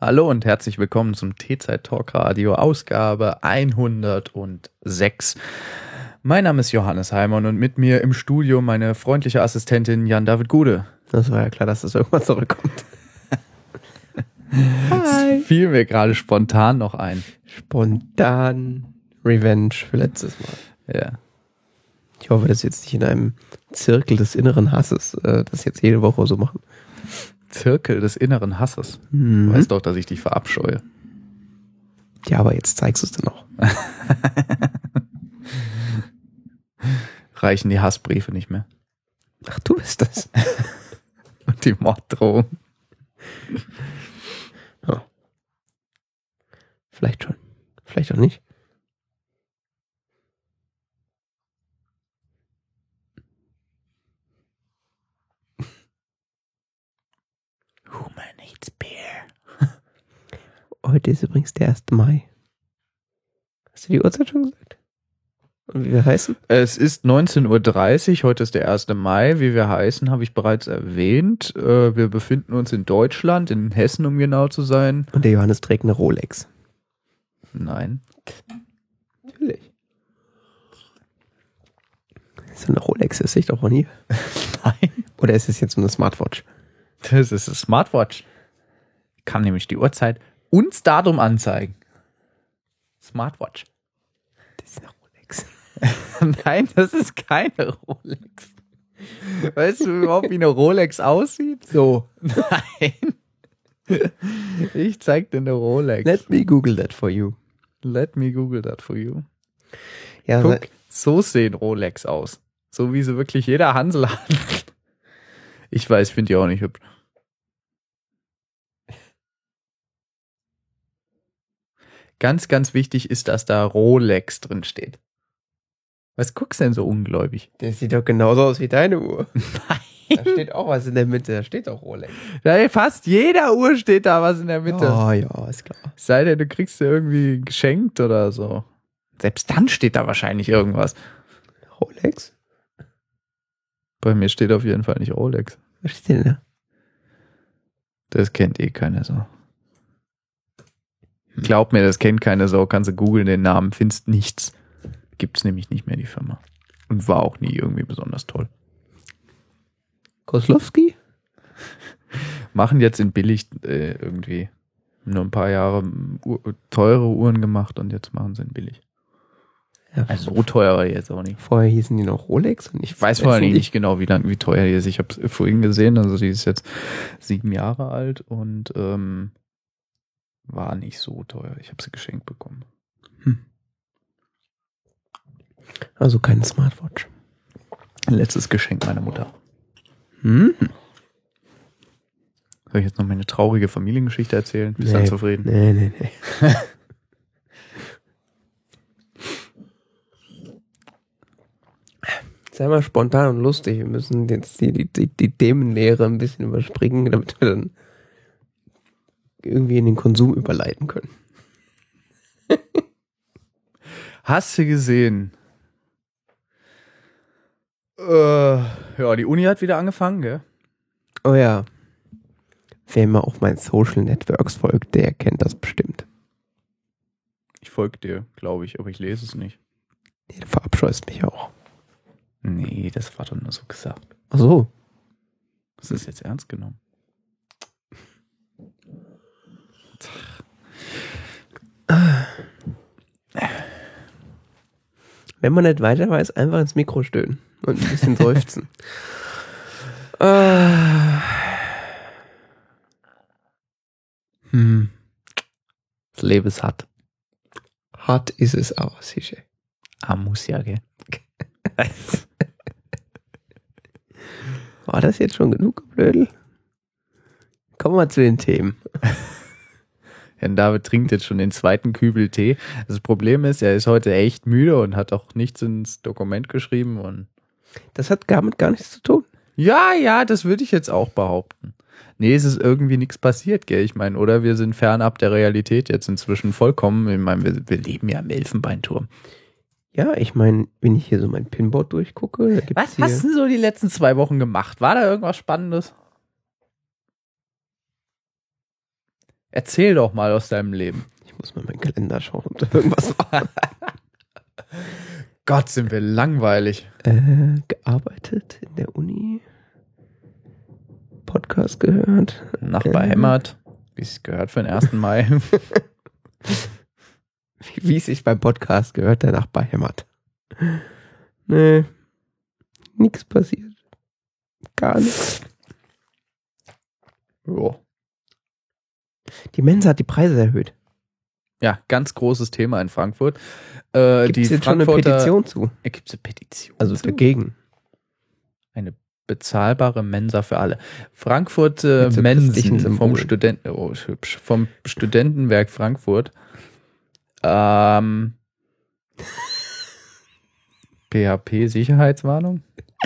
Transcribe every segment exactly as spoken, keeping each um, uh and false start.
Hallo und herzlich willkommen zum T-Zeit Talk Radio Ausgabe hundertsechs. Mein Name ist Johannes Heimann und mit mir im Studio meine freundliche Assistentin Jan-David Gude. Das war ja klar, dass das irgendwann zurückkommt. Hi. Das fiel mir gerade spontan noch ein. Spontan Revenge für letztes Mal. Ja. Ich hoffe, dass wir jetzt nicht in einem Zirkel des inneren Hasses äh, das jetzt jede Woche so machen. Zirkel des inneren Hasses. Mhm. Du weißt doch, dass ich dich verabscheue. Ja, aber jetzt zeigst du es dann auch. Reichen die Hassbriefe nicht mehr. Ach, du bist das. Und die Morddrohung. Oh. Vielleicht schon. Vielleicht auch nicht. Who man needs beer? Heute ist übrigens der erste Mai. Hast du die Uhrzeit schon gesagt? Und wie wir heißen? Es ist neunzehn Uhr dreißig, heute ist der erste Mai. Wie wir heißen, habe ich bereits erwähnt. Wir befinden uns in Deutschland, in Hessen, um genau zu sein. Und der Johannes trägt eine Rolex. Nein. Natürlich. So eine Rolex ist ich doch von hier. Nein. Oder ist es jetzt so eine Smartwatch? Das ist eine Smartwatch. Kann nämlich die Uhrzeit und das Datum anzeigen. Smartwatch. Das ist eine Rolex. Nein, das ist keine Rolex. Weißt du überhaupt, wie eine Rolex aussieht? So. Nein. Ich zeig dir eine Rolex. Let me Google that for you. Let me Google that for you. Ja, Guck, so sehen Rolex aus. So wie sie wirklich jeder Hansel hat. Ich weiß, ich finde die auch nicht hübsch. Ganz, ganz wichtig ist, dass da Rolex drin steht. Was guckst du denn so ungläubig? das sieht doch genauso aus wie deine Uhr. Nein. Da steht auch was in der Mitte. Da steht auch Rolex. Ja, fast jeder Uhr steht da was in der Mitte. Oh ja, ist klar. Sei denn, du kriegst sie irgendwie geschenkt oder so. Selbst dann steht da wahrscheinlich irgendwas. Rolex? Bei mir steht auf jeden Fall nicht Rolex. Was steht denn da? Das kennt eh keiner so. Glaub mir, das kennt keiner so. Kannst du googeln den Namen, findest nichts. Gibt's nämlich nicht mehr, die Firma. Und war auch nie irgendwie besonders toll. Koslowski? Machen jetzt in billig äh, irgendwie. Nur ein paar Jahre Uhr, teure Uhren gemacht und jetzt machen sie in billig. Ja, Also so teuer war die jetzt auch nicht. vorher hießen die noch Rolex. Und Ich weiß vorher nicht genau, wie lang, wie teuer die ist. Ich habe es vorhin gesehen, also die ist jetzt sieben Jahre alt und ähm, war nicht so teuer. Ich habe sie geschenkt bekommen. Hm. Also keine Smartwatch. Letztes Geschenk meiner Mutter. Hm? Soll ich jetzt noch meine traurige Familiengeschichte erzählen? Bist du dann zufrieden? Nee, nee, nee. Sei mal spontan und lustig. Wir müssen jetzt die, die, die, die Themenlehre ein bisschen überspringen, damit wir dann irgendwie in den Konsum überleiten können. Hast du gesehen? Äh, ja, die Uni hat wieder angefangen, gell? Oh ja. Wer mir auf meinen Social Networks folgt, der kennt das bestimmt. Ich folge dir, glaube ich, aber ich lese es nicht. Nee, du verabscheust mich auch. Nee, das war doch nur so gesagt. Ach so. Das ist jetzt ernst genommen. Wenn man nicht weiter weiß, einfach ins Mikro stöhnen und ein bisschen seufzen. ah. Hm. Das Leben ist hart. Hart ist es aber, sicher. Ah, muss ja, gell? War das jetzt schon genug Geblödel? Kommen wir zu den Themen. Herrn David trinkt jetzt schon den zweiten Kübel Tee. Das Problem ist, er ist heute echt müde und hat auch nichts ins Dokument geschrieben. Und Das hat damit gar nichts zu tun. ja, ja, das würde ich jetzt auch behaupten. Nee, es ist irgendwie nichts passiert, gell? Ich meine, oder wir sind fernab der Realität jetzt inzwischen vollkommen. Ich meine, wir, wir leben ja im Elfenbeinturm. Ja, ich meine, wenn ich hier so mein Pinboard durchgucke, da gibt's Was hier... hast du so die letzten zwei Wochen gemacht? War da irgendwas Spannendes? Erzähl doch mal aus deinem Leben. Ich muss mal in meinen Kalender schauen, ob da irgendwas war. Gott, sind wir langweilig. Äh, gearbeitet in der Uni. Podcast gehört. Nachbar äh, hämmert, wie es gehört für den ersten Mai. Wie, wie es sich beim Podcast gehört, der Nachbar hämmert. Nee, nichts passiert. Gar nichts. Jo. Die Mensa hat die Preise erhöht. Ja, ganz großes Thema in Frankfurt. Äh, Gibt es die jetzt schon eine Frankfurter- Petition zu? Äh, Gibt es eine Petition? Also zu? dagegen. Eine bezahlbare Mensa für alle. Frankfurt äh, Mit so christlichen Mensen vom Symbolen. Studenten, oh, ist hübsch, vom Studentenwerk Frankfurt. Ähm, P H P-Sicherheitswarnung?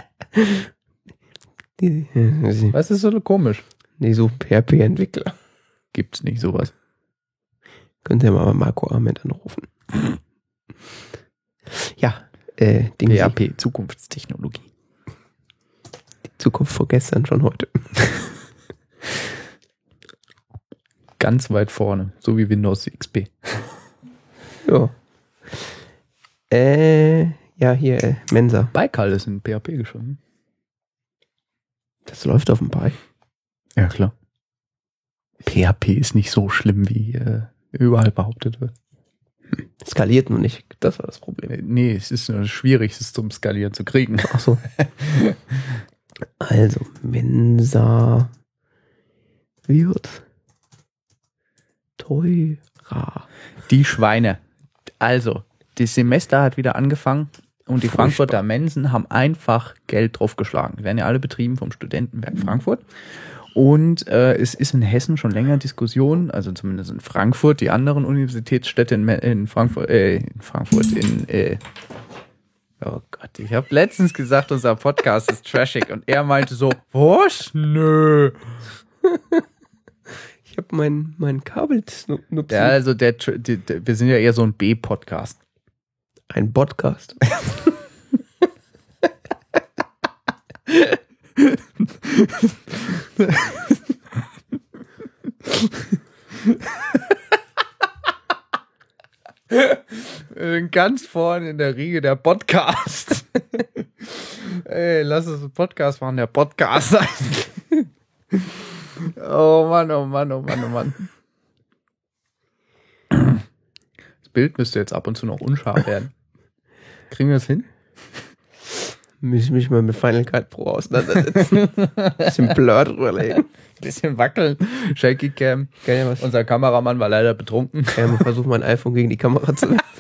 Die, die, Was ist so komisch? die suchen P H P-Entwickler. Gibt's nicht sowas. Könnt ihr mal Marco Ahmed anrufen. Ja, äh, Ding P H P, Zukunftstechnologie. Die Zukunft vor gestern schon heute. Ganz weit vorne, so wie Windows X P. Ja. Äh, ja, hier, äh, Mensa. Baikal ist in P H P geschrieben. Das läuft auf dem Pi. Ja, klar. P H P ist nicht so schlimm, wie äh, überall behauptet wird. Skaliert nur nicht. Das war das Problem. Äh, Nee, es ist nur schwierig, es zum Skalieren zu kriegen. Ach so. Also, Mensa wird teurer. Die Schweine. Also, das Semester hat wieder angefangen und die Furchtbar. Frankfurter Mensen haben einfach Geld draufgeschlagen. Die werden ja alle betrieben vom Studentenwerk Frankfurt. Und äh, es ist in Hessen schon länger Diskussion, also zumindest in Frankfurt, die anderen Universitätsstädte in, Me- in Frankfurt, äh, in Frankfurt, in, äh, oh Gott, ich habe letztens gesagt, unser Podcast ist trashig und er meinte so, was? Nö. Ich habe mein, mein Kabel nupsi. Ja, also der, der, der, wir sind ja eher so ein B-Podcast. Ein Podcast. Äh, Ganz vorne in der Riege der Podcast. Ey, lass uns einen Podcast machen, der Podcast sein. Oh Mann, oh Mann, oh Mann, oh Mann. Das Bild müsste jetzt ab und zu noch unscharf werden. Kriegen wir das hin? Muss ich mich mal mit Final Cut Pro auseinandersetzen. Bisschen Blur drüberlegen. Bisschen wackeln. Shaky Cam. Kann ja was. Unser Kameramann war leider betrunken. Kann ja mal versuchen, mein iPhone gegen die Kamera zu werfen.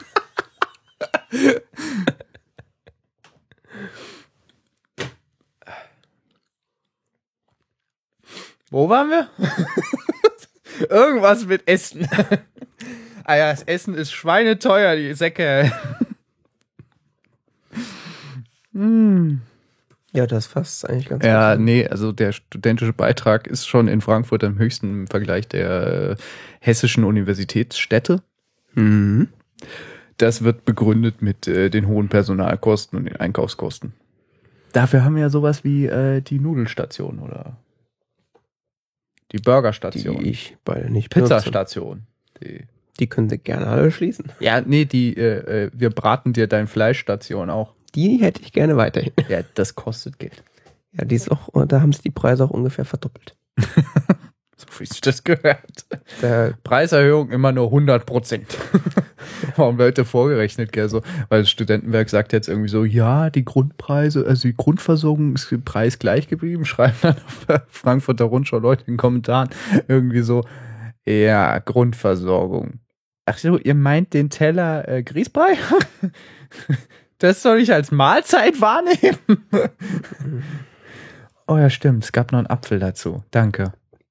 Wo waren wir? Irgendwas mit Essen. Ah ja, das Essen ist schweineteuer, die Säcke. mm. Ja, das fasst eigentlich ganz Ja, gut. nee, also der studentische Beitrag ist schon in Frankfurt am höchsten im Vergleich der äh, hessischen Universitätsstädte. Mhm. Das wird begründet mit äh, den hohen Personalkosten und den Einkaufskosten. Dafür haben wir ja sowas wie äh, die Nudelstation oder die Burgerstation, Die ich beide nicht benutze. Pizzastation. Die, Die können Sie gerne alle schließen. ja, nee, die äh, äh, wir braten dir dein Fleischstation auch. Die hätte ich gerne weiterhin. Ja, das kostet Geld. Ja, die ist auch, da haben sie die Preise auch ungefähr verdoppelt. So wie sich das gehört. Da, Preiserhöhung immer nur hundert Prozent. Warum Leute vorgerechnet, gell, so, weil das Studentenwerk sagt jetzt irgendwie so, ja, die Grundpreise, also die Grundversorgung ist im Preis gleich geblieben, schreiben dann auf der Frankfurter Rundschau Leute in den Kommentaren irgendwie so, ja, Grundversorgung. Ach so, ihr meint den Teller äh, Grießbrei? Das soll ich als Mahlzeit wahrnehmen? Oh ja, stimmt, es gab noch einen Apfel dazu. Danke.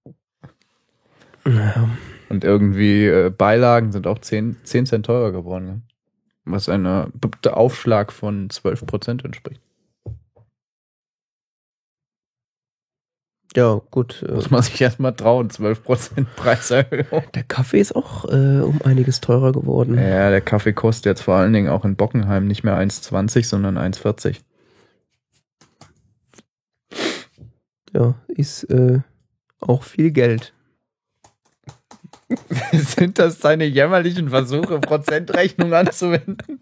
ja. Und irgendwie äh, Beilagen sind auch zehn Cent teurer geworden. Ne? Was einem Aufschlag von zwölf Prozent entspricht. Ja, gut. Äh, Muss man sich erstmal trauen, zwölf Prozent Preiserhöhung. der Kaffee ist auch äh, um einiges teurer geworden. Ja, der Kaffee kostet jetzt vor allen Dingen auch in Bockenheim nicht mehr eins zwanzig, sondern eins vierzig. Ja, ist äh, auch viel Geld. Sind das deine jämmerlichen Versuche, Prozentrechnung anzuwenden?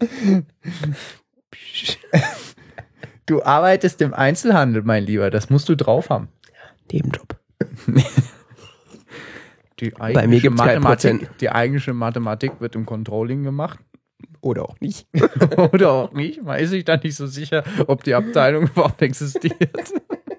Du arbeitest im Einzelhandel, mein Lieber. Das musst du drauf haben. Nebenjob. Die Bei mir gibt's kein Prozent. Mathematik, die eigentliche Mathematik wird im Controlling gemacht. Oder auch nicht. Oder auch nicht. Man ist sich da nicht so sicher, ob die Abteilung überhaupt existiert.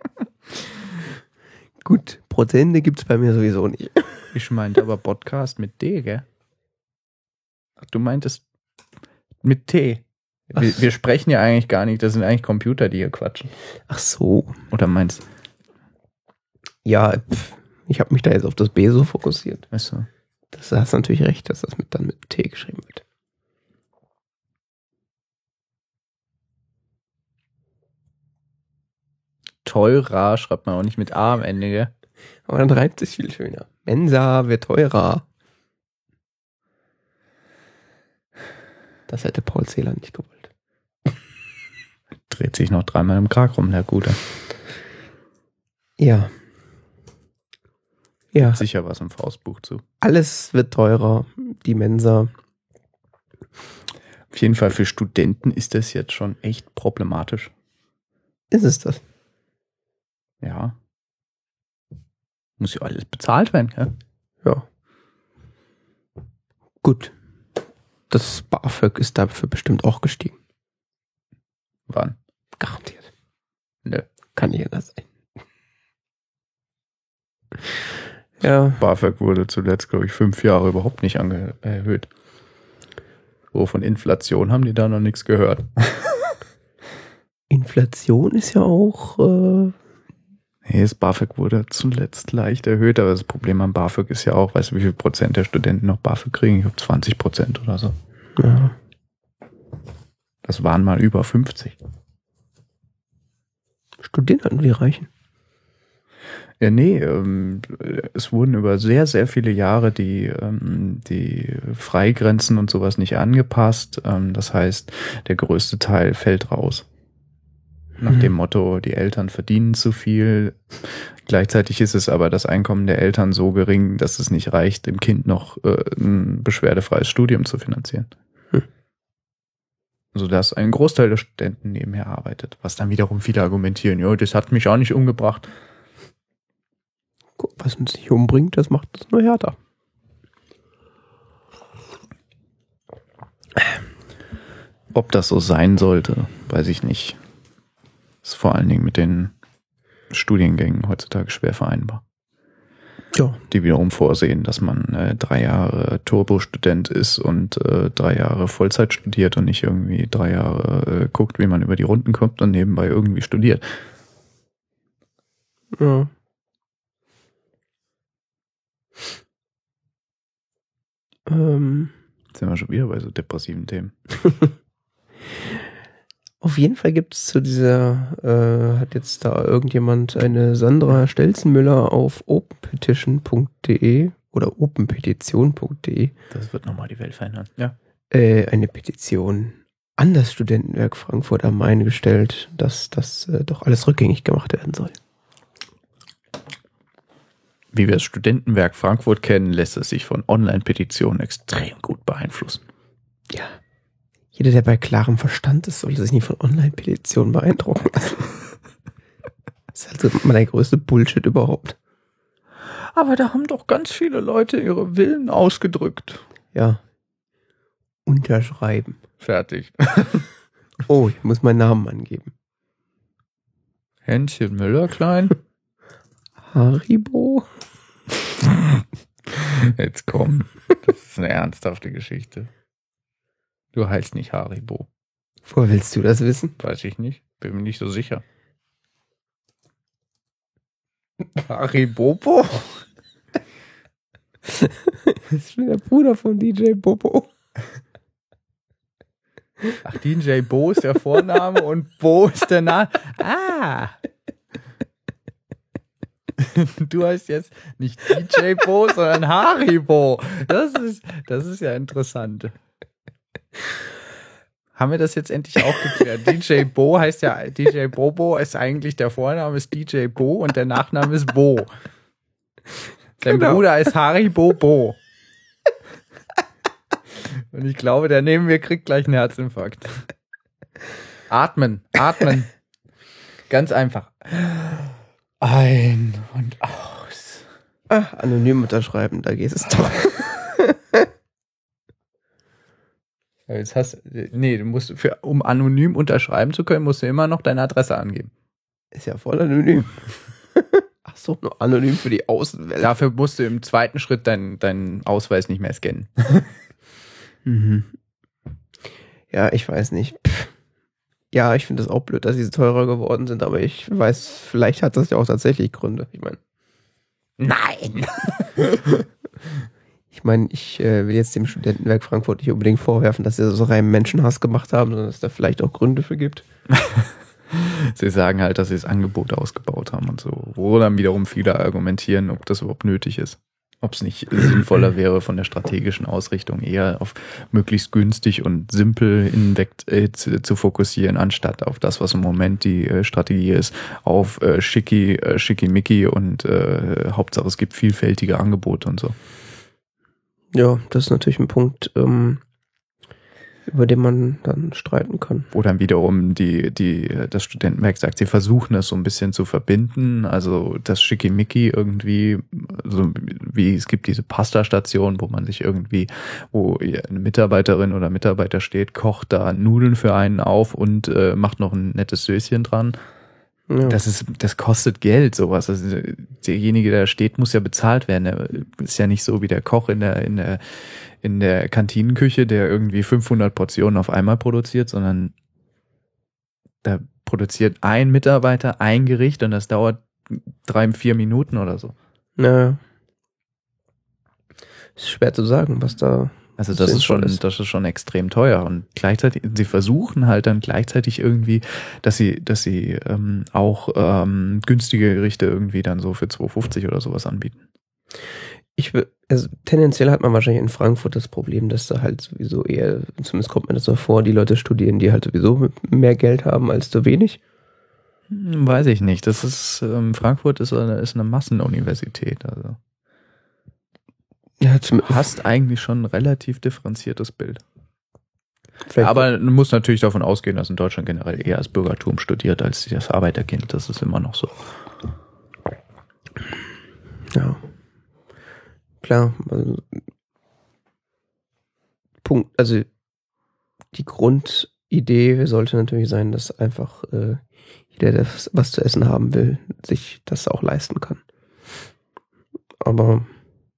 Gut, Prozente gibt's bei mir sowieso nicht. Ich meinte aber Podcast mit D, gell? Ach, du meintest mit T. Wir, wir sprechen ja eigentlich gar nicht, das sind eigentlich Computer, die hier quatschen. Ach so. Oder meinst Ja, pff, ich habe mich da jetzt auf das B so fokussiert. du? Weißt du? Das hast natürlich recht, dass das mit, dann mit T geschrieben wird. Teurer schreibt man auch nicht mit A am Ende, gell? Aber dann reimt sich viel schöner. Mensa wird teurer. Das hätte Paul Celan nicht gewollt. Dreht sich noch dreimal im Krag rum, der Gute. Ja. Ja, Sicher was im Faustbuch zu. alles wird teurer. Die Mensa. Auf jeden Fall für Studenten ist das jetzt schon echt problematisch. Ist es das? Ja. Muss ja alles bezahlt werden, gell? Ja. Gut. Das BAföG ist dafür bestimmt auch gestiegen. Wann? Garantiert. Nö. Kann nicht anders sein. Ja. BAföG wurde zuletzt, glaube ich, fünf Jahre überhaupt nicht ange- erhöht. So, von Inflation haben die da noch nichts gehört. Inflation ist ja auch. Äh Nee, das BAföG wurde zuletzt leicht erhöht, aber das Problem am BAföG ist ja auch, weißt du, wie viel Prozent der Studenten noch BAföG kriegen? Ich glaube zwanzig Prozent oder so. ja. Das waren mal über fünfzig. Studieren halt nur die Reichen. Ja, nee, ähm, es wurden über sehr, sehr viele Jahre die, ähm, die Freigrenzen und sowas nicht angepasst. Ähm, das heißt, der größte Teil fällt raus. Nach dem Motto, die Eltern verdienen zu viel. Gleichzeitig ist es aber das Einkommen der Eltern so gering, dass es nicht reicht, dem Kind noch äh, ein beschwerdefreies Studium zu finanzieren. Hm. Sodass ein Großteil der Studenten nebenher arbeitet. Was dann wiederum viele argumentieren, ja, das hat mich auch nicht umgebracht. Guck, was uns nicht umbringt, das macht es nur härter. Ob das so sein sollte, weiß ich nicht. Ist vor allen Dingen mit den Studiengängen heutzutage schwer vereinbar. Ja. Die wiederum vorsehen, dass man äh, drei Jahre Turbo-Student ist und äh, drei Jahre Vollzeit studiert und nicht irgendwie drei Jahre äh, guckt, wie man über die Runden kommt und nebenbei irgendwie studiert. Ja. Ähm. Jetzt sind wir schon wieder bei so depressiven Themen. Auf jeden Fall gibt es zu dieser, äh, hat jetzt da irgendjemand eine Sandra Stelzenmüller auf openpetition punkt de oder openpetition punkt de Das wird nochmal die Welt verändern. Ja. äh, eine Petition an das Studentenwerk Frankfurt am Main gestellt, dass das äh, doch alles rückgängig gemacht werden soll. Wie wir das Studentenwerk Frankfurt kennen, lässt es sich von Online-Petitionen extrem gut beeinflussen. Ja. Jeder, der bei klarem Verstand ist, sollte sich nicht von Online-Petitionen beeindrucken lassen. Das ist halt so mal der größte Bullshit überhaupt. Aber da haben doch ganz viele Leute ihre Willen ausgedrückt. Ja. Unterschreiben. Fertig. Oh, ich muss meinen Namen angeben. Händchen Müller klein. Haribo. Jetzt komm. Das ist eine ernsthafte Geschichte. Du heißt nicht Haribo. Woher willst du das wissen? Weiß ich nicht. Bin mir nicht so sicher. Haribobo? Das ist schon der Bruder von D J Bobo. Ach, D J Bo ist der Vorname und Bo ist der Name. Ah! Du heißt jetzt nicht D J Bo, sondern Haribo. Das ist, das ist ja interessant. Haben wir das jetzt endlich auch geklärt? D J Bo heißt ja, D J Bobo ist eigentlich, der Vorname ist D J Bo und der Nachname ist Bo. Sein Genau. Bruder ist Haribo Bo. Und ich glaube, der neben mir kriegt gleich einen Herzinfarkt. Atmen, atmen. Ganz einfach. Ein und aus. Ach, anonym unterschreiben, da geht es doch. Jetzt hast, nee, du musst für, um anonym unterschreiben zu können, musst du immer noch deine Adresse angeben. Ist ja voll anonym. Ach so, nur anonym für die Außenwelt. Dafür musst du im zweiten Schritt deinen deinen Ausweis nicht mehr scannen. Mhm. Ja, ich weiß nicht. Pff. Ja, ich finde das auch blöd, dass sie teurer geworden sind, aber ich weiß, vielleicht hat das ja auch tatsächlich Gründe. Ich meine. Nein! Ich meine, ich äh, will jetzt dem Studentenwerk Frankfurt nicht unbedingt vorwerfen, dass sie so reinen Menschenhass gemacht haben, sondern dass es da vielleicht auch Gründe für gibt. Sie sagen halt, dass sie das Angebot ausgebaut haben und so. Wo dann wiederum viele argumentieren, ob das überhaupt nötig ist. Ob es nicht sinnvoller wäre, von der strategischen Ausrichtung eher auf möglichst günstig und simpel hinweg äh, zu, zu fokussieren, anstatt auf das, was im Moment die äh, Strategie ist, auf äh, schicki, äh, schickimicki und äh, Hauptsache es gibt vielfältige Angebote und so. Ja, das ist natürlich ein Punkt, ähm, über den man dann streiten kann. Wo dann wiederum die, die, das Studentenwerk sagt, sie versuchen das so ein bisschen zu verbinden, also das Schickimicki irgendwie, so wie es gibt diese Pasta-Station, wo man sich irgendwie, wo eine Mitarbeiterin oder Mitarbeiter steht, kocht da Nudeln für einen auf und äh, macht noch ein nettes Söschen dran. Ja. Das ist, das kostet Geld, sowas. Also derjenige, der da steht, muss ja bezahlt werden. Er ist ja nicht so wie der Koch in der, in der, in der Kantinenküche, der irgendwie fünfhundert Portionen auf einmal produziert, sondern da produziert ein Mitarbeiter ein Gericht und das dauert drei, vier Minuten oder so. Naja. Ist schwer zu sagen, was da. Also das ist schon, das ist schon extrem teuer und gleichzeitig, sie versuchen halt dann gleichzeitig irgendwie, dass sie, dass sie ähm, auch ähm, günstige Gerichte irgendwie dann so für zwei fünfzig oder sowas anbieten. Ich will, also tendenziell hat man wahrscheinlich in Frankfurt das Problem, dass da halt sowieso eher, zumindest kommt mir das so vor, die Leute studieren, die halt sowieso mehr Geld haben als zu wenig. Hm, weiß ich nicht. Das ist, ähm, Frankfurt ist eine, ist eine Massenuniversität, also. Ja, du hast eigentlich schon ein relativ differenziertes Bild. Vielleicht aber du musst natürlich davon ausgehen, dass in Deutschland generell eher das Bürgertum studiert als das Arbeiterkind. Das ist immer noch so. Ja. Klar. Also, Punkt, also die Grundidee sollte natürlich sein, dass einfach äh, jeder, der was zu essen haben will, sich das auch leisten kann. Aber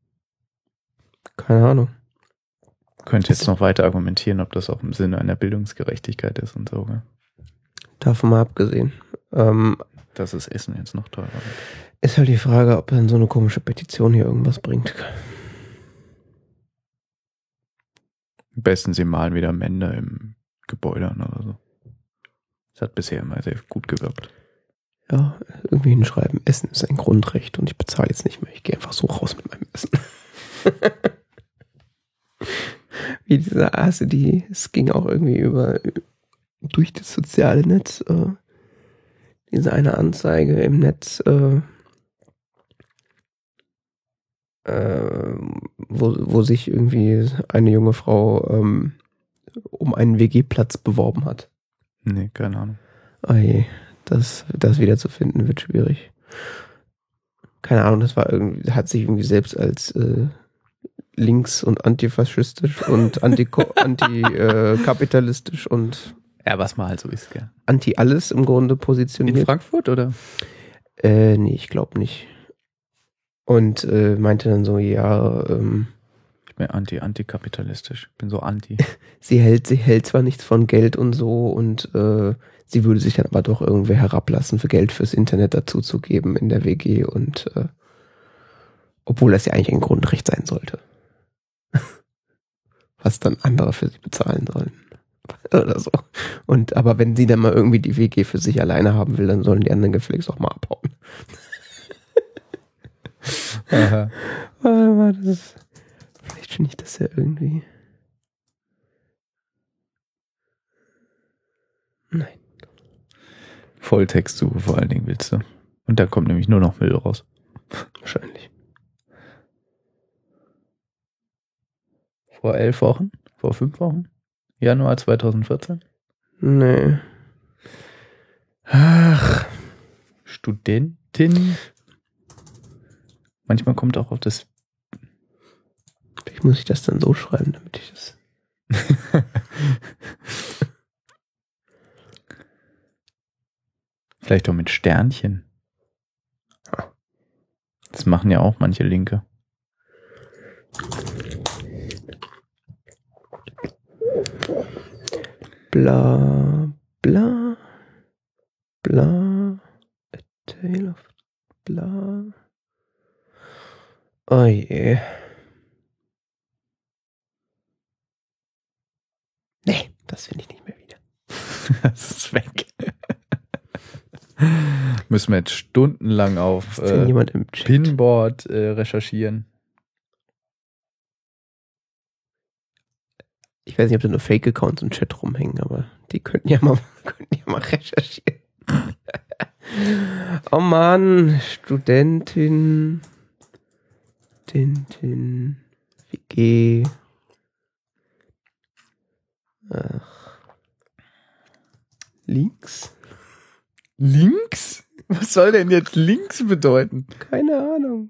keine Ahnung. Könnte jetzt noch weiter argumentieren, ob das auch im Sinne einer Bildungsgerechtigkeit ist und so. Gell? Davon mal abgesehen. Ähm, Dass das Essen jetzt noch teurer wird. Ist halt die Frage, ob dann so eine komische Petition hier irgendwas bringt. Am besten sie malen wieder Männer im Gebäude an oder so. Das hat bisher immer sehr gut gewirkt. Ja, irgendwie hinschreiben, Essen ist ein Grundrecht und ich bezahle jetzt nicht mehr. Ich gehe einfach so raus mit meinem Essen. Wie diese, also die, es ging auch irgendwie über, durch das soziale Netz, äh, diese eine Anzeige im Netz, äh, äh, wo, wo sich irgendwie eine junge Frau ähm, um einen W G-Platz beworben hat. Nee, keine Ahnung. Oh je, das, das wieder zu finden wird schwierig. Keine Ahnung, das war irgendwie, hat sich irgendwie selbst als äh, links und antifaschistisch und antikapitalistisch äh, und ja, was man halt so ist, gell. Anti-alles im Grunde positioniert. In Frankfurt, oder? Äh, nee, ich glaube nicht. Und äh, meinte dann so, ja, ähm, ich bin anti, antikapitalistisch. Ich bin so anti. sie hält, sie hält zwar nichts von Geld und so und äh, sie würde sich dann aber doch irgendwie herablassen, für Geld fürs Internet dazuzugeben in der W G und äh, obwohl das ja eigentlich ein Grundrecht sein sollte. Was dann andere für sie bezahlen sollen. Oder so. Und aber wenn sie dann mal irgendwie die W G für sich alleine haben will, dann sollen die anderen gefälligst auch mal abhauen. Aha. Aber das ist, vielleicht finde ich das ja irgendwie. Nein. Volltextsuche vor allen Dingen willst du. Und da kommt nämlich nur noch Müll raus. Wahrscheinlich. Vor elf Wochen? Vor fünf Wochen? Januar zweitausendvierzehn? Nee. Ach. Studentin. Manchmal kommt auch auf das. Vielleicht muss ich das dann so schreiben, damit ich das. Vielleicht auch mit Sternchen. Das machen ja auch manche Linke. Bla, bla, bla, a tale of bla. Oh je. Nee, das finde ich nicht mehr wieder. Das ist weg. Müssen wir jetzt stundenlang auf Ist denn äh, jemand im Chat? Pinboard äh, recherchieren. Ich weiß nicht, ob da nur Fake-Accounts im Chat rumhängen, aber die könnten ja mal, könnten ja mal recherchieren. Oh Mann, Studentin, Tintin, W G. Ach. Links? Links? Was soll denn jetzt links bedeuten? Keine Ahnung.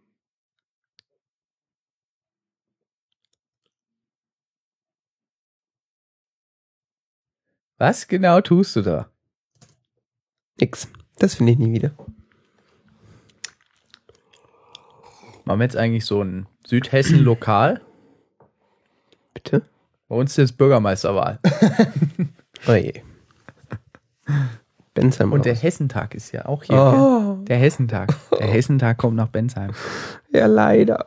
Was genau tust du da? Nix. Das finde ich nie wieder. Machen wir jetzt eigentlich so ein Südhessen-Lokal? Bitte? Bei uns ist jetzt Bürgermeisterwahl. Oh je. Bensheim Und der raus. Hessentag ist ja auch hier. Oh. Gell? Der Hessentag. Der Hessentag kommt nach Bensheim. Ja, leider.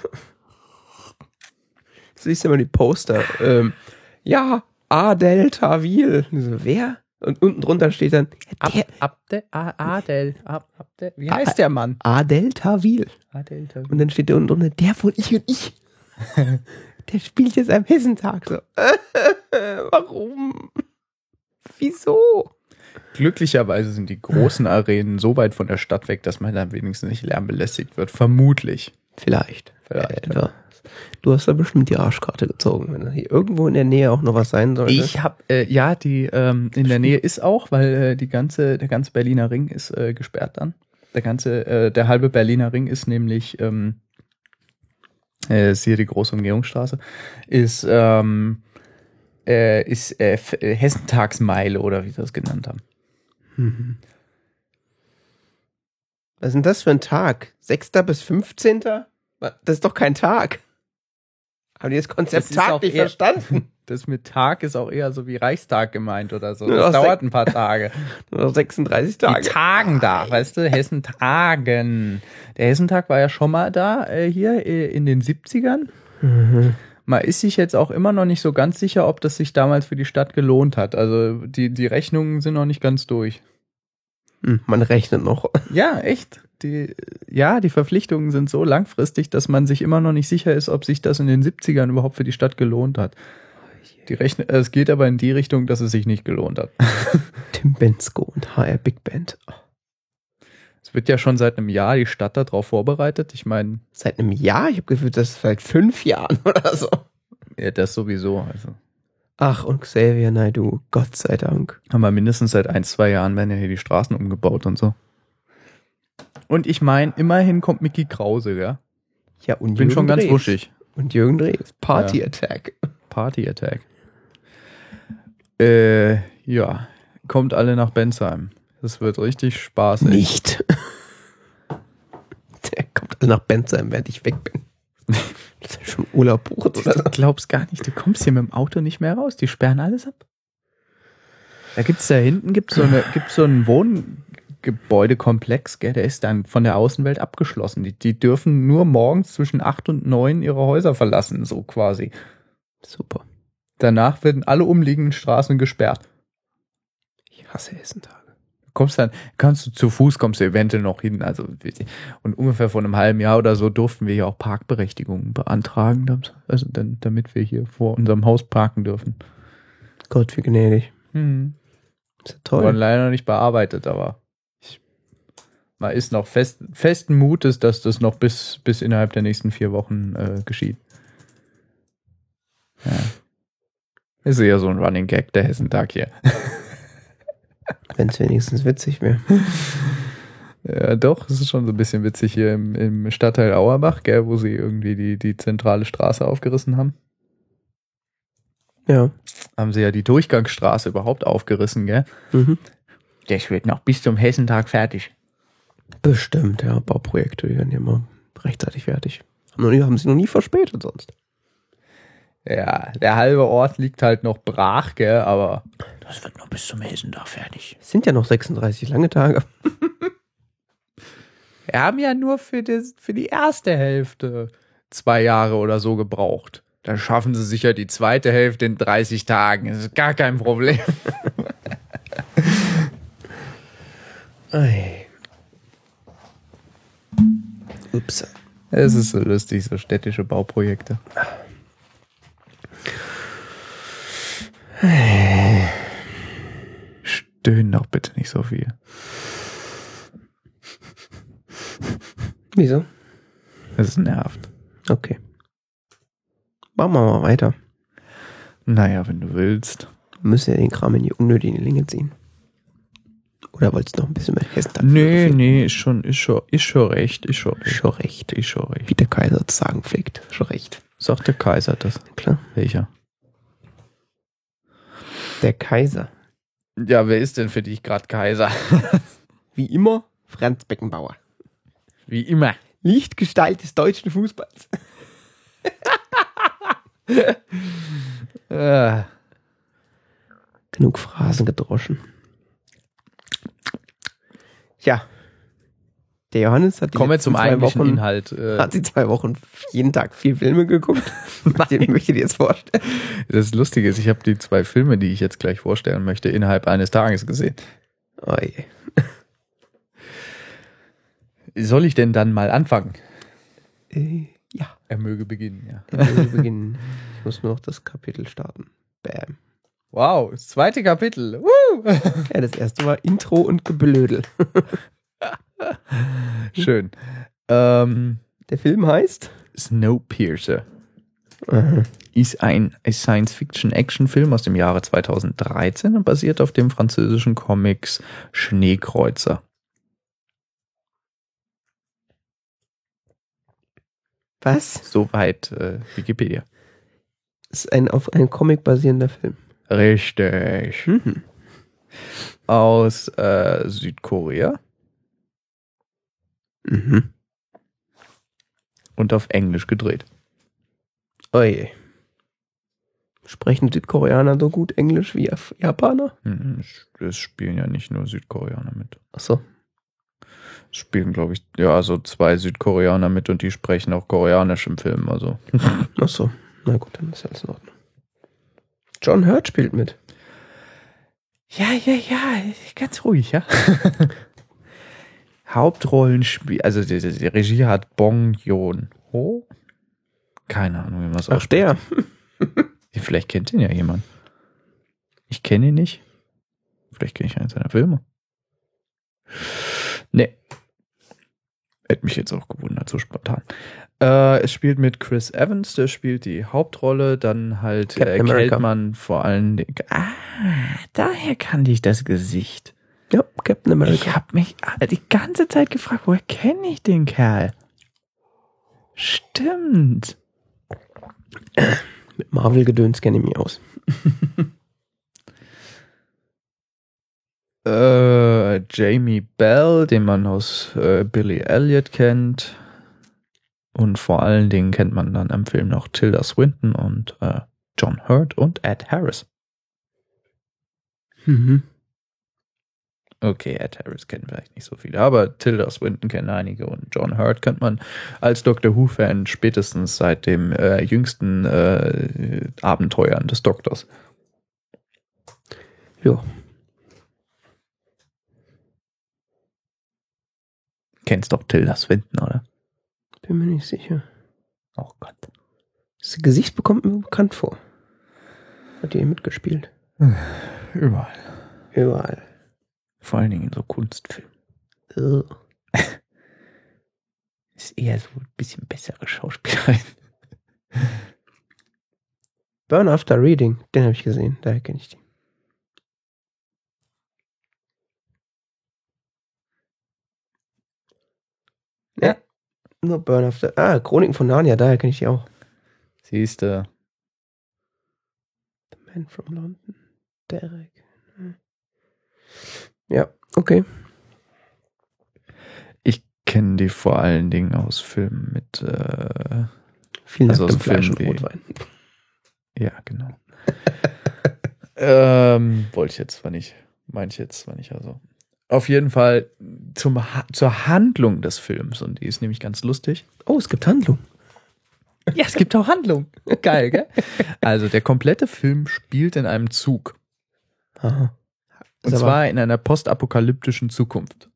Du siehst immer die Poster. Ähm, ja, A-Delta Wiel. So, wer? Und unten drunter steht dann Ab, der Abde, A- Adel, Ab, Abde, wie heißt der Mann? A-Delta Wiel. Adel, Und dann steht da unten drunter, der von ich und ich. Der spielt jetzt am Hessentag. So. Warum? Wieso? Glücklicherweise sind die großen Arenen so weit von der Stadt weg, dass man dann wenigstens nicht lärmbelästigt wird. Vermutlich. Vielleicht. Vielleicht, Äh, ja. Du hast da bestimmt die Arschkarte gezogen, wenn da hier irgendwo in der Nähe auch noch was sein sollte. Ich habe, äh, ja, die ähm, in der Nähe ist auch, weil äh, die ganze, der ganze Berliner Ring ist äh, gesperrt dann. Der ganze, äh, der halbe Berliner Ring ist nämlich, ähm, äh, ist hier die große Umgehungsstraße, ist, ähm, äh, ist äh, F- äh, Hessentagsmeile oder wie sie das genannt haben. Mhm. Was ist denn das für ein Tag? sechster bis fünfzehnter? Das ist doch kein Tag. Haben die das Konzept Das ist Tag auch nicht eher- verstanden? Das mit Tag ist auch eher so wie Reichstag gemeint oder so. Nur Das noch dauert ein paar Tage. Nur noch sechsunddreißig Tage. Die tagen da, weißt du, Hessen tagen. Der Hessentag war ja schon mal da, äh, hier äh, in den siebzigern. Mhm. Man ist sich jetzt auch immer noch nicht so ganz sicher, ob das sich damals für die Stadt gelohnt hat. Also die, die Rechnungen sind noch nicht ganz durch. Hm, man rechnet noch. Ja, echt. Die, ja, die Verpflichtungen sind so langfristig, dass man sich immer noch nicht sicher ist, ob sich das in den siebzigern überhaupt für die Stadt gelohnt hat. Die Rechn- es geht aber in die Richtung, dass es sich nicht gelohnt hat. Tim Bensko und H R Big Band. Es wird ja schon seit einem Jahr die Stadt darauf vorbereitet. Ich meine, Seit einem Jahr? Ich habe gefühlt, das ist seit fünf Jahren oder so. ja, das sowieso. Also Ach, und Xavier Naidoo, Gott sei Dank. haben wir mindestens seit ein, zwei Jahren werden ja hier die Straßen umgebaut und so. Und ich meine, immerhin kommt Micky Krause, ja. Ja, und Bin Jürgen schon ganz Drees. wuschig. Und Jürgen Drees. Party Ja. Attack. Party Attack. Äh, ja. Kommt alle nach Bensheim. Das wird richtig spaßig. Nicht. Der kommt alle nach Bensheim, während ich weg bin. Das ist schon Urlaub buchen oder so. Du glaubst gar nicht, du kommst hier mit dem Auto nicht mehr raus. Die sperren alles ab. Da gibt's da hinten gibt's so eine, gibt's so einen Wohngebäudekomplex, gell, der ist dann von der Außenwelt abgeschlossen. Die, die dürfen nur morgens zwischen acht und neun ihre Häuser verlassen, so quasi. Super. Danach werden alle umliegenden Straßen gesperrt. Ich hasse Hessentage. Kommst dann, kannst du zu Fuß, kommst du eventuell noch hin, also, und ungefähr vor einem halben Jahr oder so durften wir ja auch Parkberechtigungen beantragen, also dann, damit wir hier vor unserem Haus parken dürfen. Gott, wie gnädig. Hm. Ist ja toll. Wurde leider noch nicht bearbeitet, aber ich, man ist noch fest, festen Mutes, dass das noch bis, bis innerhalb der nächsten vier Wochen äh, geschieht. Ja. Ist eher so ein Running Gag, der Hessentag hier. Wenn es wenigstens witzig wäre. Ja, doch, es ist schon so ein bisschen witzig hier im, im Stadtteil Auerbach, gell, wo sie irgendwie die, die zentrale Straße aufgerissen haben. Ja. Haben sie ja die Durchgangsstraße überhaupt aufgerissen, gell? Mhm. Das wird noch bis zum Hessentag fertig. Bestimmt, ja. Bauprojekte, die werden ja immer rechtzeitig fertig. Haben, noch nie, haben sie noch nie verspätet sonst. Ja, der halbe Ort liegt halt noch brach, gell, aber das wird noch bis zum Hessentag fertig. Es sind ja noch sechsunddreißig lange Tage. Wir haben ja nur für, das, für die erste Hälfte zwei Jahre oder so gebraucht. Dann schaffen sie sicher die zweite Hälfte in dreißig Tagen. Das ist gar kein Problem. Ei. Ups. Es ist so lustig, so städtische Bauprojekte. Stöhn doch bitte nicht so viel. Wieso? Es nervt. Okay. Machen wir mal weiter. Naja, wenn du willst. Wir müssen ja den Kram in die unnötige Länge ziehen. Oder wolltest du noch ein bisschen mehr Hessen? Nee, nee, ist schon, ist schon, ist schon recht, ist schon recht. Schon recht. Ist schon recht. Wie der Kaiser zu sagen pflegt. Schon recht. Sagt der Kaiser das? Klar. Welcher? Der Kaiser. Ja, wer ist denn für dich gerade Kaiser? Wie immer, Franz Beckenbauer. Wie immer. Lichtgestalt des deutschen Fußballs. äh. Genug Phrasen gedroschen. Ja. Der Johannes hat die Kommen wir zum zwei eigentlichen Wochen, Inhalt. Äh, hat die zwei Wochen jeden Tag vier Filme geguckt. Den möchte ich dir jetzt vorstellen. das Lustige ist, ich habe die zwei Filme, die ich jetzt gleich vorstellen möchte, innerhalb eines Tages gesehen. Oh je. Soll ich denn dann mal anfangen? Äh, ja. Er möge beginnen, ja. Wir beginnen. Ich muss nur noch das Kapitel starten. Bam. Wow, das zweite Kapitel. Woo! Ja, das erste war Intro und Geblödel. Schön. Ähm, Der Film heißt? Snowpiercer. Aha. Ist ein Science-Fiction-Action-Film aus dem Jahre zweitausenddreizehn und basiert auf dem französischen Comics Schneekreuzer. Was? Soweit äh, Wikipedia. Das ist ein auf einem Comic basierender Film. Richtig. Mhm. Aus äh, Südkorea Mhm. und auf Englisch gedreht. Oje. Sprechen Südkoreaner so gut Englisch wie Jap- Japaner? Mhm, Es spielen ja nicht nur Südkoreaner mit. Achso. Es spielen, glaube ich, ja, also zwei Südkoreaner mit und die sprechen auch Koreanisch im Film. Also. Achso. Na gut, dann ist alles in Ordnung. John Hurt spielt mit. Ja, ja, ja, ganz ruhig, ja. Hauptrollenspiel, also die, die, die Regie hat Bong Joon-ho. Keine Ahnung, wie man das Ach, der. Vielleicht kennt ihn ja jemand. Ich kenne ihn nicht. Vielleicht kenne ich einen seiner Filme. Nee. Hätte mich jetzt auch gewundert, so spontan. Äh, es spielt mit Chris Evans, der spielt die Hauptrolle. Dann halt äh, Captain America. kennt man vor allen Dingen. Ah, daher kannte ich das Gesicht. Ja, Captain America. Ich habe mich die ganze Zeit gefragt, woher kenne ich den Kerl? Stimmt. Mit Marvel-Gedöns kenne ich mich aus. äh, Jamie Bell, den man aus äh, Billy Elliot kennt. Und vor allen Dingen kennt man dann im Film noch Tilda Swinton und äh, John Hurt und Ed Harris. Mhm. Okay, Ed Harris kennen vielleicht nicht so viele, aber Tilda Swinton kennen einige und John Hurt kennt man als Doctor Who-Fan spätestens seit dem äh, jüngsten äh, Abenteuern des Doktors. Ja. Kennst doch Tilda Swinton, oder? Bin mir nicht sicher. Oh Gott. Das Gesicht bekommt mir bekannt vor. Hat die mitgespielt? Überall. Überall. Vor allen Dingen in so Kunstfilmen. Uh. Ist eher so ein bisschen bessere Schauspielerin. Burn After Reading, den habe ich gesehen, daher kenne ich die. Nee, Ja. nur Burn After... Ah, Chroniken von Narnia, daher kenne ich die auch. Siehste. The Man from London. Derek. Ja, okay. Ich kenne die vor allen Dingen aus Filmen mit äh, Viel also nacktem aus Fleisch Filmen und wie- Rotwein. Ja, genau. ähm, wollte ich jetzt zwar nicht, meinte ich jetzt zwar nicht, also. Auf jeden Fall zum, Ha- zur Handlung des Films, und die ist nämlich ganz lustig. Oh, es gibt Handlung. Ja, es gibt auch Handlung. Geil, gell? Also der komplette Film spielt in einem Zug. Aha. Und Ist aber- zwar in einer postapokalyptischen Zukunft.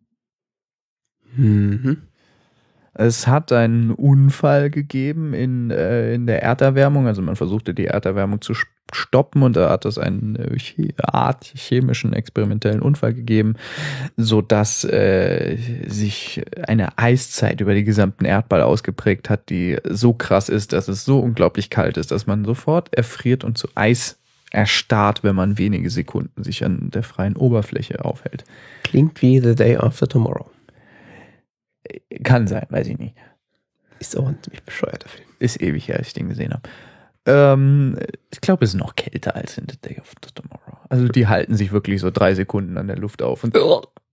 Mhm. Es hat einen Unfall gegeben in, äh, in der Erderwärmung. Also man versuchte die Erderwärmung zu sch- stoppen, und da hat es einen äh, che- Art chemischen experimentellen Unfall gegeben, sodass äh, sich eine Eiszeit über die gesamten Erdball ausgeprägt hat, die so krass ist, dass es so unglaublich kalt ist, dass man sofort erfriert und zu Eis erstarrt, wenn man wenige Sekunden sich an der freien Oberfläche aufhält. Klingt wie The Day After Tomorrow. Kann sein, weiß ich nicht. Ist auch ein ziemlich bescheuerter Film. Ist ewig her, als ich den gesehen habe. Ähm, ich glaube, es ist noch kälter als in The Day After Tomorrow. Also die halten sich wirklich so drei Sekunden an der Luft auf und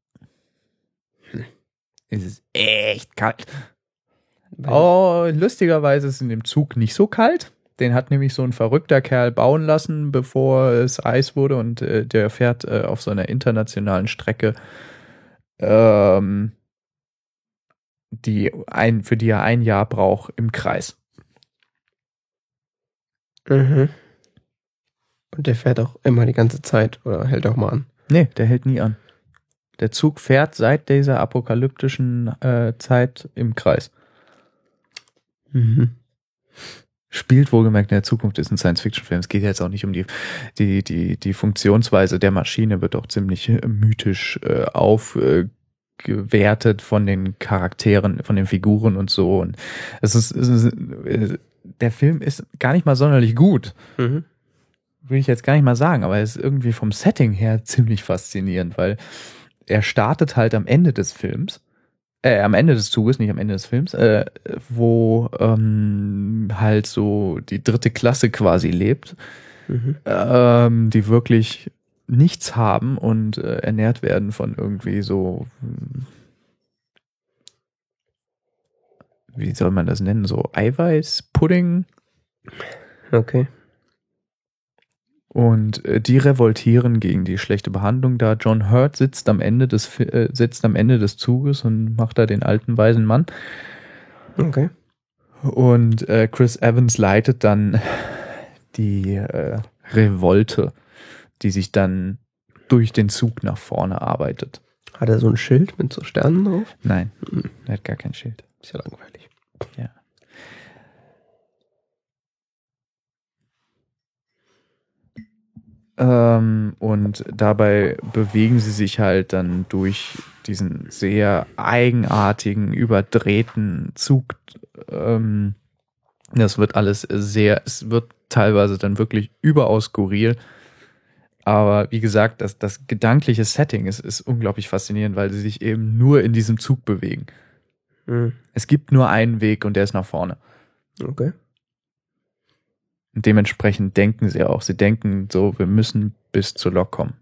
es ist echt kalt. Oh, lustigerweise ist es in dem Zug nicht so kalt. Den hat nämlich so ein verrückter Kerl bauen lassen, bevor es Eis wurde, und äh, der fährt äh, auf so einer internationalen Strecke, ähm, die ein, für die er ein Jahr braucht, im Kreis. Mhm. Und der fährt auch immer die ganze Zeit oder hält auch mal an. Nee, der hält nie an. Der Zug fährt seit dieser apokalyptischen äh, Zeit im Kreis. Mhm. Spielt wohlgemerkt in der Zukunft, ist ein Science-Fiction-Film. Es geht jetzt auch nicht um die, die, die, die Funktionsweise der Maschine, wird auch ziemlich äh, mythisch äh, aufgewertet von den Charakteren, von den Figuren und so. Und es ist, es ist äh, der Film ist gar nicht mal sonderlich gut. Mhm. Will ich jetzt gar nicht mal sagen, aber er ist irgendwie vom Setting her ziemlich faszinierend, weil er startet halt am Ende des Films, äh, am Ende des Zuges, nicht am Ende des Films, äh, wo ähm, halt so die dritte Klasse quasi lebt, Mhm. ähm, die wirklich nichts haben und äh, ernährt werden von irgendwie so, wie soll man das nennen, so Eiweißpudding. Okay. Und äh, die revoltieren gegen die schlechte Behandlung da. John Hurt sitzt am Ende des Fi- äh, sitzt am Ende des Zuges und macht da den alten weisen Mann. Okay. Und äh, Chris Evans leitet dann die äh, Revolte, die sich dann durch den Zug nach vorne arbeitet. Hat er so ein Schild mit so Sternen drauf? Nein, er hat gar kein Schild. Ist ja langweilig. Ja. Ähm, und dabei bewegen sie sich halt dann durch diesen sehr eigenartigen, überdrehten Zug. Ähm, das wird alles sehr, es wird teilweise dann wirklich überaus skurril. Aber wie gesagt, das, das gedankliche Setting ist, ist unglaublich faszinierend, weil sie sich eben nur in diesem Zug bewegen. Mhm. Es gibt nur einen Weg, und der ist nach vorne. Okay. Und dementsprechend denken sie auch. Sie denken so, wir müssen bis zur Lok kommen.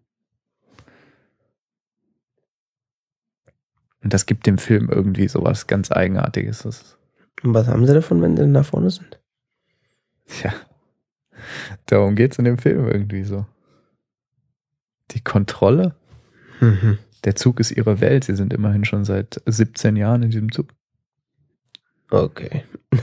Und das gibt dem Film irgendwie sowas ganz Eigenartiges. Das ist, Und was haben sie davon, wenn sie denn da vorne sind? tja, darum geht es in dem Film irgendwie so. Die Kontrolle. Mhm. Der Zug ist ihre Welt. Sie sind immerhin schon seit siebzehn Jahren in diesem Zug. Okay.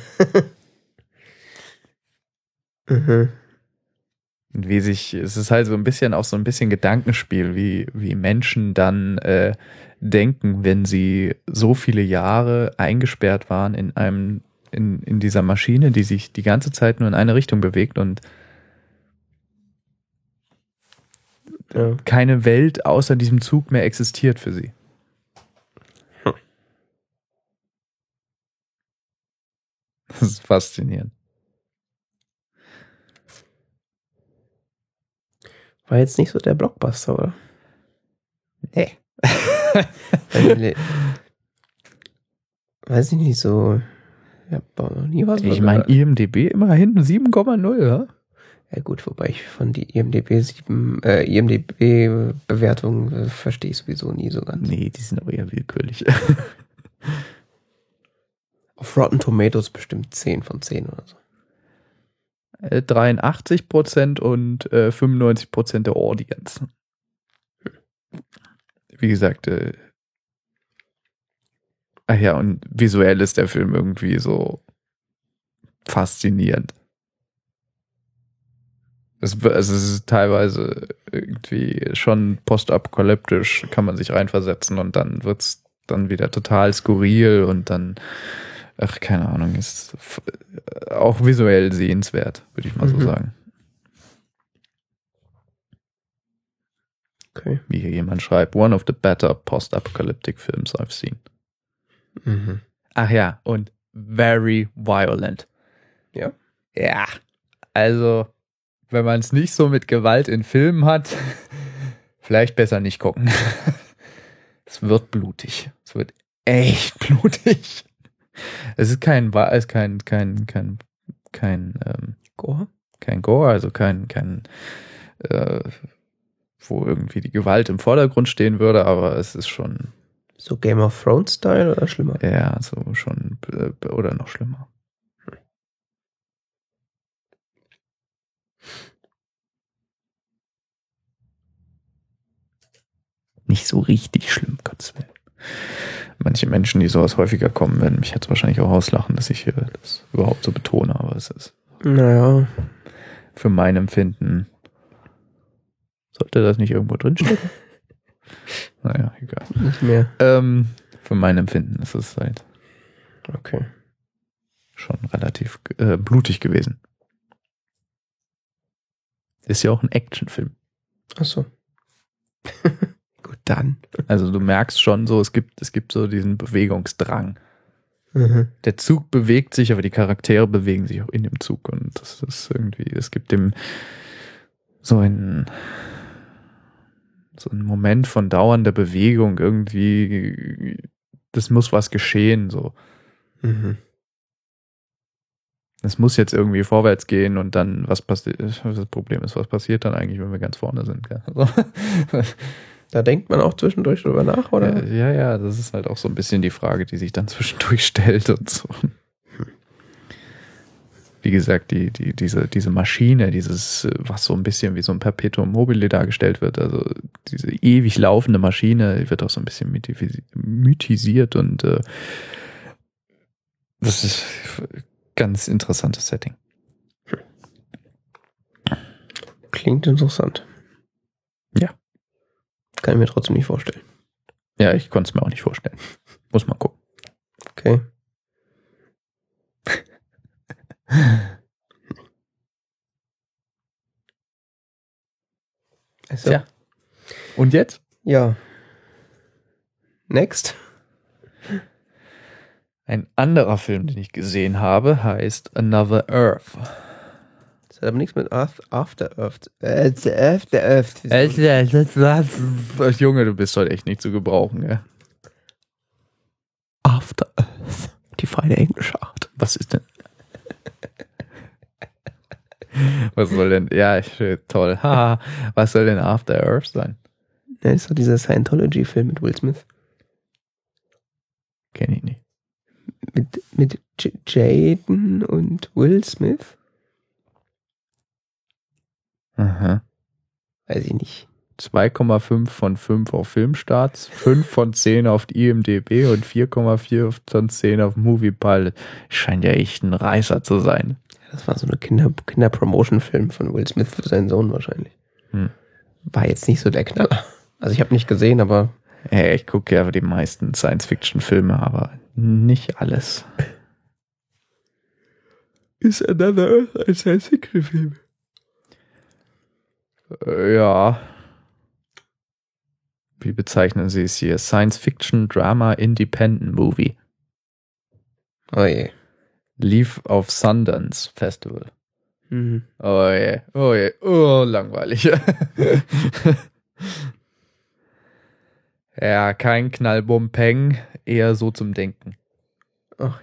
Mhm. Und wie sich, es ist halt so ein bisschen auch so ein bisschen Gedankenspiel, wie, wie Menschen dann äh, denken, wenn sie so viele Jahre eingesperrt waren in einem, in, in dieser Maschine, die sich die ganze Zeit nur in eine Richtung bewegt und Ja. keine Welt außer diesem Zug mehr existiert für sie. Das ist faszinierend. War jetzt nicht so der Blockbuster, oder? Nee. Weiß ich nicht, so. Ja, noch nie was. Ich meine, I M D B immerhin sieben Komma null, ja? Ja gut, wobei ich von die I M D B sieben, äh, I M D B-Bewertung äh, verstehe ich sowieso nie so ganz. Nee, die sind aber eher willkürlich. Auf Rotten Tomatoes bestimmt zehn von zehn oder so. Äh, dreiundachtzig Prozent und äh, fünfundneunzig Prozent der Audience. Wie gesagt, äh, ach ja, und visuell ist der Film irgendwie so faszinierend. Es, also es ist teilweise irgendwie schon postapokalyptisch, kann man sich reinversetzen und dann wird es dann wieder total skurril und dann, ach, keine Ahnung, ist auch visuell sehenswert, würde ich mal Mhm. so sagen. Okay. Wie hier jemand schreibt, one of the better post-apocalyptic films I've seen. Mhm. Ach ja, und very violent. Ja. Ja, also wenn man es nicht so mit Gewalt in Filmen hat, vielleicht besser nicht gucken. Es wird blutig. Es wird echt blutig. Es ist kein, es ist kein, kein, kein, kein, ähm, Gore? kein Gore, also kein, kein, äh, wo irgendwie die Gewalt im Vordergrund stehen würde, aber es ist schon, So Game of Thrones-Style oder schlimmer? ja, so schon, äh, oder noch schlimmer. Nicht so richtig schlimm, Gottes Willen. Manche Menschen, die sowas häufiger kommen, werden mich jetzt wahrscheinlich auch auslachen, dass ich hier das überhaupt so betone, aber es ist Naja. für mein Empfinden, sollte das nicht irgendwo drinstecken? Naja, egal. Nicht mehr. Ähm, für mein Empfinden ist es halt Okay. schon relativ äh, blutig gewesen. Ist ja auch ein Actionfilm. Achso. Gut, dann. Also du merkst schon so, es gibt, es gibt so diesen Bewegungsdrang. Mhm. Der Zug bewegt sich, aber die Charaktere bewegen sich auch in dem Zug und das ist irgendwie, es gibt dem so einen so einen Moment von dauernder Bewegung irgendwie, das muss was geschehen, so. Mhm. Es muss jetzt irgendwie vorwärts gehen und dann, was passiert, das Problem ist, was passiert dann eigentlich, wenn wir ganz vorne sind, gell? Also, Da denkt man auch zwischendurch drüber nach, oder? ja, ja, das ist halt auch so ein bisschen die Frage, die sich dann zwischendurch stellt und so. Wie gesagt, die, die, diese, diese Maschine, dieses, was so ein bisschen wie so ein Perpetuum mobile dargestellt wird, also diese ewig laufende Maschine, die wird auch so ein bisschen mythisiert und äh, das ist ein ganz interessantes Setting. Klingt interessant. Ja. Kann ich mir trotzdem nicht vorstellen. Ja, ich konnte es mir auch nicht vorstellen. Muss mal gucken. Okay. Also, Ja. Und jetzt? ja. Next. Ein anderer Film, den ich gesehen habe, heißt Another Earth. Das hat aber nichts mit Earth, After Earth. Äh, After Earth. Junge, du bist heute echt nicht zu gebrauchen, gell? After Earth. Die feine englische Art. Was ist denn? Was soll denn? Ja, ich, toll. Haha. Was soll denn After Earth sein? Ja, das ist doch dieser Scientology-Film mit Will Smith. Kenn ich nicht. Mit, mit J- Jaden und Will Smith? Aha. Weiß ich nicht. zwei Komma fünf von fünf auf Filmstarts, fünf von zehn auf I M D B und vier Komma vier von zehn auf Moviepilot. Scheint ja echt ein Reißer zu sein. Das war so eine Kinder, Kinder-Promotion-Film von Will Smith für seinen Sohn wahrscheinlich. Hm. War jetzt nicht so der Knaller. Also ich habe nicht gesehen, aber Ja, ich gucke ja die meisten Science-Fiction-Filme, aber nicht alles. ist Another Earth ein Science-Fiction-Film? Äh, ja. Wie bezeichnen Sie es hier? Science-Fiction, Drama, Independent Movie. Oh je. Lief auf Sundance Festival. Mhm. Oh je, oh je, oh, langweilig. Ja, kein Knallbumpeng, eher so zum Denken. Ach,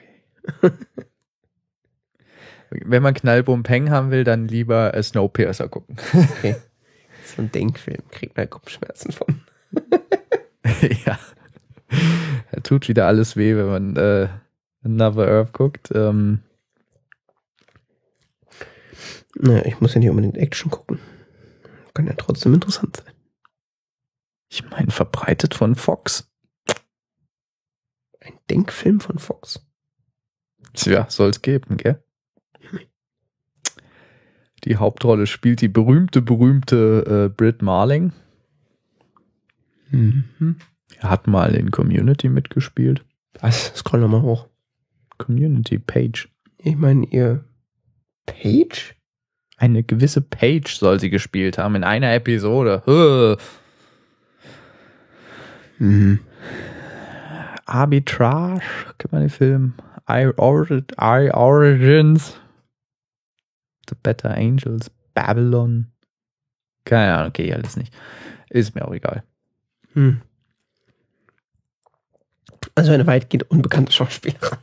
Wenn man Knallbumpeng haben will, dann lieber äh, Snowpiercer gucken. okay. So ein Denkfilm, kriegt man Kopfschmerzen von. Ja. Da tut wieder alles weh, wenn man äh, Another Earth guckt. Ähm, Naja, ich muss ja nicht unbedingt Action gucken. Kann ja trotzdem interessant sein. ich meine, verbreitet von Fox. Ein Denkfilm von Fox. Tja, soll's geben, gell? Die Hauptrolle spielt die berühmte, berühmte äh, Britt Marling. Mhm. Er hat mal in Community mitgespielt. Was? Scroll nochmal hoch. Community Page. Ich meine, ihr Page? Eine gewisse Page soll sie gespielt haben in einer Episode. Huh. Mhm. Arbitrage, kennt man den Film? I, Ori- I Origins. The Better Angels. Babylon. Keine Ahnung, okay, alles nicht. Ist mir auch egal. Hm. Also eine weitgehend unbekannte Schauspielerin.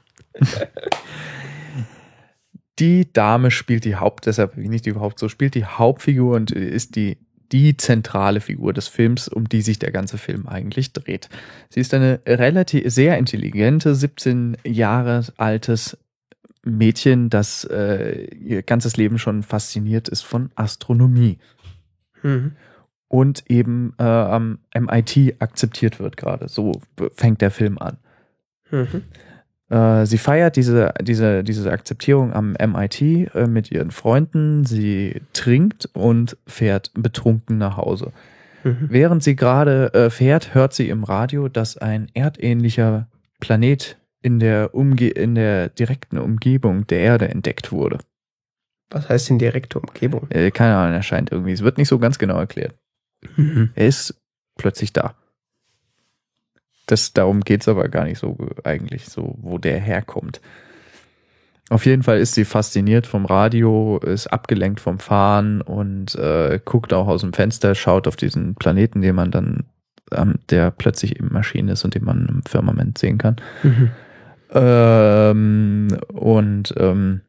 Die Dame spielt die Haupt, deshalb nicht die überhaupt so, spielt die Hauptfigur und ist die, die zentrale Figur des Films, um die sich der ganze Film eigentlich dreht. Sie ist eine relativ, sehr intelligente, siebzehn Jahre altes Mädchen, das äh, ihr ganzes Leben schon fasziniert ist von Astronomie. Mhm. Und eben äh, am M I T akzeptiert wird gerade. So fängt der Film an. Mhm. Äh, sie feiert diese, diese, diese Akzeptierung am M I T äh, mit ihren Freunden. Sie trinkt und fährt betrunken nach Hause. Mhm. Während sie gerade äh, fährt, hört sie im Radio, dass ein erdähnlicher Planet in der, Umge- in der direkten Umgebung der Erde entdeckt wurde. Was heißt denn direkte Umgebung? Äh, keine Ahnung, erscheint irgendwie. Es wird nicht so ganz genau erklärt. Mhm. Er ist plötzlich da. Das, darum geht's aber gar nicht so eigentlich, so wo der herkommt. Auf jeden Fall ist sie fasziniert vom Radio, ist abgelenkt vom Fahren und äh, guckt auch aus dem Fenster, schaut auf diesen Planeten, den man dann, ähm, der plötzlich im Maschinen ist und den man im Firmament sehen kann. Mhm. Ähm, und ähm,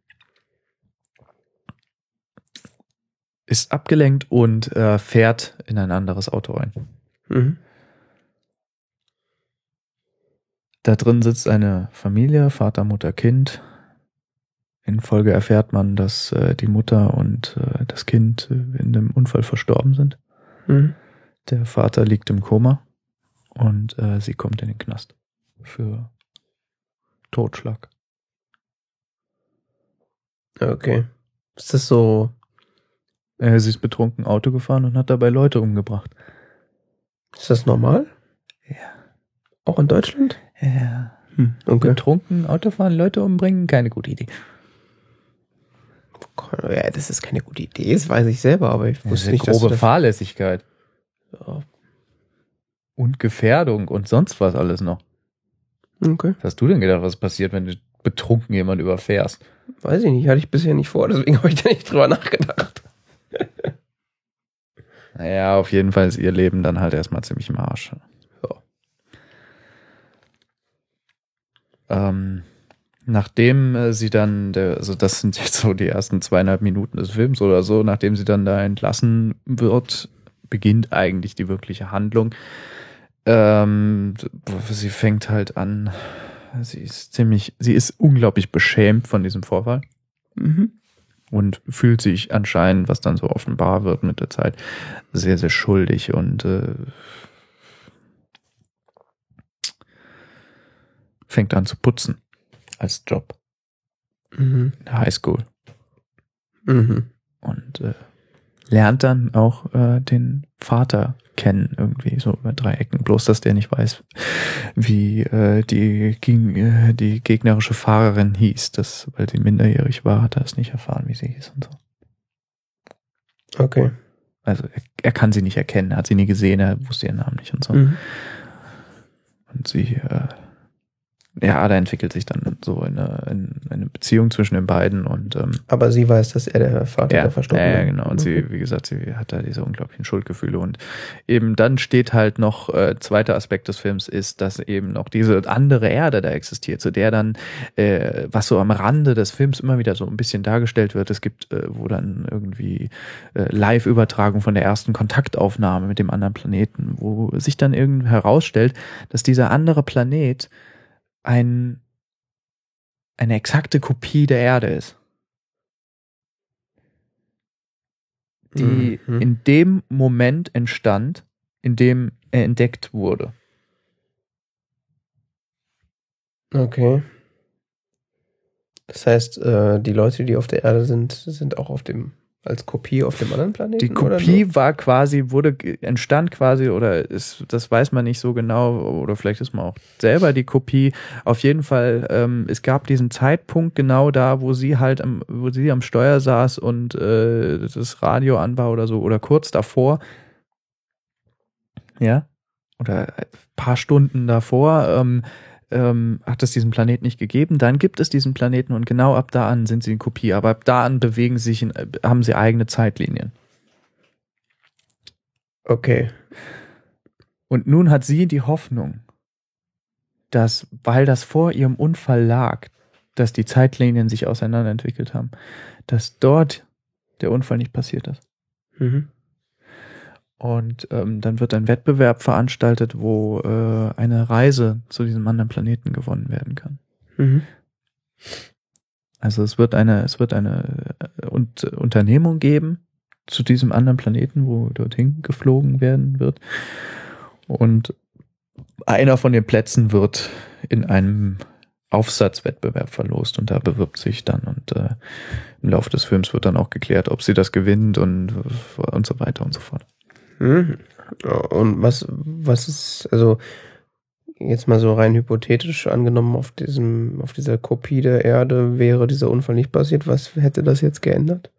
ist abgelenkt und äh, fährt in ein anderes Auto rein. Mhm. Da drin sitzt eine Familie, Vater, Mutter, Kind. In Folge erfährt man, dass äh, die Mutter und äh, das Kind äh, in dem Unfall verstorben sind. Mhm. Der Vater liegt im Koma und äh, sie kommt in den Knast für Totschlag. Okay. Ist das so? Äh, sie ist betrunken Auto gefahren und hat dabei Leute umgebracht. Ist das normal? Ja. Auch in Deutschland? Ja. Hm. Okay. Betrunken Autofahren, Leute umbringen, keine gute Idee. Ja, das ist keine gute Idee, das weiß ich selber, aber ich Das ist wusste eine nicht, dass du grobe das... Fahrlässigkeit. Ja. Und Gefährdung und sonst was alles noch. Okay. Was hast du denn gedacht, was passiert, wenn du betrunken jemanden überfährst? Weiß ich nicht, hatte ich bisher nicht vor, deswegen habe ich da nicht drüber nachgedacht. Naja, auf jeden Fall ist ihr Leben dann halt erstmal ziemlich im Arsch. Ja. Ähm, nachdem äh, sie dann, der, also das sind jetzt so die ersten zweieinhalb Minuten des Films oder so, nachdem sie dann da entlassen wird, beginnt eigentlich die wirkliche Handlung. Ähm, sie fängt halt an, sie ist ziemlich, sie ist unglaublich beschämt von diesem Vorfall. Mhm. Und fühlt sich anscheinend, was dann so offenbar wird mit der Zeit, sehr, sehr schuldig und äh, fängt an zu putzen als Job Mhm. in der Highschool. Mhm. Und äh, lernt dann auch äh, den Vater kennen, irgendwie so über drei Ecken. Bloß, dass der nicht weiß, wie äh, die, gegen, äh, die gegnerische Fahrerin hieß. Das, weil sie minderjährig war, hat er es nicht erfahren, wie sie hieß und so. Okay. Also er, er kann sie nicht erkennen, er hat sie nie gesehen, er wusste ihren Namen nicht und so. Mhm. Und sie äh, ja, da entwickelt sich dann so eine, eine Beziehung zwischen den beiden und ähm, aber sie weiß, dass er der Vater ja, der Verstorbenen ist. Ja, genau. Und okay. sie, wie gesagt, sie hat da diese unglaublichen Schuldgefühle. Und eben dann steht halt noch, äh, zweiter Aspekt des Films ist, dass eben noch diese andere Erde da existiert, zu der dann, äh, was so am Rande des Films immer wieder so ein bisschen dargestellt wird. Es gibt, äh, wo dann irgendwie äh, Live-Übertragung von der ersten Kontaktaufnahme mit dem anderen Planeten, wo sich dann irgendwie herausstellt, dass dieser andere Planet ein, eine exakte Kopie der Erde ist, die mhm. in dem Moment entstand, in dem er entdeckt wurde. Okay. Das heißt, äh, die Leute, die auf der Erde sind, sind auch auf dem als Kopie auf dem anderen Planeten? Die Kopie oder so? war quasi, wurde, entstand quasi, oder ist, das weiß man nicht so genau, oder vielleicht ist man auch selber die Kopie. Auf jeden Fall, ähm, es gab diesen Zeitpunkt genau da, wo sie halt am, wo sie am Steuer saß und äh, das Radio an war oder so, oder kurz davor. Ja. Oder ein paar Stunden davor, ähm, ähm, hat es diesen Planeten nicht gegeben. Dann gibt es diesen Planeten und genau ab da an sind sie in Kopie. Aber ab da an bewegen sie sich, in, haben sie eigene Zeitlinien. Okay. Und nun hat sie die Hoffnung, dass, weil das vor ihrem Unfall lag, dass die Zeitlinien sich auseinanderentwickelt haben, dass dort der Unfall nicht passiert ist. Mhm. Und ähm, dann wird ein Wettbewerb veranstaltet, wo äh, eine Reise zu diesem anderen Planeten gewonnen werden kann. Mhm. Also es wird eine, es wird eine äh, und, äh, Unternehmung geben zu diesem anderen Planeten, wo dorthin geflogen werden wird. Und einer von den Plätzen wird in einem Aufsatzwettbewerb verlost und da bewirbt sich dann und äh, im Laufe des Films wird dann auch geklärt, ob sie das gewinnt und, und so weiter und so fort. Mhm. Und was, was ist, also jetzt mal so rein hypothetisch angenommen, auf diesem, auf dieser Kopie der Erde wäre dieser Unfall nicht passiert, was hätte das jetzt geändert?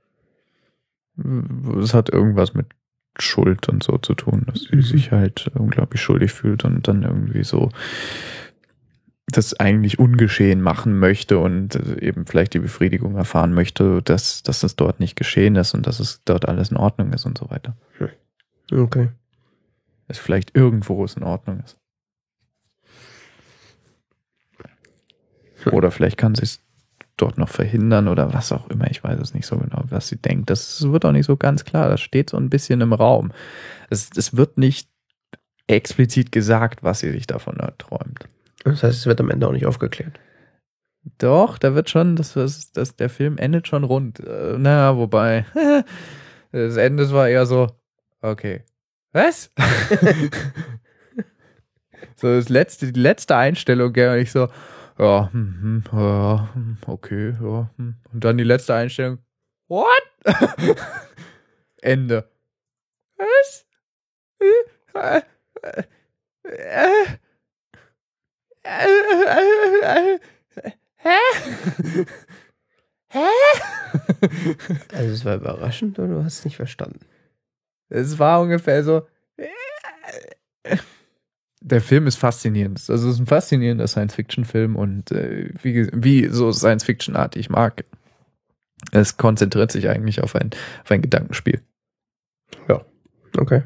Es hat irgendwas mit Schuld und so zu tun, dass sie mhm. sich halt unglaublich schuldig fühlt und dann irgendwie so das eigentlich ungeschehen machen möchte und eben vielleicht die Befriedigung erfahren möchte, dass, dass es dort nicht geschehen ist und dass es dort alles in Ordnung ist und so weiter. Okay. Dass vielleicht irgendwo es in Ordnung ist. Oder vielleicht kann sie es dort noch verhindern oder was auch immer. Ich weiß es nicht so genau, was sie denkt. Das wird auch nicht so ganz klar. Das steht so ein bisschen im Raum. Es, es wird nicht explizit gesagt, was sie sich davon träumt. Das heißt, es wird am Ende auch nicht aufgeklärt. Doch, da wird schon, das, das, das, der Film endet schon rund. Äh, na, wobei, das Ende war eher so, okay, was? So das letzte, die letzte Einstellung, gell, und ich so, ja, hm, hm, ja, okay, ja. Hm. Und dann die letzte Einstellung, what? Ende. Was? Äh, äh, äh, äh, Hä? Hä? Also es war überraschend oder du hast es nicht verstanden? Es war ungefähr so. Der Film ist faszinierend. Also es ist ein faszinierender Science-Fiction-Film und äh, wie, wie so Science-Fiction-Art ich mag. Es konzentriert sich eigentlich auf ein, auf ein Gedankenspiel. Ja, okay.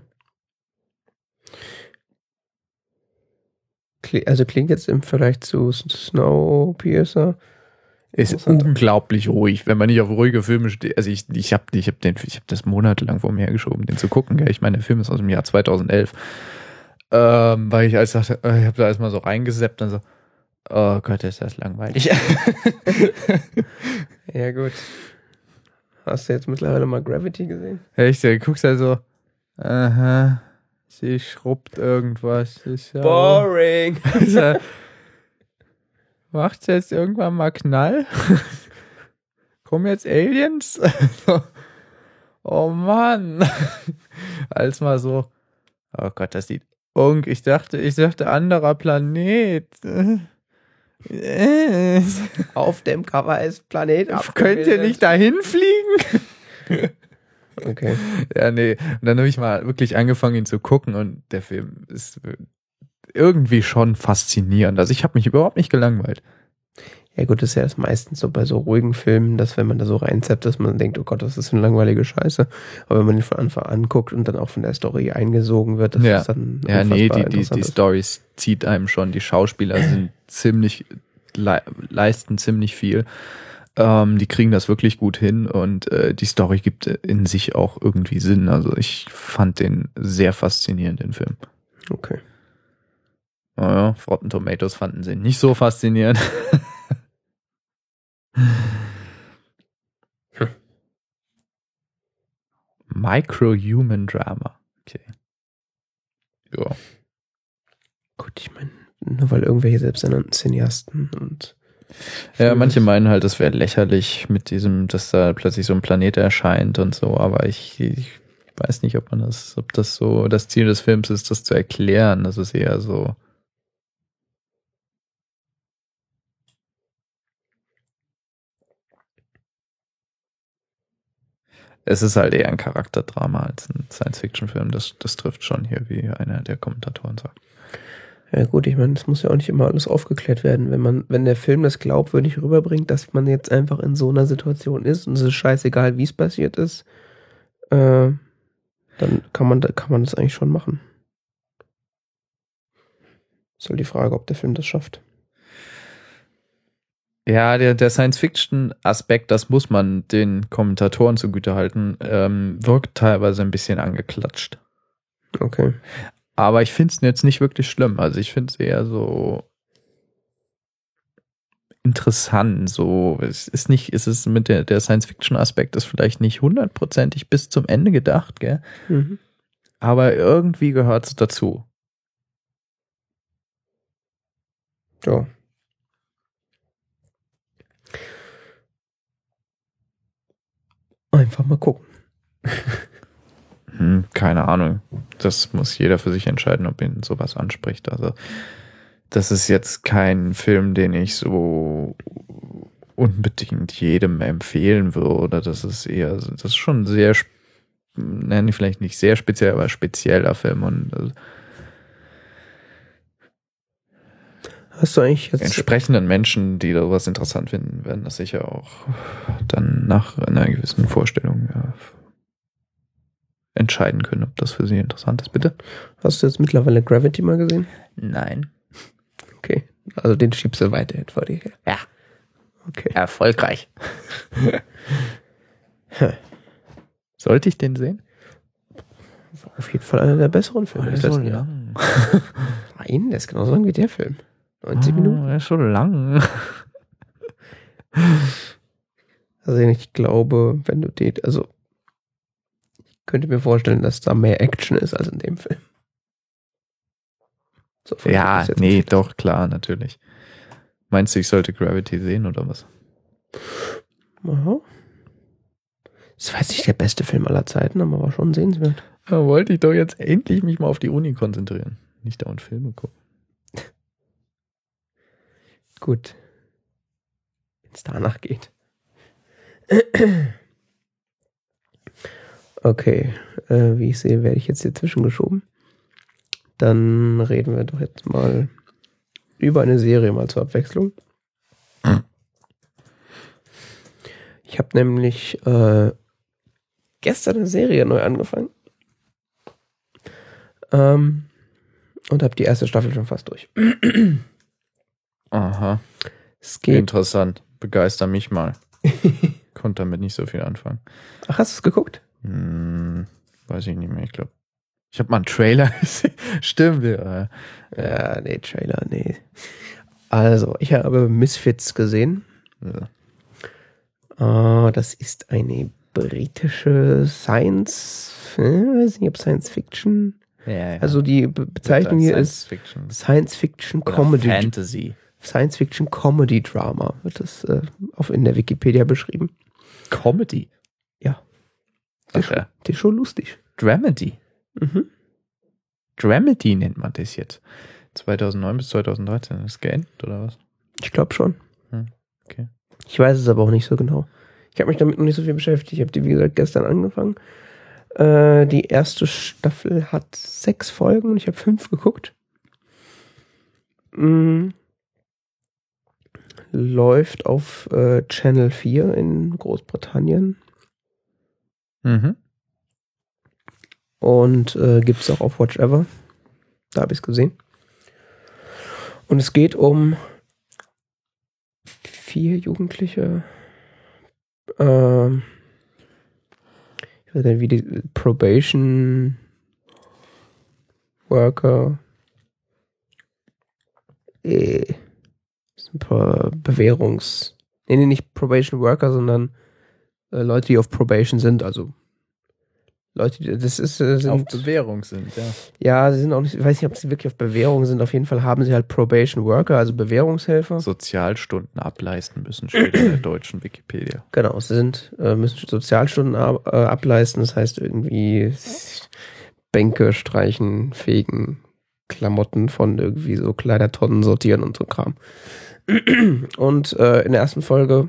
Also klingt jetzt im Vergleich zu Snowpiercer ist unglaublich ruhig, wenn man nicht auf ruhige Filme steht. Also ich, ich habe ich hab den, ich hab das monatelang vor mir hergeschoben, den zu gucken. Gell? Ich meine, der Film ist aus dem Jahr zweitausendelf. Ähm, weil ich als dachte, ich habe da erstmal so reingeseppt und so, oh Gott, ist das langweilig. Ja gut. Hast du jetzt mittlerweile mal Gravity gesehen? Echt, du guckst halt so, aha, sie schrubbt irgendwas. Ist ja boring. Also, macht's jetzt irgendwann mal Knall? Kommen jetzt Aliens? Oh Mann. Als mal so, oh Gott, das sieht ung. Ich dachte, ich dachte, anderer Planet. Auf dem Cover ist Planet. Könnt ihr nicht dahin fliegen? Okay. Ja, nee. Und dann habe ich mal wirklich angefangen, ihn zu gucken und der Film ist, irgendwie schon faszinierend. Also ich habe mich überhaupt nicht gelangweilt. Ja gut, das ist ja das meistens so bei so ruhigen Filmen, dass wenn man da so reinzappt, dass man denkt, oh Gott, das ist eine langweilige Scheiße. Aber wenn man den von Anfang an anguckt und dann auch von der Story eingesogen wird, das Ja. ist dann Ja, nee, die, die, die interessant. Storys zieht einem schon. Die Schauspieler sind ziemlich, le leisten ziemlich viel. Ähm, die kriegen das wirklich gut hin und äh, die Story gibt in sich auch irgendwie Sinn. Also ich fand den sehr faszinierend, den Film. Okay. Naja, Rotten Tomatoes fanden sie nicht so faszinierend. Hm. Micro-Human Drama. Okay. Ja. Gut, ich meine, nur weil irgendwelche selbsternannten Cineasten und ja, manche meinen halt, das wäre lächerlich mit diesem, dass da plötzlich so ein Planet erscheint und so, aber ich, ich weiß nicht, ob man das, ob das so das Ziel des Films ist, das zu erklären. Das ist eher so. Es ist halt eher ein Charakterdrama als ein Science-Fiction-Film. Das, das trifft schon hier, wie einer der Kommentatoren sagt. Ja gut, ich meine, es muss ja auch nicht immer alles aufgeklärt werden. Wenn man, wenn der Film das glaubwürdig rüberbringt, dass man jetzt einfach in so einer Situation ist und es ist scheißegal, wie es passiert ist, äh, dann kann man, kann man das eigentlich schon machen. Ist halt die Frage, ob der Film das schafft. Ja, der, der Science-Fiction-Aspekt, das muss man den Kommentatoren zugute halten, ähm, wirkt teilweise ein bisschen angeklatscht. Okay. Aber ich finde es jetzt nicht wirklich schlimm. Also ich finde es eher so interessant. So, es ist nicht, es ist mit der, der Science-Fiction-Aspekt ist vielleicht nicht hundertprozentig bis zum Ende gedacht, gell? Mhm. Aber irgendwie gehört es dazu. Ja. Einfach mal gucken. Hm, keine Ahnung. Das muss jeder für sich entscheiden, ob ihn sowas anspricht. Also das ist jetzt kein Film, den ich so unbedingt jedem empfehlen würde. Das ist eher, das ist schon sehr, nenne ich vielleicht nicht sehr speziell, aber spezieller Film. Und also hast du eigentlich jetzt entsprechenden Menschen, die sowas interessant finden, werden das sicher auch dann nach einer gewissen Vorstellung ja, entscheiden können, ob das für sie interessant ist, bitte. Hast du jetzt mittlerweile Gravity mal gesehen? Nein. Okay. Also den schiebst du weiterhin vor dir her. Ja. Okay. Erfolgreich. Sollte ich den sehen? War auf jeden Fall einer der besseren Filme. Oh, der ist so lang. Nein, der ist genauso lang wie der Film. neunzig Oh, Minuten. der ist so lang. Also ich glaube, wenn du den, also ich könnte mir vorstellen, dass da mehr Action ist als in dem Film. So, Ja, nee, doch, klar, natürlich. Meinst du, ich sollte Gravity sehen oder was? Aha. Das war jetzt nicht der beste Film aller Zeiten, aber war schon sehenswert. Da wollte ich doch jetzt endlich mich mal auf die Uni konzentrieren. Nicht dauernd Filme gucken. Gut. Wenn es danach geht. Okay. Äh, wie ich sehe, werde ich jetzt hier zwischengeschoben. Dann reden wir doch jetzt mal über eine Serie mal zur Abwechslung. Ich habe nämlich äh, gestern eine Serie neu angefangen. Ähm, und habe die erste Staffel schon fast durch. Aha. Es geht. Interessant. Begeister mich mal. Konnte damit nicht so viel anfangen. Ach, hast du es geguckt? Hm, weiß ich nicht mehr. Ich glaube, ich habe mal einen Trailer gesehen. Stimmt. Ja. Ja, nee, Trailer, nee. Also, ich habe Misfits gesehen. Ja. Uh, das ist eine britische Science, äh, weiß nicht, ob Science Fiction. Ja, ja. Also die Be Bezeichnung hier ist Fiction. Science Fiction Oder Comedy. Fantasy. Science Fiction Comedy Drama wird das äh, auf in der Wikipedia beschrieben. Comedy. Ja. Die ist, Ja. die ist schon lustig. Dramedy. Mhm. Dramedy nennt man das jetzt. zweitausendneun bis zweitausenddreizehn. Ist geendet oder was? Ich glaube schon. Hm, okay. Ich weiß es aber auch nicht so genau. Ich habe mich damit noch nicht so viel beschäftigt. Ich habe die, wie gesagt, gestern angefangen. Äh, die erste Staffel hat sechs Folgen und ich habe fünf geguckt. mh, läuft auf äh, Channel vier in Großbritannien. Mhm. Und äh, gibt es auch auf Watch Ever. Da habe ich es gesehen. Und es geht um vier Jugendliche. Ähm, ich weiß gar nicht, wie die Probation Worker. Äh, Be- Bewährungs... Nee, nee, nicht Probation Worker, sondern äh, Leute, die auf Probation sind. Also Leute, die, das ist, äh, sind... Auf Bewährung sind, ja. Ja, sie sind auch nicht, ich weiß nicht, ob sie wirklich auf Bewährung sind. Auf jeden Fall haben sie halt Probation Worker, also Bewährungshelfer. Sozialstunden ableisten müssen, steht in der deutschen Wikipedia. Genau, sie sind, äh, müssen Sozialstunden ab, äh, ableisten. Das heißt irgendwie Bänke streichen, fegen, Klamotten von irgendwie so Kleidertonnen sortieren und so Kram. Und äh, in der ersten Folge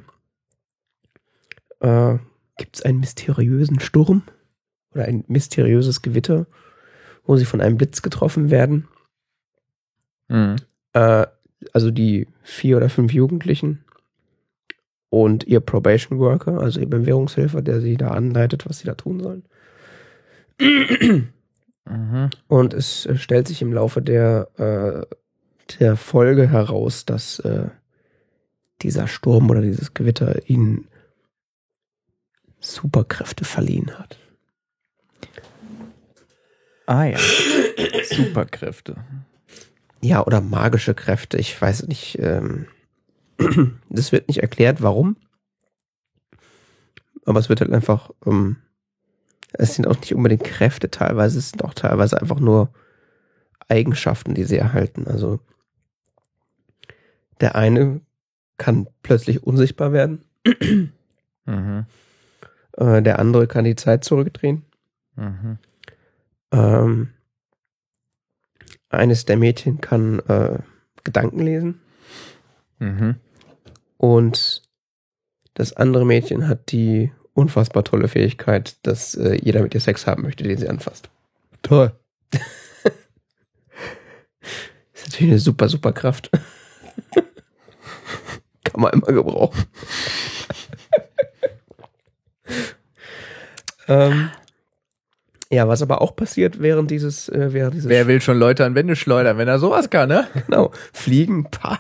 äh, gibt es einen mysteriösen Sturm oder ein mysteriöses Gewitter, wo sie von einem Blitz getroffen werden. Mhm. Äh, also die vier oder fünf Jugendlichen und ihr Probation Worker, also ihr Bewährungshelfer, der sie da anleitet, was sie da tun sollen. Mhm. Und es äh, stellt sich im Laufe der, äh, der Folge heraus, dass äh, dieser Sturm oder dieses Gewitter ihnen Superkräfte verliehen hat. Ah ja, Superkräfte. Ja, oder magische Kräfte, ich weiß nicht. Ähm, das wird nicht erklärt, warum. Aber es wird halt einfach, ähm, es sind auch nicht unbedingt Kräfte teilweise, es sind auch teilweise einfach nur Eigenschaften, die sie erhalten. Also der eine kann plötzlich unsichtbar werden. Mhm. Äh, der andere kann die Zeit zurückdrehen. Mhm. Ähm, eines der Mädchen kann äh, Gedanken lesen. Mhm. Und das andere Mädchen hat die unfassbar tolle Fähigkeit, dass äh, jeder mit ihr Sex haben möchte, den sie anfasst. Toll. Das ist natürlich eine super, super Kraft. Kann man immer gebrauchen. ähm, ja, was aber auch passiert während dieses, äh, während dieses Wer will schon Leute an Wände schleudern, wenn er sowas kann, ne? Genau, fliegen, pah.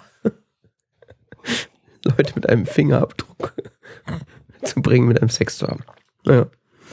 Leute mit einem Fingerabdruck zu bringen, mit einem Sex zu haben. Naja.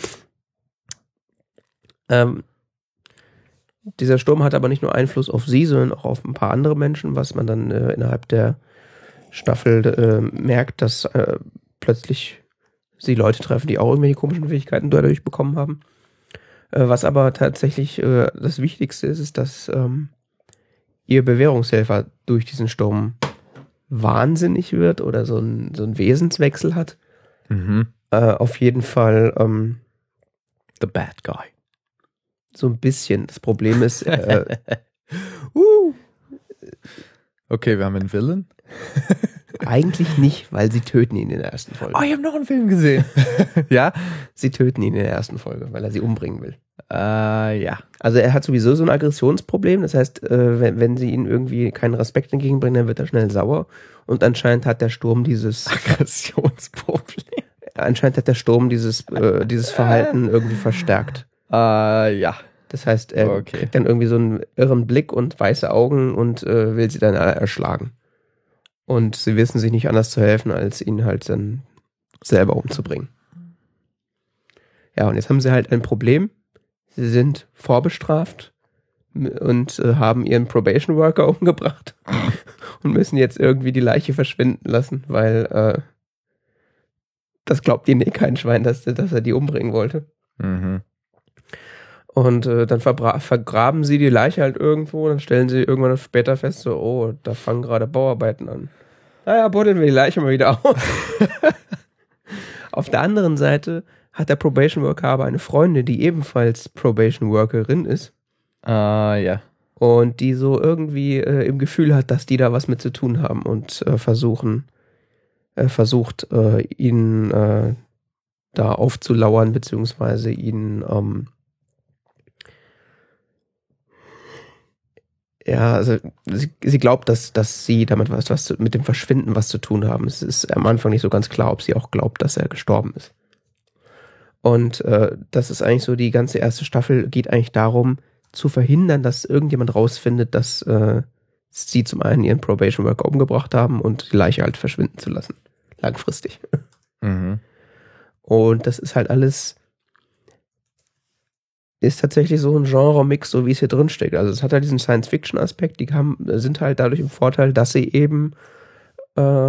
Ähm, dieser Sturm hat aber nicht nur Einfluss auf sie, sondern auch auf ein paar andere Menschen, was man dann äh, innerhalb der Staffel äh, merkt, dass äh, plötzlich sie Leute treffen, die auch irgendwelche komischen Fähigkeiten dadurch bekommen haben. Äh, was aber tatsächlich äh, das Wichtigste ist, ist, dass ähm, ihr Bewährungshelfer durch diesen Sturm wahnsinnig wird oder so ein, so ein Wesenswechsel hat. Mhm. Äh, auf jeden Fall ähm, The bad guy. so ein bisschen. Das Problem ist, äh, uh. Okay, wir haben einen Villain. eigentlich nicht, weil sie töten ihn in der ersten Folge. Oh, ich habe noch einen Film gesehen. Ja? Sie töten ihn in der ersten Folge, weil er sie umbringen will. Äh, ja. Also er hat sowieso so ein Aggressionsproblem. Das heißt, äh, wenn, wenn sie ihm irgendwie keinen Respekt entgegenbringen, dann wird er schnell sauer. Und anscheinend hat der Sturm dieses Aggressionsproblem. anscheinend hat der Sturm dieses, äh, dieses Verhalten irgendwie verstärkt. Äh, ja. Das heißt, er Okay. kriegt dann irgendwie so einen irren Blick und weiße Augen und äh, will sie dann alle erschlagen. Und sie wissen sich nicht anders zu helfen, als ihn halt dann selber umzubringen. Ja, und jetzt haben sie halt ein Problem. Sie sind vorbestraft und äh, haben ihren Probation Worker umgebracht und müssen jetzt irgendwie die Leiche verschwinden lassen, weil äh, das glaubt ihnen eh kein Schwein, dass, dass er die umbringen wollte. Mhm. Und äh, dann verbra- vergraben sie die Leiche halt irgendwo, dann stellen sie irgendwann später fest, so, oh, da fangen gerade Bauarbeiten an. Naja, buddeln wir die Leiche mal wieder aus. Auf der anderen Seite hat der Probation Worker aber eine Freundin, die ebenfalls Probation Workerin ist Äh, ja. und die so irgendwie äh, im Gefühl hat, dass die da was mit zu tun haben und äh, versuchen, äh, versucht, äh, ihn äh, da aufzulauern, beziehungsweise ihn ähm, Ja, also sie, sie glaubt, dass, dass sie damit was, was zu, mit dem Verschwinden was zu tun haben. Es ist am Anfang nicht so ganz klar, ob sie auch glaubt, dass er gestorben ist. Und äh, das ist eigentlich so, die ganze erste Staffel geht eigentlich darum, zu verhindern, dass irgendjemand rausfindet, dass äh, sie zum einen ihren Probation Worker umgebracht haben und die Leiche halt verschwinden zu lassen. Langfristig. Mhm. Und das ist halt alles, ist tatsächlich so ein Genre-Mix, so wie es hier drin steckt. Also es hat halt diesen Science-Fiction-Aspekt, die haben, sind halt dadurch im Vorteil, dass sie eben äh,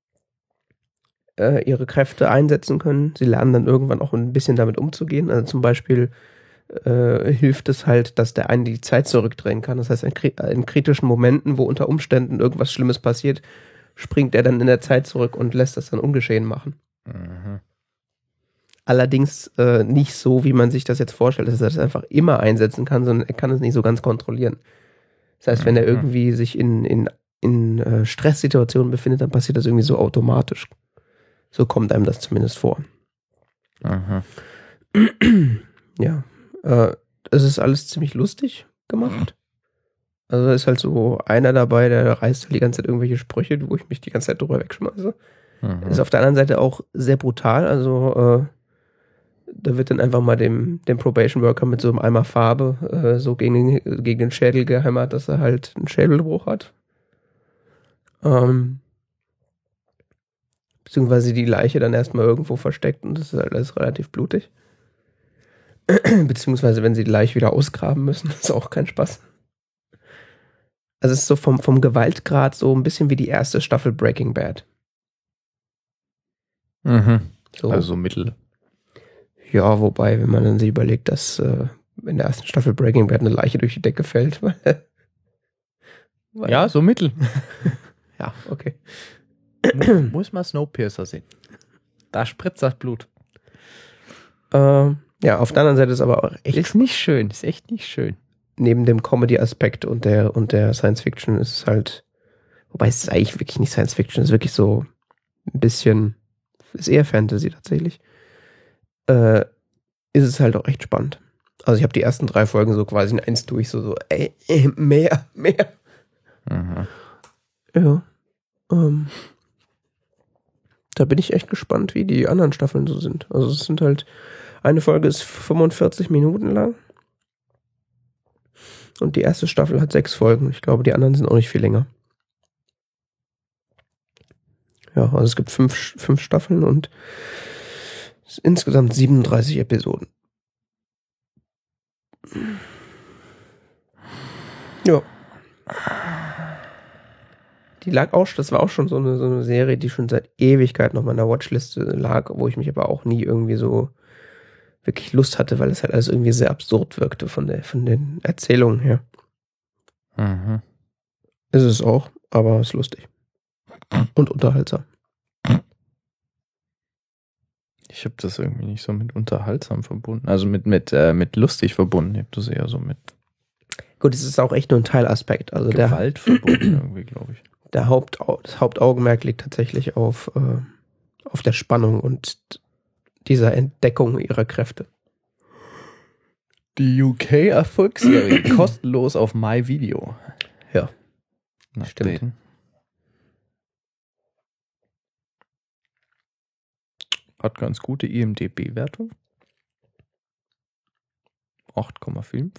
äh, ihre Kräfte einsetzen können. Sie lernen dann irgendwann auch ein bisschen damit umzugehen. Also zum Beispiel äh, hilft es halt, dass der eine die Zeit zurückdrehen kann. Das heißt, in, in kritischen Momenten, wo unter Umständen irgendwas Schlimmes passiert, springt er dann in der Zeit zurück und lässt das dann ungeschehen machen. Mhm. Allerdings äh, nicht so, wie man sich das jetzt vorstellt, dass er das einfach immer einsetzen kann, sondern er kann es nicht so ganz kontrollieren. Das heißt, wenn er irgendwie sich in, in, in äh, Stresssituationen befindet, dann passiert das irgendwie so automatisch. So kommt einem das zumindest vor. Aha. Ja, äh, es ist alles ziemlich lustig gemacht. Also da ist halt so einer dabei, der reißt halt die ganze Zeit irgendwelche Sprüche, wo ich mich die ganze Zeit drüber wegschmeiße. Mhm. Ist auf der anderen Seite auch sehr brutal, also äh, da wird dann einfach mal dem, dem Probation Worker mit so einem Eimer Farbe äh, so gegen den, gegen den Schädel gehämmert, dass er halt einen Schädelbruch hat. Ähm, beziehungsweise die Leiche dann erstmal irgendwo versteckt und das ist halt alles relativ blutig. Beziehungsweise wenn sie die Leiche wieder ausgraben müssen, ist auch kein Spaß. Also es ist so vom, vom Gewaltgrad so ein bisschen wie die erste Staffel Breaking Bad. Mhm. So. Also Mittel. Ja, wobei, wenn man dann sich überlegt, dass äh, in der ersten Staffel Breaking Bad eine Leiche durch die Decke fällt. Weil, weil, Ja, so Mittel. Ja, okay. muss, muss mal Snowpiercer sehen. Da spritzt das Blut. Ähm, ja, auf der anderen Seite ist aber auch echt, Ist nicht schön, ist echt nicht schön. neben dem Comedy-Aspekt und der, und der Science-Fiction ist es halt, wobei es ist eigentlich wirklich nicht Science-Fiction, es ist wirklich so ein bisschen, ist eher Fantasy tatsächlich. Äh, ist es halt auch echt spannend. Also ich habe die ersten drei Folgen so quasi in eins durch, so, so, ey, ey mehr, mehr. Mhm. Ja. Ähm, da bin ich echt gespannt, wie die anderen Staffeln so sind. Also es sind halt, eine Folge ist fünfundvierzig Minuten lang. Und die erste Staffel hat sechs Folgen. Ich glaube, die anderen sind auch nicht viel länger. Ja, also es gibt fünf, fünf Staffeln und insgesamt siebenunddreißig Episoden. Ja. Die lag auch, das war auch schon so eine, so eine Serie, die schon seit Ewigkeit noch mal in der Watchliste lag, wo ich mich aber auch nie irgendwie so wirklich Lust hatte, weil es halt alles irgendwie sehr absurd wirkte von der, von den Erzählungen her. Mhm. Ist es auch, aber ist lustig. Und unterhaltsam. Ich habe das irgendwie nicht so mit unterhaltsam verbunden. Also mit, mit, äh, mit lustig verbunden. Ich habe das eher so mit Gut, es ist auch echt nur ein Teilaspekt. Also Gewalt der, verbunden irgendwie, glaube ich. der Haupt, das Hauptaugenmerk liegt tatsächlich auf, äh, auf der Spannung und dieser Entdeckung ihrer Kräfte. Die U K-Erfolgsserie kostenlos auf MyVideo. Ja, Na, stimmt. Den. Hat ganz gute I M D B-Wertung. acht Komma fünf.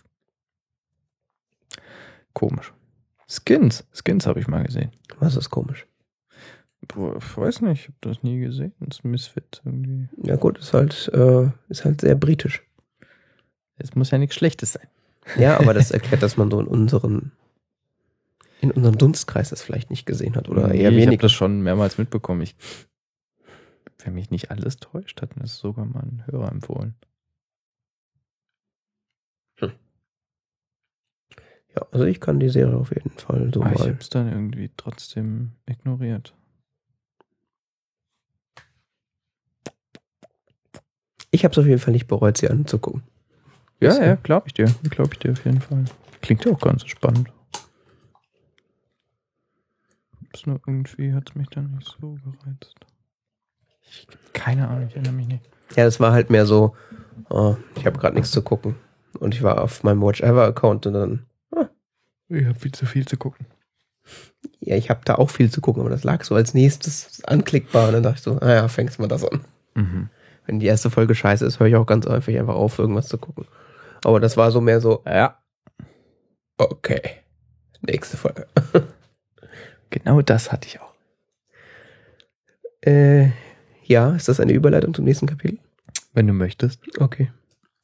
Komisch. Skins. Skins habe ich mal gesehen. Was ist komisch? Boah, ich weiß nicht, ich habe das nie gesehen. Das ist Misfit irgendwie. Ja gut, ist halt, äh, ist halt sehr britisch. Es muss ja nichts Schlechtes sein. Ja, aber das erklärt, dass man so in unseren in unserem Dunstkreis das vielleicht nicht gesehen hat oder Nee, eher ich wenig. habe das schon mehrmals mitbekommen. Ich, wenn mich nicht alles täuscht, hat mir das sogar mal ein Hörer empfohlen. Hm. Ja, also ich kann die Serie auf jeden Fall so Aber ich mal. habe es dann irgendwie trotzdem ignoriert. Ich habe es auf jeden Fall nicht bereut, sie anzugucken. Ja, Ist ja- ja, glaube ich dir. Glaube ich dir auf jeden Fall. Klingt ja auch ganz spannend. Das nur irgendwie hat es mich dann nicht so gereizt. Ich, keine Ahnung, ich erinnere mich nicht. Ja, das war halt mehr so, oh, ich habe gerade nichts zu gucken. Und ich war auf meinem Watch Ever Account und dann, ah, Ich habe viel zu viel zu gucken. Ja, ich habe da auch viel zu gucken, aber das lag so als nächstes anklickbar. Und dann dachte ich so, naja, fängst mal das an. Mhm. Wenn die erste Folge scheiße ist, höre ich auch ganz häufig einfach auf, irgendwas zu gucken. Aber das war so mehr so, Ja. okay, nächste Folge. Genau das hatte ich auch. Äh, ja, ist das eine Überleitung zum nächsten Kapitel? Wenn du möchtest. Okay.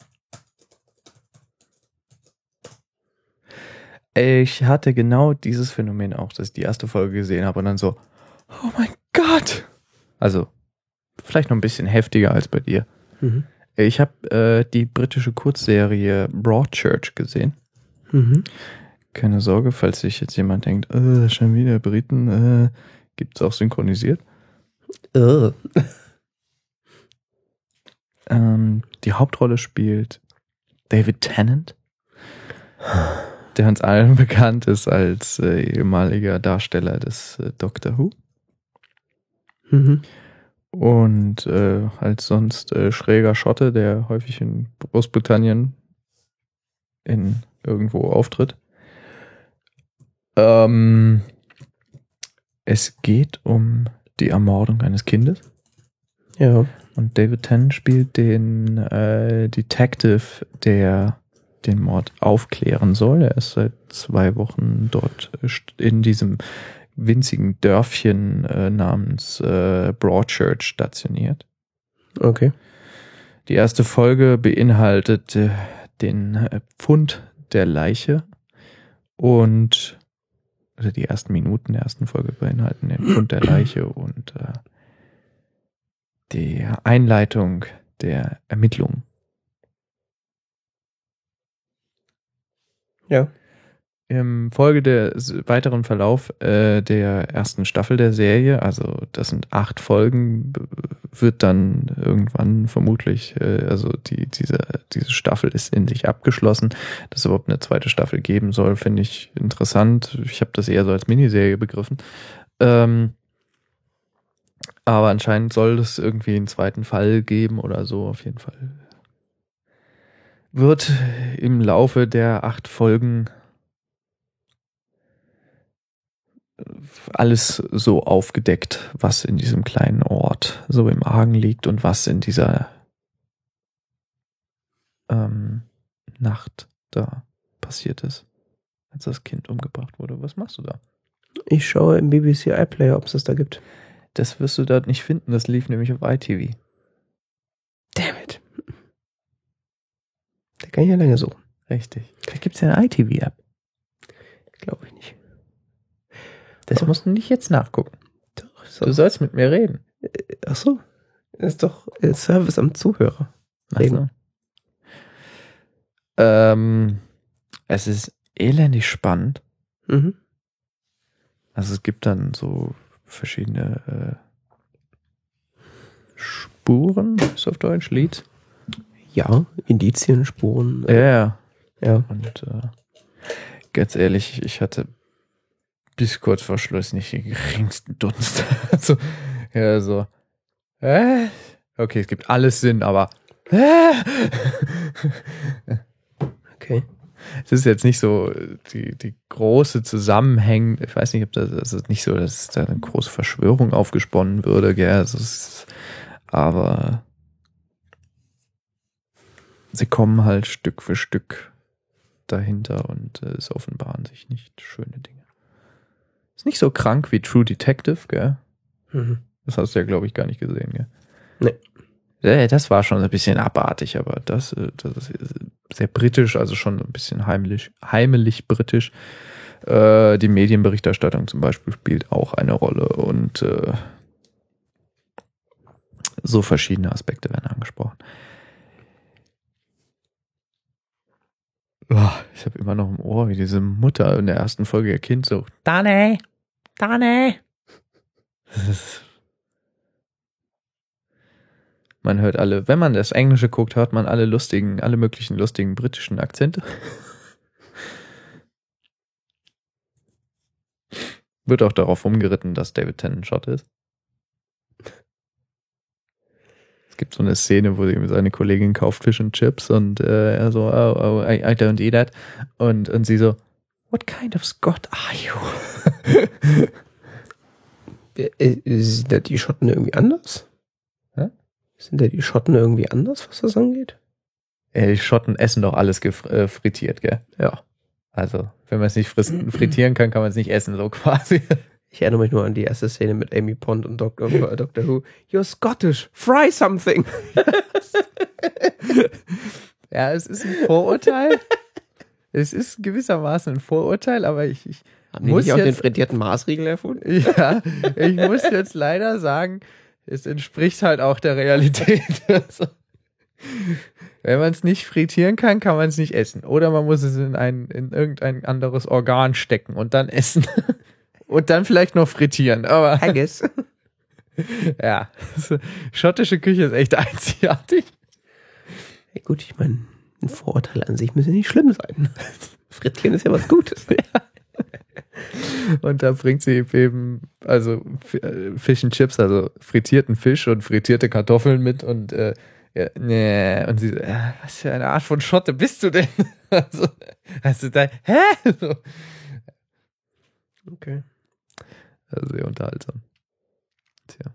Ich hatte genau dieses Phänomen auch, dass ich die erste Folge gesehen habe und dann so, oh mein Gott. Also, vielleicht noch ein bisschen heftiger als bei dir. Mhm. Ich habe äh, die britische Kurzserie Broadchurch gesehen. Mhm. Keine Sorge, falls sich jetzt jemand denkt, äh, schon wieder Briten, äh, gibt es auch synchronisiert. Oh. Ähm, die Hauptrolle spielt David Tennant, der uns allen bekannt ist als äh, ehemaliger Darsteller des äh, Doctor Who. Mhm. Und äh, als sonst äh, schräger Schotte, der häufig in Großbritannien in irgendwo auftritt. Ähm, es geht um die Ermordung eines Kindes. Ja. Und David Tennant spielt den äh, Detective, der den Mord aufklären soll. Er ist seit zwei Wochen dort in diesem winzigen Dörfchen äh, namens äh, Broadchurch stationiert. Okay. Die erste Folge beinhaltet äh, den äh, Fund der Leiche und also die ersten Minuten der ersten Folge beinhalten den Fund der Leiche und äh, die Einleitung der Ermittlungen. Ja. Im Folge der weiteren Verlauf äh, der ersten Staffel der Serie, also das sind acht Folgen, wird dann irgendwann vermutlich, äh, also die, diese, diese Staffel ist in sich abgeschlossen. Dass es überhaupt eine zweite Staffel geben soll, finde ich interessant. Ich habe das eher so als Miniserie begriffen. Ähm, aber anscheinend soll es irgendwie einen zweiten Fall geben oder so, auf jeden Fall. Wird im Laufe der acht Folgen alles so aufgedeckt, was in diesem kleinen Ort so im Argen liegt und was in dieser ähm, Nacht da passiert ist, als das Kind umgebracht wurde. Was machst du da? Ich schaue im B B C iPlayer, ob es das da gibt. Das wirst du dort nicht finden, das lief nämlich auf I T V. Damn it. Da kann ich ja lange suchen. Richtig. Da gibt es ja eine I T V-App. Glaube ich nicht. Das musst du nicht jetzt nachgucken. Doch, so. Du sollst mit mir reden. Ach so. Das ist doch äh, Service am Zuhörer. Ach so. Ähm, es ist elendig spannend. Mhm. Also es gibt dann so verschiedene äh, Spuren, ist auf Deutsch, Lied. Ja, Indizien, Spuren. Ja, ja. Ja. Und äh, ganz ehrlich, ich hatte bis kurz vor Schluss nicht den geringsten Dunst. Also, ja, so. Äh? Okay, es gibt alles Sinn, aber äh? Okay. Es ist jetzt nicht so die, die große Zusammenhängen. Ich weiß nicht, ob das, das ist nicht so, dass da eine große Verschwörung aufgesponnen würde, gell? Also es ist, aber sie kommen halt Stück für Stück dahinter und äh, es offenbaren sich nicht schöne Dinge. Ist nicht so krank wie True Detective, gell? Mhm. Das hast du ja, glaube ich, gar nicht gesehen, gell? Nee. Ja, das war schon ein bisschen abartig, aber das, das ist sehr britisch, also schon ein bisschen heimlich, heimelig britisch. Äh, die Medienberichterstattung zum Beispiel spielt auch eine Rolle und äh, so verschiedene Aspekte werden angesprochen. Oh, ich habe immer noch im Ohr, wie diese Mutter in der ersten Folge ihr Kind so, Dane, Dane. Das ist, man hört alle, wenn man das Englische guckt, hört man alle lustigen, alle möglichen lustigen britischen Akzente. Wird auch darauf rumgeritten, dass David Tennant Schotte ist. Es gibt so eine Szene, wo seine Kollegin kauft Fish and Chips und äh, er so, oh, oh, I, I don't eat that. Und, und sie so, What kind of Scot are you? Äh, Sind da die Schotten irgendwie anders? Hä? Sind da die Schotten irgendwie anders, was das angeht? Äh, die Schotten essen doch alles gefr- äh, frittiert, gell? Ja. Also, wenn man es nicht fristen, frittieren kann, kann man es nicht essen, so quasi. Ich erinnere mich nur an die erste Szene mit Amy Pond und Doctor Doctor Who. You're Scottish, fry something. Ja, es ist ein Vorurteil. Es ist gewissermaßen ein Vorurteil, aber ich, ich Haben die muss nicht auch den jetzt, frittierten Maßriegel erfunden? ja, ich muss jetzt leider sagen, es entspricht halt auch der Realität. Also, wenn man es nicht frittieren kann, kann man es nicht essen. Oder man muss es in ein, in irgendein anderes Organ stecken und dann essen. Und dann vielleicht noch frittieren. Aber Haggis. ja, schottische Küche ist echt einzigartig. Ja, gut, ich meine, ein Vorurteil an sich müsste nicht schlimm sein. Frittieren ist ja was Gutes. Und da bringt sie eben, also Fish and Chips, also frittierten Fisch und frittierte Kartoffeln mit und äh, ja, nee. Und sie so, äh, was für eine Art von Schotte bist du denn? Also, hast du da, hä? So. Okay. Also sehr unterhaltsam. Tja.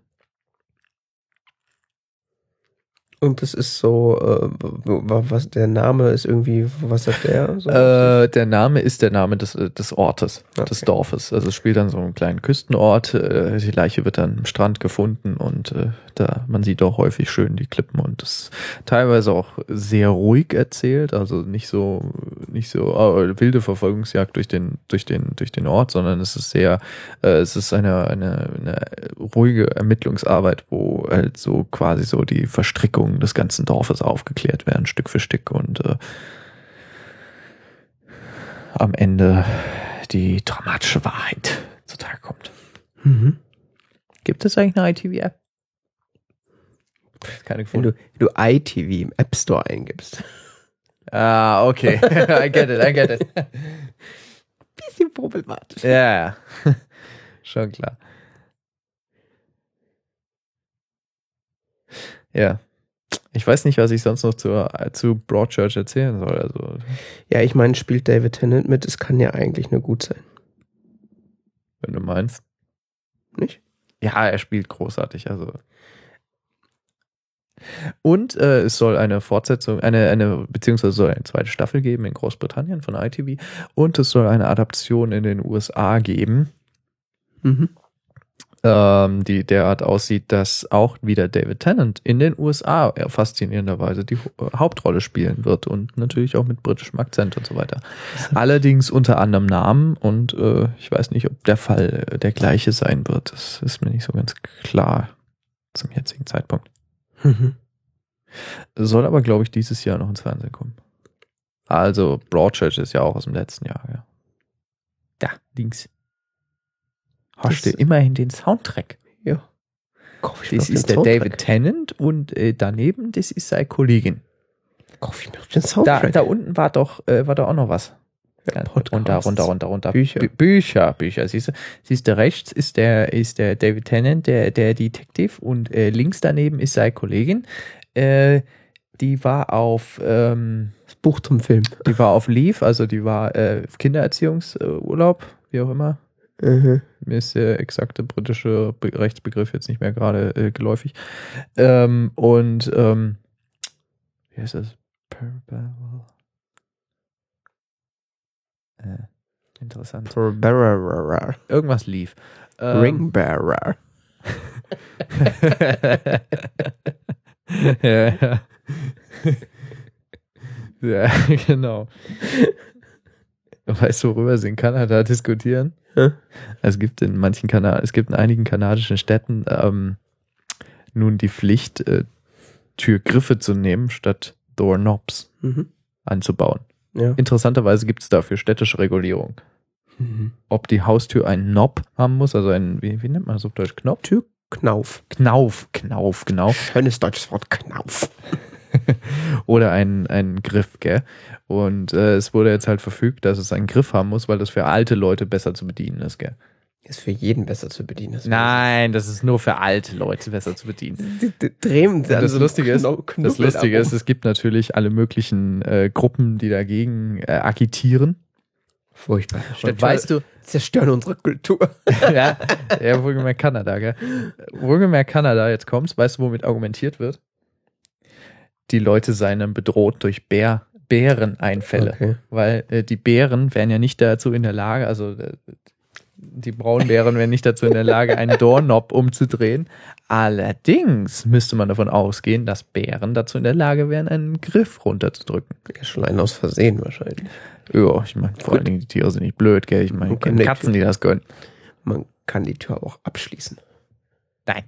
Und das ist so, äh, was der Name ist irgendwie, was hat der? So? Äh, der Name ist der Name des, des Ortes, Okay. des Dorfes. Also es spielt dann so einen kleinen Küstenort. Äh, die Leiche wird dann am Strand gefunden und äh, da man sieht auch häufig schön die Klippen und das teilweise auch sehr ruhig erzählt. Also nicht so nicht so äh, wilde Verfolgungsjagd durch den durch den durch den Ort, sondern es ist sehr äh, es ist eine, eine eine ruhige Ermittlungsarbeit, wo halt so quasi so die Verstrickung des ganzen Dorfes aufgeklärt werden, Stück für Stück und äh, am Ende die dramatische Wahrheit zutage kommt. Mhm. Gibt es eigentlich eine I T V-App? Keine Wenn gefunden. du, wenn du I T V im App Store eingibst. Ah, okay. I get it, I get it. Bisschen problematisch. Ja, ja. Schon klar. Ja. Ich weiß nicht, was ich sonst noch zu, zu Broadchurch erzählen soll. Also, Ja, ich meine, spielt David Tennant mit, es kann ja eigentlich nur gut sein. wenn du meinst. Nicht? Ja, er spielt großartig. Also. Und äh, es soll eine Fortsetzung, eine, eine, beziehungsweise soll eine zweite Staffel geben in Großbritannien von I T V. Und es soll eine Adaption in den U S A geben, Mhm. ähm, die derart aussieht, dass auch wieder David Tennant in den U S A faszinierenderweise die äh, Hauptrolle spielen wird und natürlich auch mit britischem Akzent und so weiter. Allerdings unter anderem Namen und äh, ich weiß nicht, ob der Fall äh, der gleiche sein wird. Das ist mir nicht so ganz klar zum jetzigen Zeitpunkt. Mhm. Soll aber, glaube ich, dieses Jahr noch ins Fernsehen kommen. Also Broadchurch ist ja auch aus dem letzten Jahr. Ja. Da, links. Hast du Das- immerhin den Soundtrack. Ja. Kauf ich mir Das doch den ist der Soundtrack. David Tennant und äh, daneben, das ist seine Kollegin. Kauf ich mir doch den Da, Soundtrack. da unten war doch, äh, war da auch noch was. Ja, Runter, Podcasts. runter, runter, runter. Bücher. Bü- Bücher, Bücher. Siehst du, siehst du, rechts ist der, ist der David Tennant, der, der Detective und äh, links daneben ist seine Kollegin. Äh, die war auf, ähm, Das Buch zum Film. die war auf Leave, also die war äh, Kindererziehungsurlaub, wie auch immer. Mhm. Mir ist der exakte britische Be- Rechtsbegriff jetzt nicht mehr gerade äh, geläufig. Ähm, und ähm, wie heißt das? Parable. Äh, interessant. Ringbearer. Irgendwas lief. Ähm, Ringbearer. ja, ja. Ja, genau. Weißt du, worüber sie in Kanada diskutieren? Hä? Es gibt in manchen Kana es gibt in einigen kanadischen Städten ähm, nun die Pflicht, äh, Türgriffe zu nehmen, statt Doorknobs Mhm. anzubauen. Ja. Interessanterweise gibt es dafür städtische Regulierung. Mhm. Ob die Haustür einen Knob haben muss, also einen, wie, wie nennt man das auf Deutsch? Knopf? Türknauf. Knauf, Knauf, genau. Schönes deutsches Wort, Knauf. Oder einen, einen Griff, gell? Und äh, es wurde jetzt halt verfügt, dass es einen Griff haben muss, weil das für alte Leute besser zu bedienen ist, gell? Ist für jeden besser zu bedienen. Das Nein, das ist nur für alte Leute besser zu bedienen. D- d- Drehen Und das Lustige ist, Das das Lustige ist, es gibt natürlich alle möglichen äh, Gruppen, die dagegen äh, agitieren. Furchtbar. Und weißt du, zerstören unsere Kultur. ja, ja, wohlgemerkt Kanada, gell? Wohlgemerkt Kanada, jetzt kommt's, weißt du, womit argumentiert wird? Die Leute seien bedroht durch Bär, Bäreneinfälle. Okay. Weil äh, die Bären wären ja nicht dazu in der Lage, also äh, die Braunbären wären nicht dazu in der Lage, einen Doorknob umzudrehen. Allerdings müsste man davon ausgehen, dass Bären dazu in der Lage wären, einen Griff runterzudrücken. Ja, schon allein aus Versehen wahrscheinlich. Ja, ich meine, vor allen Dingen, die Tiere sind nicht blöd, gell? Ich meine, Okay, Katzen, die das können. Man kann die Tür auch abschließen. Nein.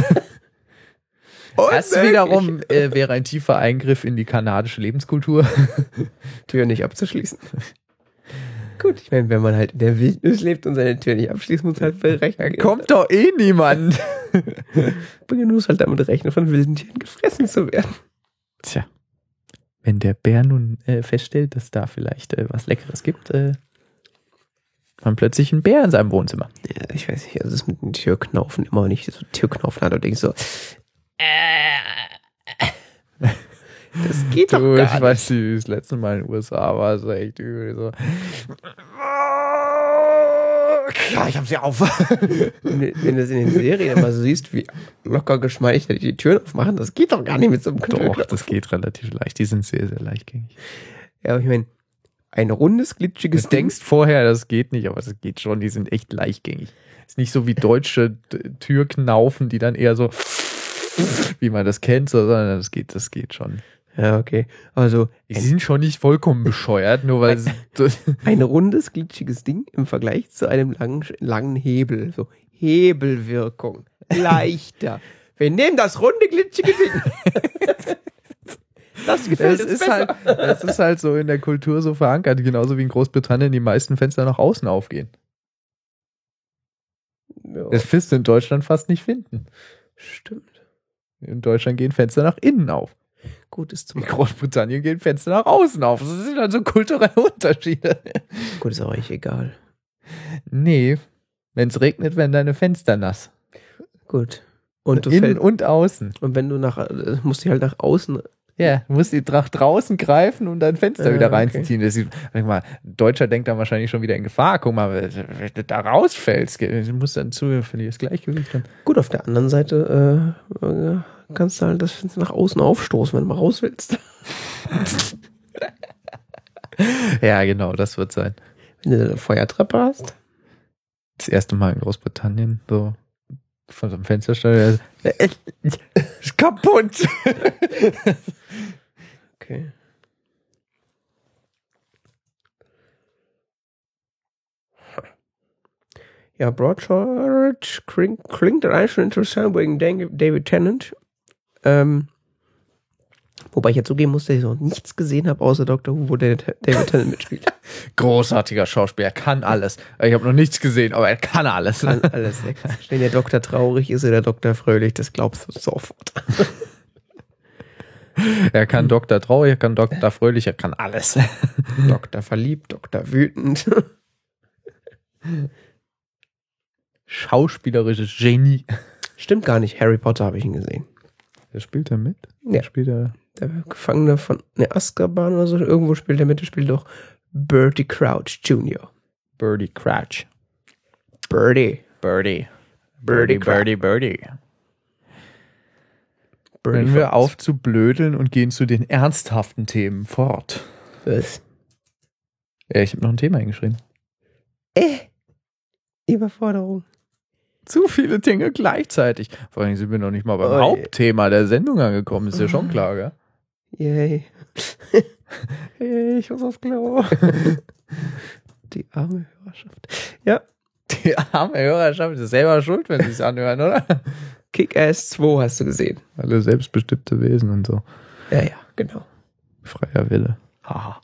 Das wiederum äh, wäre ein tiefer Eingriff in die kanadische Lebenskultur. Tür nicht abzuschließen. Gut, ich meine, wenn man halt in der Wildnis lebt und seine Tür nicht abschließen muss, halt berechnen. Da kommt doch eh niemand. Du musst halt damit rechnen, von wilden Tieren gefressen zu werden. Tja. Wenn der Bär nun äh, feststellt, dass da vielleicht äh, was Leckeres gibt, äh, man plötzlich einen Bär in seinem Wohnzimmer. Ja, ich weiß nicht, also das mit den Türknaufen immer nicht so Türknaufen hat und denkst so, das geht doch du, gar ich nicht. weiß nicht, wie das letzte Mal in den U S A war, so echt übel, so. Ja, ich hab sie auf. Wenn, wenn du das in den Serien immer so siehst, wie locker geschmeidig die, die Türen aufmachen, das geht doch gar nicht mit so einem Knopf. Doch, das geht relativ leicht. Die sind sehr, sehr leichtgängig. Ja, aber ich meine, ein rundes, glitschiges Du denkst vorher, das geht nicht, aber das geht schon. Die sind echt leichtgängig. Ist nicht so wie deutsche D- Türknaufen, die dann eher so, wie man das kennt, sondern das geht, das geht schon. Ja, okay. Also, Sie sind schon nicht vollkommen bescheuert, nur weil sie so ein rundes, glitschiges Ding im Vergleich zu einem langen, langen Hebel. So, Hebelwirkung. Leichter. Wir nehmen das runde, glitschige Ding. Das gefällt Das uns ist, besser. halt, das ist halt so in der Kultur so verankert, genauso wie in Großbritannien die meisten Fenster nach außen aufgehen. Ja, Das wirst du in Deutschland fast nicht finden. stimmt. In Deutschland gehen Fenster nach innen auf. Gut ist In zum Großbritannien gehen Fenster nach außen auf. Das sind also kulturelle Unterschiede. Gut ist auch eigentlich egal. Nee, wenn es regnet, werden deine Fenster nass. Gut. Und du Innen fällst, und außen. und wenn du nach, äh, musst du halt nach außen. Ja, du musst die nach draußen greifen, um dein Fenster Ah, wieder okay. reinzuziehen. Das ist, denk mal, ein Deutscher denkt dann wahrscheinlich schon wieder in Gefahr. Guck mal, wenn du da rausfällst, du musst dann zu, verlierst Gleichgewicht. Dann. Gut, auf der anderen Seite äh, äh, kannst du halt das Fenster nach außen aufstoßen, wenn du mal raus willst. Ja, genau, das wird sein. Wenn du eine Feuertreppe hast. Das erste Mal in Großbritannien, so von so einem Fenster stand, äh, ist kaputt. Okay. Ja, Broadchurch klingt, klingt eigentlich schon interessant wegen David Tennant. Ähm, wobei ich jetzt zugeben muss, dass ich noch nichts gesehen habe, außer Doctor Who, wo der David Tennant mitspielt. Großartiger Schauspieler, er kann alles. Ich habe noch nichts gesehen, aber er kann alles. Kann alles. Wenn der Doktor traurig ist oder der Doktor fröhlich, das glaubst du sofort. Er kann Doktor traurig, er kann Doktor fröhlich, er kann alles. Doktor verliebt, Doktor wütend. Schauspielerisches Genie. Stimmt gar nicht, Harry Potter habe ich ihn gesehen. Wer spielt da mit? Ja. Spielt er? Der Gefangene von ne, Azkaban oder so, irgendwo spielt er mit, der spielt doch Bertie Crouch Junior Birdie Crouch. Bertie. Birdie. Birdie, Birdie, Birdie. Bertie Hören wir Fox. auf zu blödeln und gehen zu den ernsthaften Themen fort. Was? Ja, ich habe noch ein Thema hingeschrieben. Äh. Überforderung. Zu viele Dinge gleichzeitig. Vor allem sind wir noch nicht mal beim Oh, Hauptthema der Sendung angekommen. Ist ja schon klar, gell? Yay. Hey, ich muss aufs Klo. Die arme Hörerschaft. Ja. Die arme Hörerschaft ist selber schuld, wenn sie es anhören, oder? Kick-Ass zwei hast du gesehen. Alle selbstbestimmte Wesen und so. Ja, ja, genau. Freier Wille. Haha.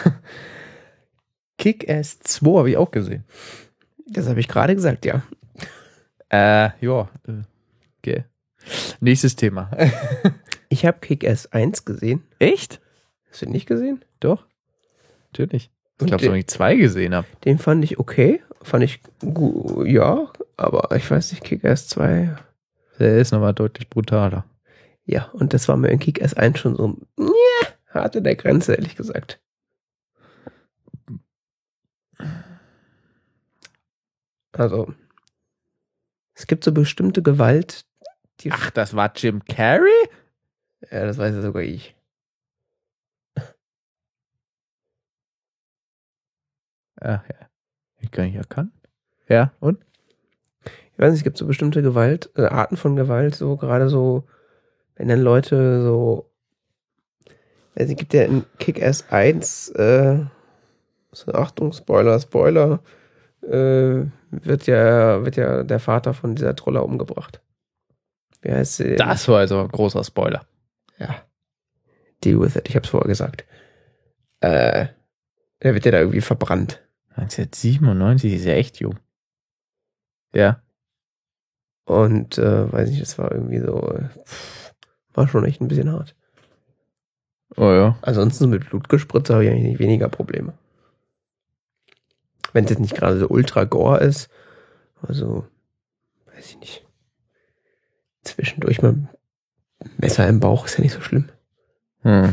Kick-Ass zwei habe ich auch gesehen. Das habe ich gerade gesagt, ja. Äh, ja. äh, Okay. Nächstes Thema. Ich habe Kick-Ass eins gesehen. Echt? Hast du ihn nicht gesehen? Doch. Natürlich. Ich Und glaube, den- dass ich zwei gesehen habe. Den fand ich okay. Fand ich gut, ja. Aber ich weiß nicht, Kick-Ass zwei. Der ist nochmal deutlich brutaler. Ja, und das war mir in Kick-Ass eins schon so ja, hart in der Grenze, ehrlich gesagt. Also, es gibt so bestimmte Gewalt, die... Ach, das war Jim Carrey? Ja, das weiß ja sogar ich. Ach ja. Ich gar nicht erkannt. Ja, und? Ich weiß nicht, es gibt so bestimmte Gewalt, äh, Arten von Gewalt, so gerade so, wenn dann Leute so, also es gibt ja in Kick-Ass eins, äh, so, Achtung, Spoiler, Spoiler, äh, wird ja, wird ja der Vater von dieser Troller umgebracht. Wie heißt sie? Das war also ein großer Spoiler. Ja. Deal with it, ich hab's vorher gesagt. Äh, der wird ja da irgendwie verbrannt. neunzehnhundertsiebenundneunzig ist ja echt jung. Ja. Und, äh, weiß nicht, das war irgendwie so, äh, pff, war schon echt ein bisschen hart. Oh ja. Ansonsten so mit Blutgespritze habe ich eigentlich nicht weniger Probleme. Wenn es jetzt nicht gerade so ultra gore ist, also, weiß ich nicht. Zwischendurch mal ein Messer im Bauch ist ja nicht so schlimm. Hm.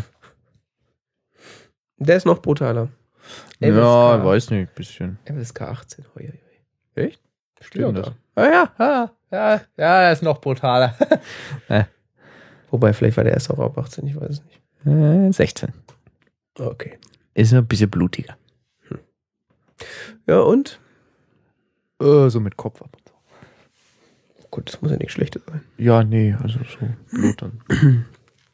Der ist noch brutaler. Ja, weiß nicht, ein bisschen. F S K achtzehn, hoi, hoi, hoi. Echt? Stimmt das? das? Ah ja, ja, ja, ja, er ist noch brutaler. Wobei, vielleicht war der erst auch ab achtzehn, ich weiß es nicht. Äh, sechzehn. Okay. Ist ein bisschen blutiger. Ja, und? Äh, so mit Kopf ab und so. Gut, das muss ja nichts Schlechtes sein. Ja, nee, also so Blut dann.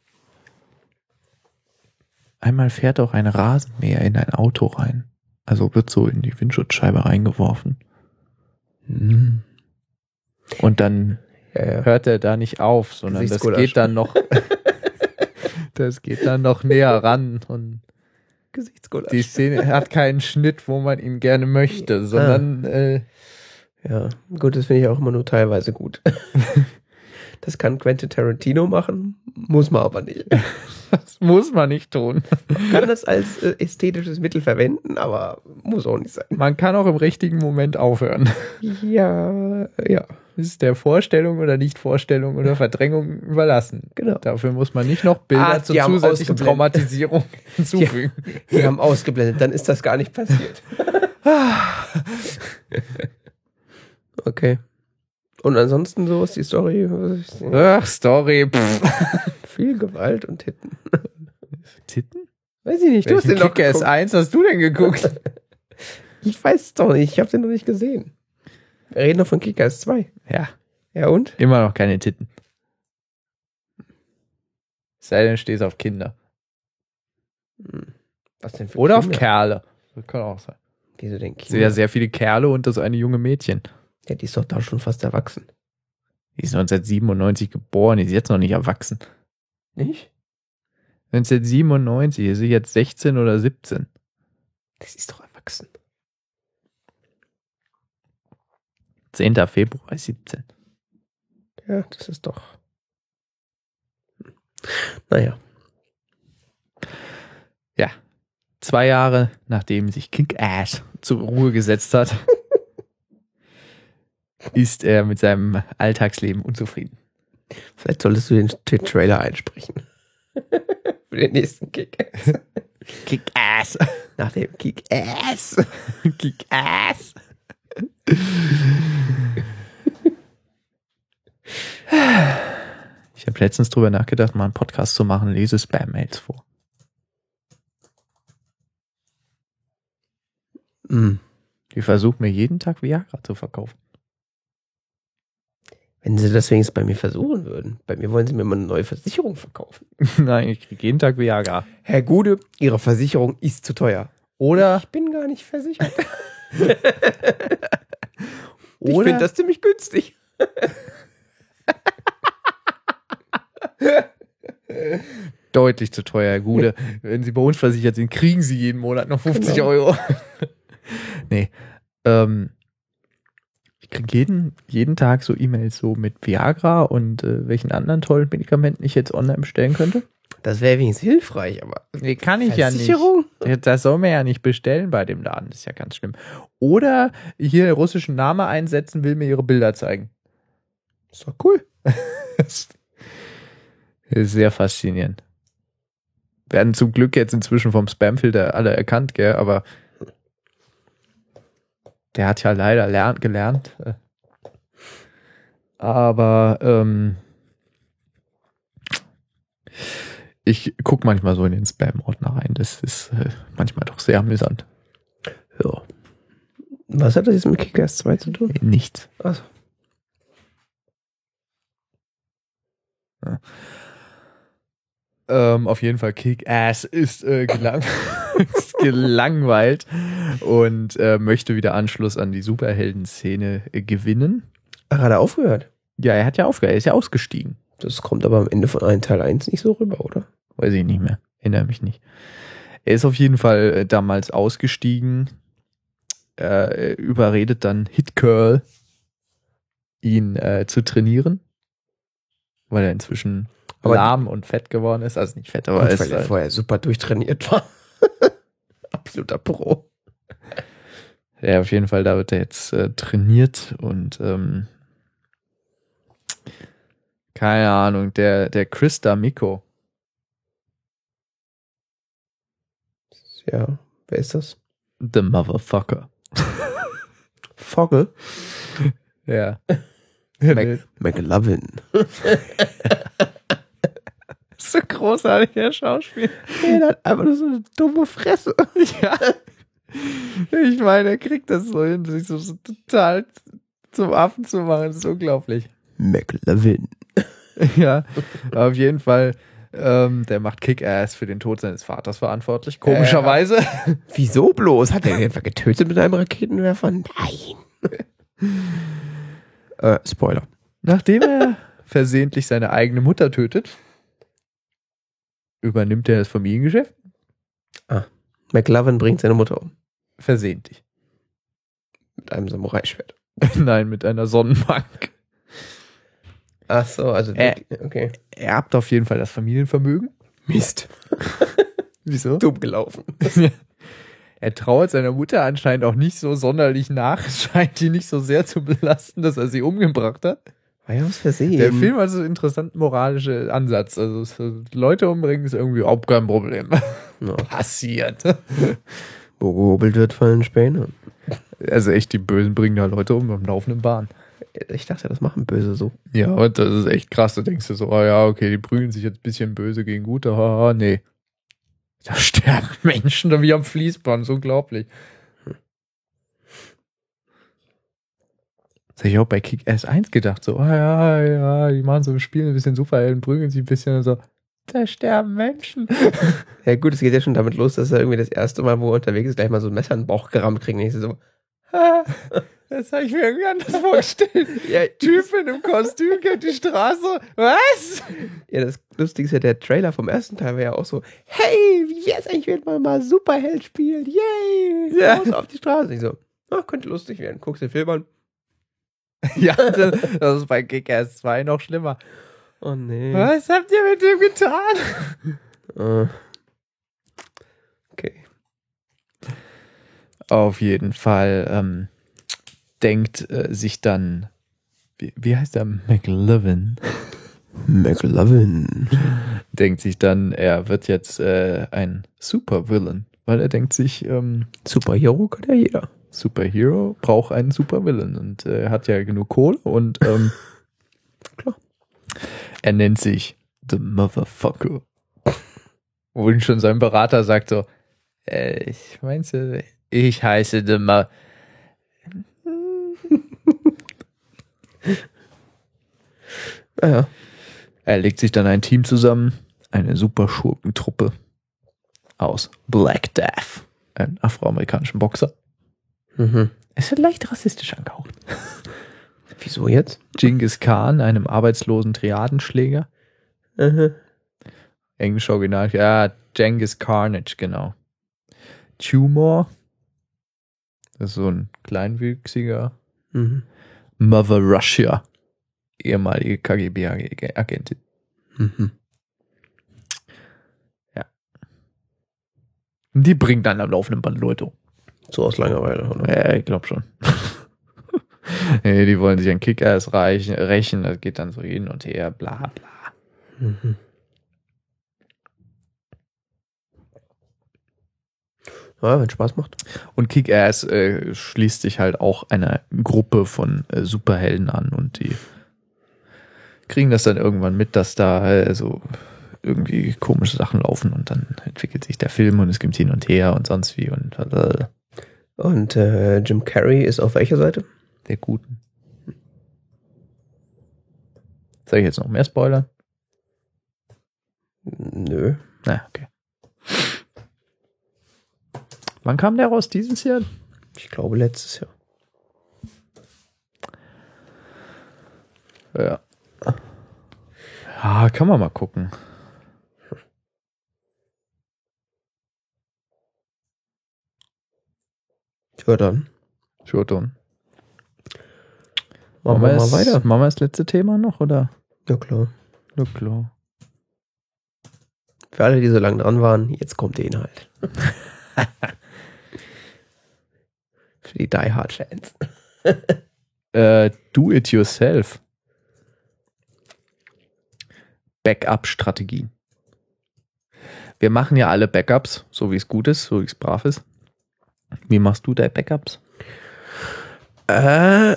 Einmal fährt auch ein Rasenmäher in ein Auto rein. Also wird so in die Windschutzscheibe reingeworfen. Mhm. Und dann Ja, ja. hört er da nicht auf, sondern das Gesichtsgulasch. geht dann noch, das geht dann noch näher ran und Gesichtsgulasch. die Szene hat keinen Schnitt, wo man ihn gerne möchte, sondern äh, Ja, gut, das finde ich auch immer nur teilweise gut. Das kann Quentin Tarantino machen, muss man aber nicht. das muss man nicht tun. Man kann das als äh, ästhetisches Mittel verwenden, aber muss auch nicht sein. Man kann auch im richtigen Moment aufhören. Ja, ja, Das ist der Vorstellung oder Nicht-Vorstellung oder Verdrängung überlassen. genau. Dafür muss man nicht noch Bilder Ah, die zur haben zusätzlichen ausgeblendet. Traumatisierung hinzufügen. Die haben ausgeblendet, dann ist das gar nicht passiert. Okay. Und ansonsten so ist die Story. Ach, Story. Pff. Viel Gewalt und Titten. Titten? Weiß ich nicht, du hast Welchen den noch Kick-Ass geguckt. eins hast du denn geguckt? Ich weiß es doch nicht, ich habe den noch nicht gesehen. Wir reden noch von Kick-Ass zwei. Ja, Ja und? immer noch keine Titten. Es sei denn, du stehst auf Kinder. Was denn für Oder auf Kinder? Kerle. Das kann auch sein. Wieso denn Kinder? Sehr, sehr viele Kerle und das eine junge Mädchen. Ja, die ist doch da schon fast erwachsen. Die ist neunzehnhundertsiebenundneunzig geboren, die ist jetzt noch nicht erwachsen. Nicht? neunzehnhundertsiebenundneunzig, ist sie jetzt sechzehn oder siebzehn. Das ist doch erwachsen. zehnter Februar ist siebzehn. Ja, das ist doch... Naja. Ja. Zwei Jahre, nachdem sich Kick-Ass zur Ruhe gesetzt hat, ist er mit seinem Alltagsleben unzufrieden. Vielleicht solltest du den, den Trailer einsprechen. Für den nächsten Kick-Ass. Kick-Ass. Nach dem Kick-Ass. Kick-Ass. Ich habe letztens drüber nachgedacht, mal einen Podcast zu machen, lese Spam-Mails vor. Mm. Die versuchen mir jeden Tag Viagra zu verkaufen. Wenn sie das wenigstens bei mir versuchen würden. Bei mir wollen sie mir mal eine neue Versicherung verkaufen. Nein, ich kriege jeden Tag Viagra. Herr Gude, Ihre Versicherung ist zu teuer. Oder, Ich bin gar nicht versichert. Ich oder, finde das ziemlich günstig. deutlich zu teuer, Herr Gude. Wenn Sie bei uns versichert sind, kriegen Sie jeden Monat noch fünfzig Genau. Euro. Nee. Ähm, ich kriege jeden, jeden Tag so E-Mails so mit Viagra und äh, welchen anderen tollen Medikamenten ich jetzt online bestellen könnte. Das wäre wenigstens hilfreich, aber Nee, kann ich ja nicht. Versicherung? Das soll man ja nicht bestellen bei dem Laden. Das ist ja ganz schlimm. Oder hier einen russischen Namen einsetzen, will mir ihre Bilder zeigen. Ist doch cool. Das ist sehr faszinierend. Werden zum Glück jetzt inzwischen vom Spamfilter alle erkannt, gell? Aber der hat ja leider lernt, gelernt. Äh, aber ähm, ich gucke manchmal so in den Spam-Ordner rein. Das ist äh, manchmal doch sehr amüsant. Ja. Was hat das jetzt mit Kick-Ass zwei zu tun? Nichts. Achso. Ja. Ähm, auf jeden Fall Kick-Ass ist, äh, gelang ist gelangweilt und äh, möchte wieder Anschluss an die Superhelden-Szene äh, gewinnen. Ach, hat er aufgehört? Ja, er hat ja aufgehört, er ist ja ausgestiegen. Das kommt aber am Ende von einem Teil eins nicht so rüber, oder? Weiß ich nicht mehr, erinnere mich nicht. Er ist auf jeden Fall äh, damals ausgestiegen, äh, überredet dann Hit Girl, ihn äh, zu trainieren, weil er inzwischen Aber lahm und fett geworden ist. Also nicht fett, aber Gut, er ist weil er halt, vorher super durchtrainiert war. Absoluter Pro. ja, auf jeden Fall, da wird er jetzt äh, trainiert und ähm, keine Ahnung, der, der Chris D'Amico. Ja, wer ist das? The Motherfucker. Vogel? Ja. Mac- McLovin. So großartig, der Schauspiel. Der hat einfach nur so eine dumme Fresse. Ja. Ich meine, er kriegt das so hin, sich so, so total zum Affen zu machen. Das ist unglaublich. McLovin. Ja, auf jeden Fall. Ähm, der macht Kick-Ass für den Tod seines Vaters verantwortlich. Komischerweise. Äh, wieso bloß? Hat er ihn etwa getötet mit einem Raketenwerfer? Nein. äh, Spoiler. Nachdem er versehentlich seine eigene Mutter tötet, übernimmt er das Familiengeschäft. Ah. McLovin bringt seine Mutter um. Versehentlich. Mit einem Samurai-Schwert. Nein, mit einer Sonnenbank. Ach so, also Äh, okay. Er erbt auf jeden Fall das Familienvermögen. Mist. Wieso? Dumm gelaufen. Er trauert seiner Mutter anscheinend auch nicht so sonderlich nach. Es scheint die nicht so sehr zu belasten, dass er sie umgebracht hat. War ja aus Versehen. Der Film hat so einen interessanten moralischen Ansatz. Also so Leute umbringen ist irgendwie auch kein Problem. No. Passiert. Wo gehobelt wird, fallen Späne. Also echt, die Bösen bringen da Leute um am laufenden Bahn. Ich dachte, das machen Böse so. Ja, und das ist echt krass. Da denkst du so, oh ja, okay, die prügeln sich jetzt ein bisschen böse gegen Gute. Haha, nee. Da sterben Menschen da wie am Fließband. So unglaublich. Das hätte ich auch bei Kick-Ass eins gedacht. So, oh ja, ja, die machen so im Spiel ein bisschen Superhelden, prügeln sich ein bisschen und so. Da sterben Menschen. Ja gut, es geht ja schon damit los, dass er irgendwie das erste Mal, wo er unterwegs ist, gleich mal so ein Messer in den Bauch gerammt kriegt. Und ich so, Ah, das habe ich mir irgendwie anders vorgestellt. ja, Typ in einem Kostüm geht die Straße. Was? ja, das Lustige ist ja, der Trailer vom ersten Teil war ja auch so, hey, wie wär's eigentlich, wenn man mal Superheld spielt? Yay! Ja. Raus auf die Straße. Und ich so, ah, könnte lustig werden. Guckst den Film an. Ja, das, das ist bei Kick-Ass zwei noch schlimmer. Oh nee. Was habt ihr mit dem getan? Äh. Okay. Auf jeden Fall ähm, denkt äh, sich dann, wie, wie heißt der? McLovin. McLovin. Denkt sich dann, er wird jetzt äh, ein Supervillain. Weil er denkt sich, ähm, Superhero kann ja jeder. Superhero braucht einen Supervillain. Und äh, er hat ja genug Kohle und ähm, Klar. er nennt sich The Motherfucker. Wo ihn schon sein Berater sagt so, äh, ich meinst du, ich heiße The Ma... Ja. Er legt sich dann ein Team zusammen, eine Superschurkentruppe aus Black Death, einem afroamerikanischen Boxer. Mhm. Es wird leicht rassistisch angehaucht. Wieso jetzt? Genghis Khan, einem arbeitslosen Triadenschläger. Mhm. Englisch Original, ja, Genghis Carnage, genau. Tumor, das ist so ein kleinwüchsiger. Mhm. Mother Russia, ehemalige K G B-Agentin. Mhm. Ja. Die bringt dann am laufenden Band Leute um. So aus Langeweile, oder? Ja, ich glaube schon. Nee, die wollen sich an Kick-Ass reichen, rächen, das geht dann so hin und her, bla bla. Mhm. Ja, wenn Spaß macht. Und Kick-Ass äh, schließt sich halt auch einer Gruppe von äh, Superhelden an und die kriegen das dann irgendwann mit, dass da äh, so irgendwie komische Sachen laufen und dann entwickelt sich der Film und es gibt hin und her und sonst wie und äh, Und äh, Jim Carrey ist auf welcher Seite? der Guten. Soll ich jetzt noch mehr spoilern? Nö. Na, okay. Wann kam der raus? Dieses Jahr? Ich glaube letztes Jahr. Ja. Ja, kann man mal gucken. Ja, dann. Sure, dann. Machen wir mal das, weiter. Machen wir das letzte Thema noch, oder? Ja, klar. Ja, klar. Für alle, die so lange dran waren, jetzt kommt der Inhalt. Für die Die Hard Fans. äh, do it yourself. Backup-Strategien. Wir machen ja alle Backups, so wie es gut ist, so wie es brav ist. Wie machst du deine Backups? Äh,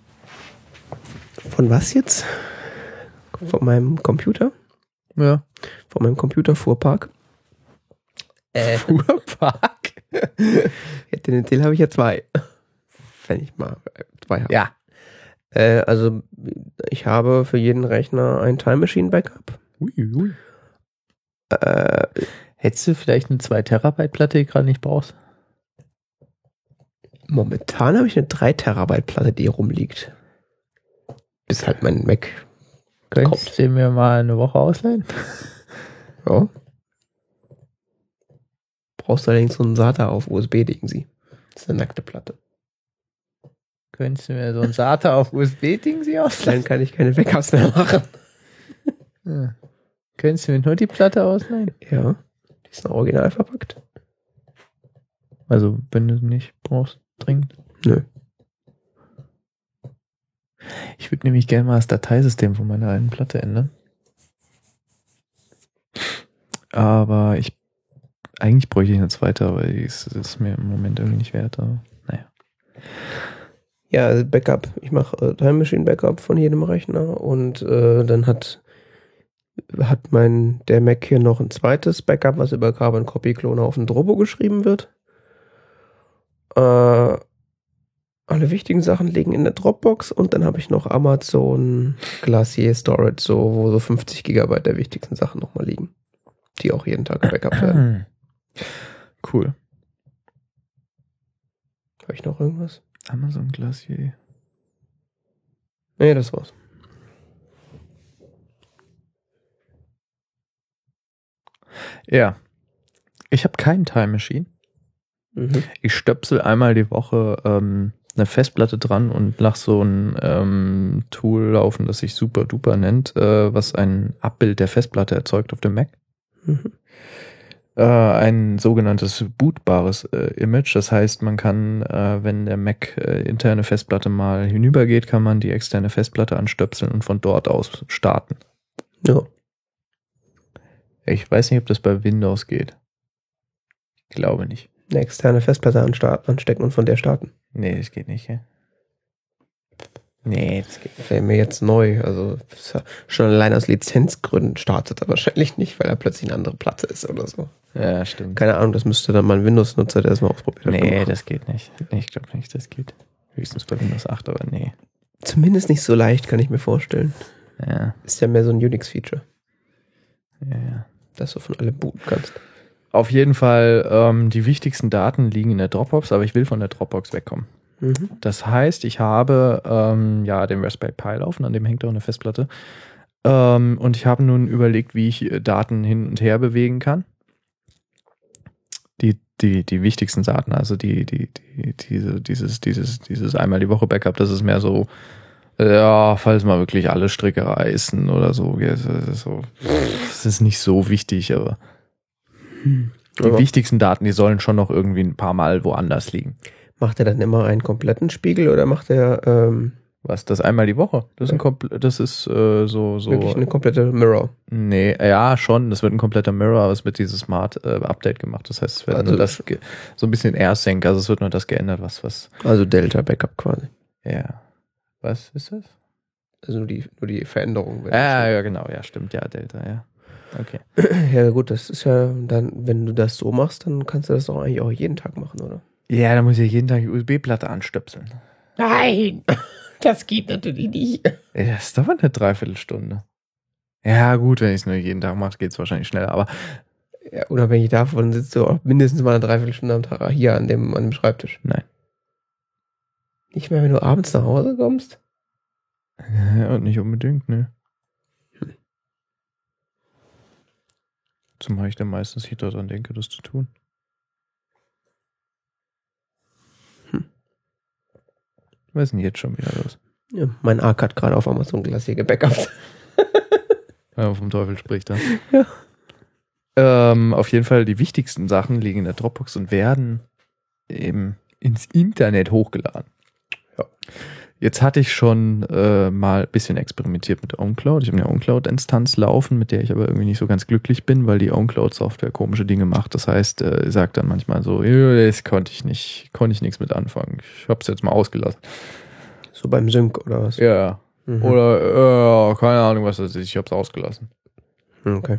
von was jetzt? Von meinem Computer? Ja. Von meinem Computerfuhrpark? Äh, Fuhrpark? ja, den Teil habe ich ja zwei. Wenn ich mal zwei habe. Ja. Äh, also, ich habe für jeden Rechner ein Time Machine Backup. Ui, ui. Äh, Hättest du vielleicht eine zwei Terabyte Platte, die gerade nicht brauchst? Momentan habe ich eine drei Terabyte Platte, die hier rumliegt. Bis halt mein Mac Könntest kommt. du mir mal eine Woche ausleihen? Ja. Brauchst du allerdings so einen SATA auf U S B, denken sie. Das ist eine nackte Platte. Könntest du mir so ein SATA auf U S B-Ding sie ausleihen? Dann kann ich keine Backups mehr machen. Ja. Könntest du mir nur die Platte ausleihen? Ja. Die ist noch original verpackt. Also, wenn du nicht brauchst, dringend. Nö. Ich würde nämlich gerne mal das Dateisystem von meiner alten Platte ändern. Aber ich eigentlich bräuchte ich eine zweite, aber die ist, ist mir im Moment irgendwie nicht wert. Aber naja. Ja, also Backup. Ich mache äh, Time Machine Backup von jedem Rechner und äh, dann hat hat mein der Mac hier noch ein zweites Backup, was über Carbon Copy Clone auf den Drobo geschrieben wird. Äh, alle wichtigen Sachen liegen in der Dropbox und dann habe ich noch Amazon Glacier Storage, so wo so fünfzig Gigabyte der wichtigsten Sachen nochmal liegen, die auch jeden Tag Backup werden. Cool. Habe ich noch irgendwas? Amazon Glacier. Nee, das war's. Ja. Ich habe keinen Time Machine. Mhm. Ich stöpsel einmal die Woche ähm, eine Festplatte dran und lasse so ein ähm, Tool laufen, das sich Super Duper nennt, äh, was ein Abbild der Festplatte erzeugt auf dem Mac. Mhm. Äh, ein sogenanntes bootbares äh, Image. Das heißt, man kann, äh, wenn der Mac äh, interne Festplatte mal hinübergeht, kann man die externe Festplatte anstöpseln und von dort aus starten. Ja. Ich weiß nicht, ob das bei Windows geht. Ich glaube nicht. Eine externe Festplatte ansta- anstecken und von der starten. Nee, das geht nicht, ja. Nee, das geht Wäre mir jetzt neu. Also schon allein aus Lizenzgründen startet er wahrscheinlich nicht, weil er plötzlich eine andere Platte ist oder so. Ja, stimmt. Keine Ahnung, das müsste dann mal ein Windows-Nutzer, der das mal ausprobiert hat. Nee, gemacht. das geht nicht. Nee, ich glaube nicht, das geht. Höchstens bei Windows acht, aber nee. Zumindest nicht so leicht, kann ich mir vorstellen. Ja, Ist ja mehr so ein Unix-Feature, ja, ja. dass du von allem booten kannst. Auf jeden Fall, ähm, die wichtigsten Daten liegen in der Dropbox, aber ich will von der Dropbox wegkommen. Mhm. Das heißt, ich habe ähm, ja den Raspberry Pi laufen, an dem hängt auch eine Festplatte. Ähm, und ich habe nun überlegt, wie ich Daten hin und her bewegen kann. Die, die, die wichtigsten Daten, also die, die, die, diese, dieses, dieses, dieses einmal die Woche Backup, das ist mehr so, ja, falls mal wirklich alle Stricke reißen oder so. Das ist, so, das ist nicht so wichtig, aber die Ja. wichtigsten Daten, die sollen schon noch irgendwie ein paar Mal woanders liegen. Macht er dann immer einen kompletten Spiegel oder macht er ähm, Was, das einmal die Woche? Das ist, ein Kompl- das ist äh, so, so. Wirklich eine komplette Mirror. Nee, ja, schon. Das wird ein kompletter Mirror, aber es wird dieses Smart äh, Update gemacht. Das heißt, es wird Also nur das, ge- so ein bisschen AirSync, also es wird nur das geändert, was, was. Also Delta Backup quasi. Ja. Was ist das? Also nur die, nur die Veränderung. wird Ja, schon- ja, genau, ja, stimmt, ja, Delta, ja. Okay. Ja gut, das ist ja dann, wenn du das so machst, dann kannst du das doch eigentlich auch jeden Tag machen, oder? Ja, da muss ich jeden Tag die U S B-Platte anstöpseln. Nein, das geht natürlich nicht. Ja, das dauert eine Dreiviertelstunde. Ja, gut, wenn ich es nur jeden Tag mache, geht es wahrscheinlich schneller, aber Ja, unabhängig davon sitzt du auch mindestens mal eine Dreiviertelstunde am Tag hier an dem, an dem Schreibtisch. nein. Nicht mehr, wenn du abends nach Hause kommst? Ja, nicht unbedingt, ne. Zumal ich dann meistens hier daran denke, das zu tun. Hm. Was ist denn jetzt schon wieder los? Ja, mein Arc hat gerade auf Amazon Glacier gebackupt. Ja, vom Teufel spricht er. Ja. Ähm, auf jeden Fall die wichtigsten Sachen liegen in der Dropbox und werden eben ins Internet hochgeladen. Ja. Jetzt hatte ich schon äh, mal ein bisschen experimentiert mit OwnCloud. Ich habe eine OwnCloud-Instanz laufen, mit der ich aber irgendwie nicht so ganz glücklich bin, weil die OwnCloud-Software komische Dinge macht. Das heißt, äh, sagt dann manchmal so, "Ja, das konnte ich nicht, konnte ich nichts mit anfangen. Ich habe es jetzt mal ausgelassen." So beim Sync oder was? Ja. Mhm. Oder, äh, keine Ahnung, was das ist. Ich habe es ausgelassen. Okay.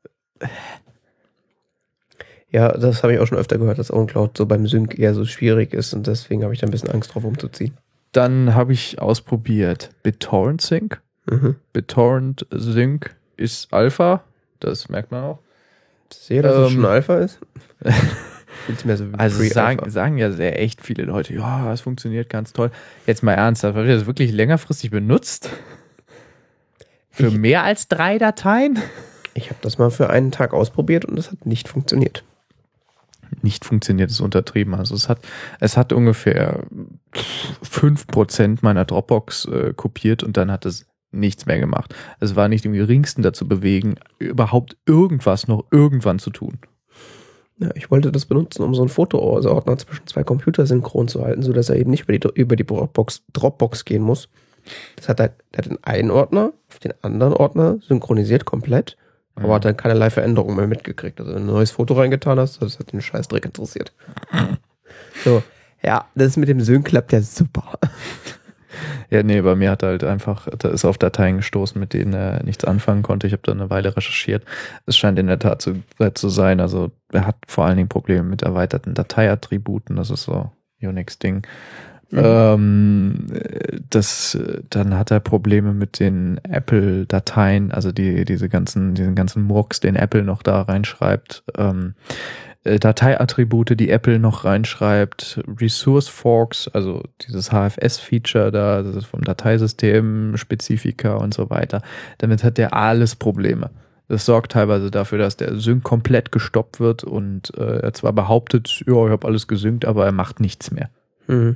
Ja, das habe ich auch schon öfter gehört, dass OwnCloud so beim Sync eher so schwierig ist und deswegen habe ich da ein bisschen Angst drauf umzuziehen. Dann habe ich ausprobiert BitTorrent Sync. Mhm. BitTorrent Sync ist Alpha. Das merkt man auch. Sehe, dass es Ähm, schon Alpha ist. Fühlt sich mehr so wie Also Pre-Alpha. sagen, sagen ja sehr echt viele Leute, ja, es funktioniert ganz toll. Jetzt mal ernsthaft, habt ihr das wirklich längerfristig benutzt? Für Ich- mehr als drei Dateien? Ich habe das mal für einen Tag ausprobiert und das hat nicht funktioniert. Nicht funktioniert, ist untertrieben. Also es hat, es hat ungefähr fünf Prozent meiner Dropbox äh, kopiert und dann hat es nichts mehr gemacht. Es war nicht im geringsten dazu bewegen, überhaupt irgendwas noch irgendwann zu tun. Ja, ich wollte das benutzen, um so einen Fotoordner zwischen zwei Computer synchron zu halten, sodass er eben nicht über die, über die Dropbox, Dropbox gehen muss. Das hat er, der hat den einen Ordner auf den anderen Ordner synchronisiert komplett, aber hat dann keinerlei Veränderungen mehr mitgekriegt. Also wenn du ein neues Foto reingetan hast, das hat den Scheißdreck interessiert. So, ja, das mit dem Sync klappt ja super. Ja, nee, bei mir hat er halt einfach, da ist auf Dateien gestoßen, mit denen er nichts anfangen konnte. Ich habe da eine Weile recherchiert. Es scheint in der Tat zu, zu sein. Also er hat vor allen Dingen Probleme mit erweiterten Dateiattributen. Das ist so Unix-Ding. Mhm. Ähm, das, dann hat er Probleme mit den Apple-Dateien, also die, diese ganzen, diesen ganzen Murks, den Apple noch da reinschreibt. Ähm, Dateiattribute, die Apple noch reinschreibt, Resource Forks, also dieses H F S-Feature da, das ist vom Dateisystem, Spezifika und so weiter. Damit hat der alles Probleme. Das sorgt teilweise dafür, dass der Sync komplett gestoppt wird und äh, er zwar behauptet, ja, ich habe alles gesynkt, aber er macht nichts mehr. Mhm.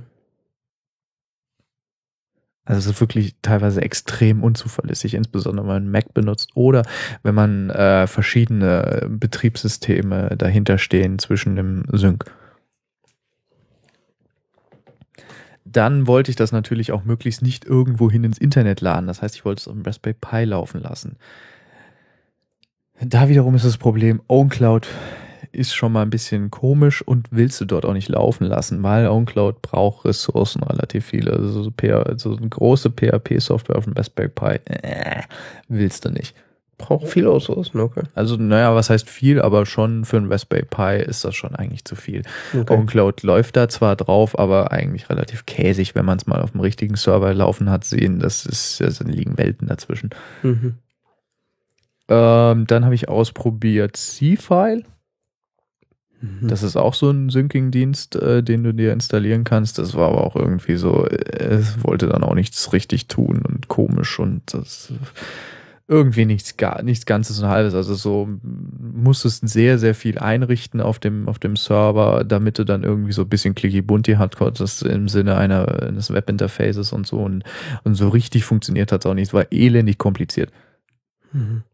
Also es ist wirklich teilweise extrem unzuverlässig, insbesondere wenn man Mac benutzt oder wenn man äh, verschiedene Betriebssysteme dahinter stehen zwischen dem Sync. Dann wollte ich das natürlich auch möglichst nicht irgendwo hin ins Internet laden. Das heißt, ich wollte es auf dem Raspberry Pi laufen lassen. Da wiederum ist das Problem, OwnCloud ist schon mal ein bisschen komisch und willst du dort auch nicht laufen lassen, weil OwnCloud braucht Ressourcen relativ viele. Also so, P H, also eine große P H P-Software auf dem Raspberry Pi äh, willst du nicht. Braucht viel Ressourcen, okay. Also naja, was heißt viel, aber schon für ein Raspberry Pi ist das schon eigentlich zu viel. okay. OwnCloud läuft da zwar drauf, aber eigentlich relativ käsig, wenn man es mal auf dem richtigen Server laufen hat, sehen, das ist, da liegen Welten dazwischen. Mhm. Ähm, dann habe ich ausprobiert C-File. Mhm. Das ist auch so ein Syncing-Dienst, äh, den du dir installieren kannst. Das war aber auch irgendwie so, äh, es wollte dann auch nichts richtig tun und komisch und das irgendwie nichts gar, nichts Ganzes und Halbes. Also so musstest sehr, sehr viel einrichten auf dem, auf dem Server, damit du dann irgendwie so ein bisschen clicky-bunti hat, das im Sinne einer, eines Webinterfaces und so und, und so richtig funktioniert hat es auch nicht. Es war elendig kompliziert. Mhm.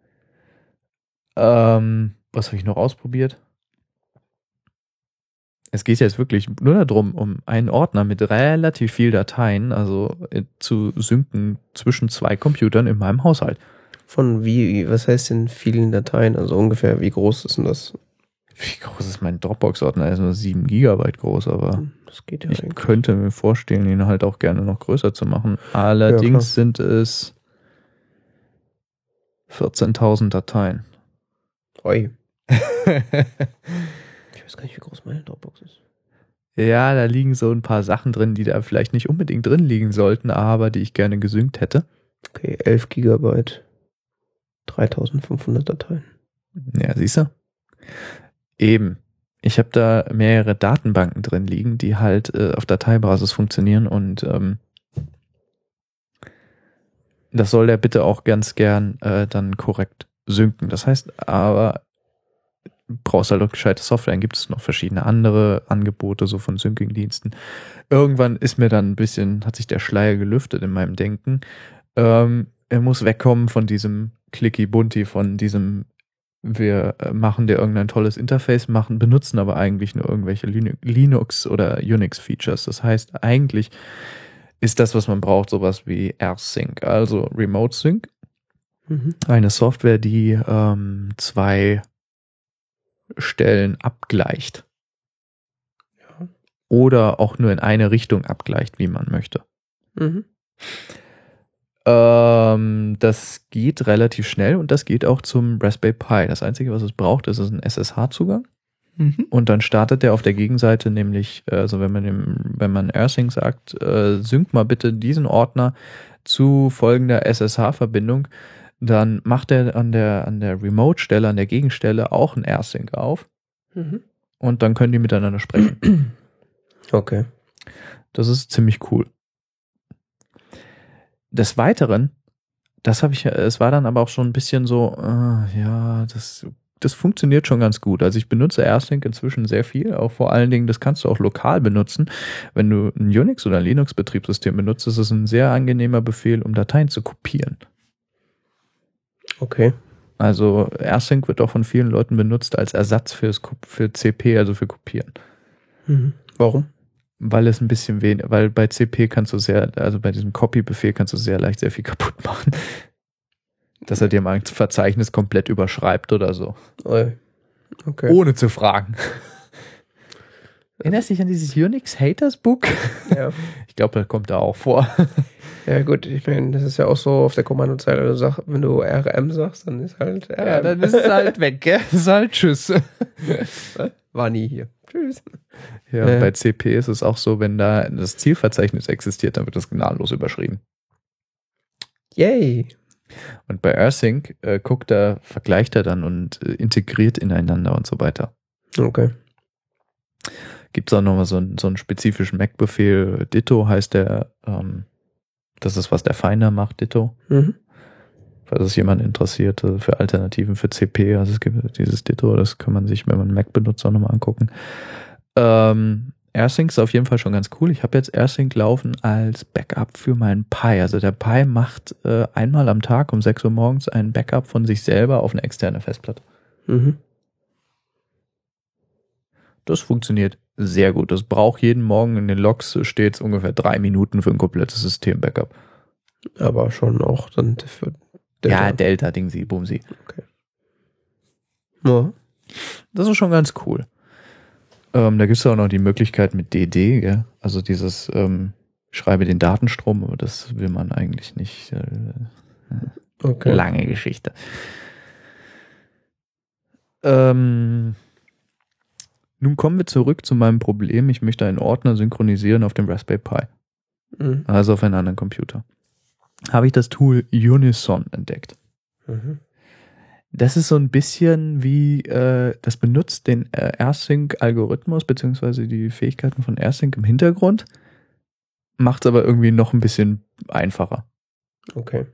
Ähm, was habe ich noch ausprobiert? es geht jetzt wirklich nur darum, um einen Ordner mit relativ viel Dateien, also äh, zu synken zwischen zwei Computern in meinem Haushalt. Von wie, was heißt denn vielen Dateien? Also ungefähr, wie groß ist denn das? Wie groß ist mein Dropbox-Ordner? Er ist nur sieben Gigabyte groß, aber Das geht ja ich eigentlich. könnte mir vorstellen, ihn halt auch gerne noch größer zu machen. Allerdings Ja, sind es vierzehntausend Dateien. Oi. Ich weiß gar nicht, wie groß meine Dropbox ist. Ja, da liegen so ein paar Sachen drin, die da vielleicht nicht unbedingt drin liegen sollten, aber die ich gerne gesynkt hätte. Okay, elf Gigabyte. dreitausendfünfhundert Dateien. Ja, siehst du? Eben. Ich habe da mehrere Datenbanken drin liegen, die halt äh, auf Dateibasis funktionieren und ähm, das soll der bitte auch ganz gern äh, dann korrekt synken. Das heißt aber, brauchst halt auch gescheite Software. Dann gibt es noch verschiedene andere Angebote so von Syncing-Diensten. Irgendwann ist mir dann ein bisschen, hat sich der Schleier gelüftet in meinem Denken. Ähm, er muss wegkommen von diesem Clicky-Bunti, von diesem wir machen dir irgendein tolles Interface, machen, benutzen aber eigentlich nur irgendwelche Linux- oder Unix-Features. Das heißt, eigentlich ist das, was man braucht, sowas wie R-Sync, also Remote Sync. Mhm. Eine Software, die ähm, zwei Stellen abgleicht. Ja. Oder auch nur in eine Richtung abgleicht, wie man möchte. Mhm. Ähm, das geht relativ schnell und das geht auch zum Raspberry Pi. Das Einzige, was es braucht, ist ein S S H-Zugang. Mhm. Und dann startet der auf der Gegenseite nämlich, also wenn man dem, wenn man AirSync sagt, äh, sync mal bitte diesen Ordner zu folgender S S H-Verbindung, dann macht er an der, an der Remote-Stelle, an der Gegenstelle auch ein AirSync auf. Mhm. Und dann können die miteinander sprechen. Okay. Das ist ziemlich cool. Des Weiteren, das habe ich, es war dann aber auch schon ein bisschen so, äh, ja, das, das funktioniert schon ganz gut. Also ich benutze AirSync inzwischen sehr viel, auch vor allen Dingen, das kannst du auch lokal benutzen. Wenn du ein Unix- oder Linux-Betriebssystem benutzt, ist es ein sehr angenehmer Befehl, um Dateien zu kopieren. Okay. Also AirSync wird auch von vielen Leuten benutzt als Ersatz fürs, für C P, also für Kopieren. Mhm. Warum? Weil es ein bisschen wenig, weil bei C P kannst du sehr, also bei diesem Copy-Befehl kannst du sehr leicht sehr viel kaputt machen. Dass er dir mal ein Verzeichnis komplett überschreibt oder so. Oi. Okay. Ohne zu fragen. Erinnerst du dich an dieses Unix-Haters-Book? Ja. Ich glaube, das kommt da auch vor. Ja gut, ich meine, das ist ja auch so auf der Kommandozeile, wenn du, sag, wenn du R M sagst, dann ist halt R M. Ja, dann ist es halt weg, gell? Das ist halt Tschüss. War nie hier. Tschüss. Ja, Äh. bei C P ist es auch so, wenn da das Zielverzeichnis existiert, dann wird das gnadenlos überschrieben. Yay. Und bei AirSync äh, guckt er, vergleicht er dann und äh, integriert ineinander und so weiter. Okay. Gibt es auch nochmal so, einen- so einen spezifischen Mac-Befehl, Ditto heißt der, ähm, das ist, was der Finder macht, Ditto. Mhm. Falls es jemand interessiert, äh, für Alternativen für C P, also es gibt dieses Ditto, das kann man sich, wenn man Mac benutzt, auch nochmal angucken. Ähm, AirSync ist auf jeden Fall schon ganz cool. Ich habe jetzt AirSync laufen als Backup für meinen Pi. Also der Pi macht äh, einmal am Tag um sechs Uhr morgens ein Backup von sich selber auf eine externe Festplatte. Mhm. Das funktioniert sehr gut. Das braucht jeden Morgen in den Logs stets ungefähr drei Minuten für ein komplettes System-Backup. Aber schon auch dann für Delta. Ja, Delta, Dingsi, Bumsi. Okay. Ja. Das ist schon ganz cool. Ähm, da gibt es auch noch die Möglichkeit mit D D, gell? Also dieses ähm, schreibe den Datenstrom, aber das will man eigentlich nicht. Äh, Okay. Lange Geschichte. Ähm, nun kommen wir zurück zu meinem Problem. Ich möchte einen Ordner synchronisieren auf dem Raspberry Pi, Mhm. also auf einen anderen Computer. Habe ich das Tool Unison entdeckt. Mhm. Das ist so ein bisschen wie, äh, das benutzt den äh, AirSync-Algorithmus beziehungsweise die Fähigkeiten von AirSync im Hintergrund, macht es aber irgendwie noch ein bisschen einfacher. Okay.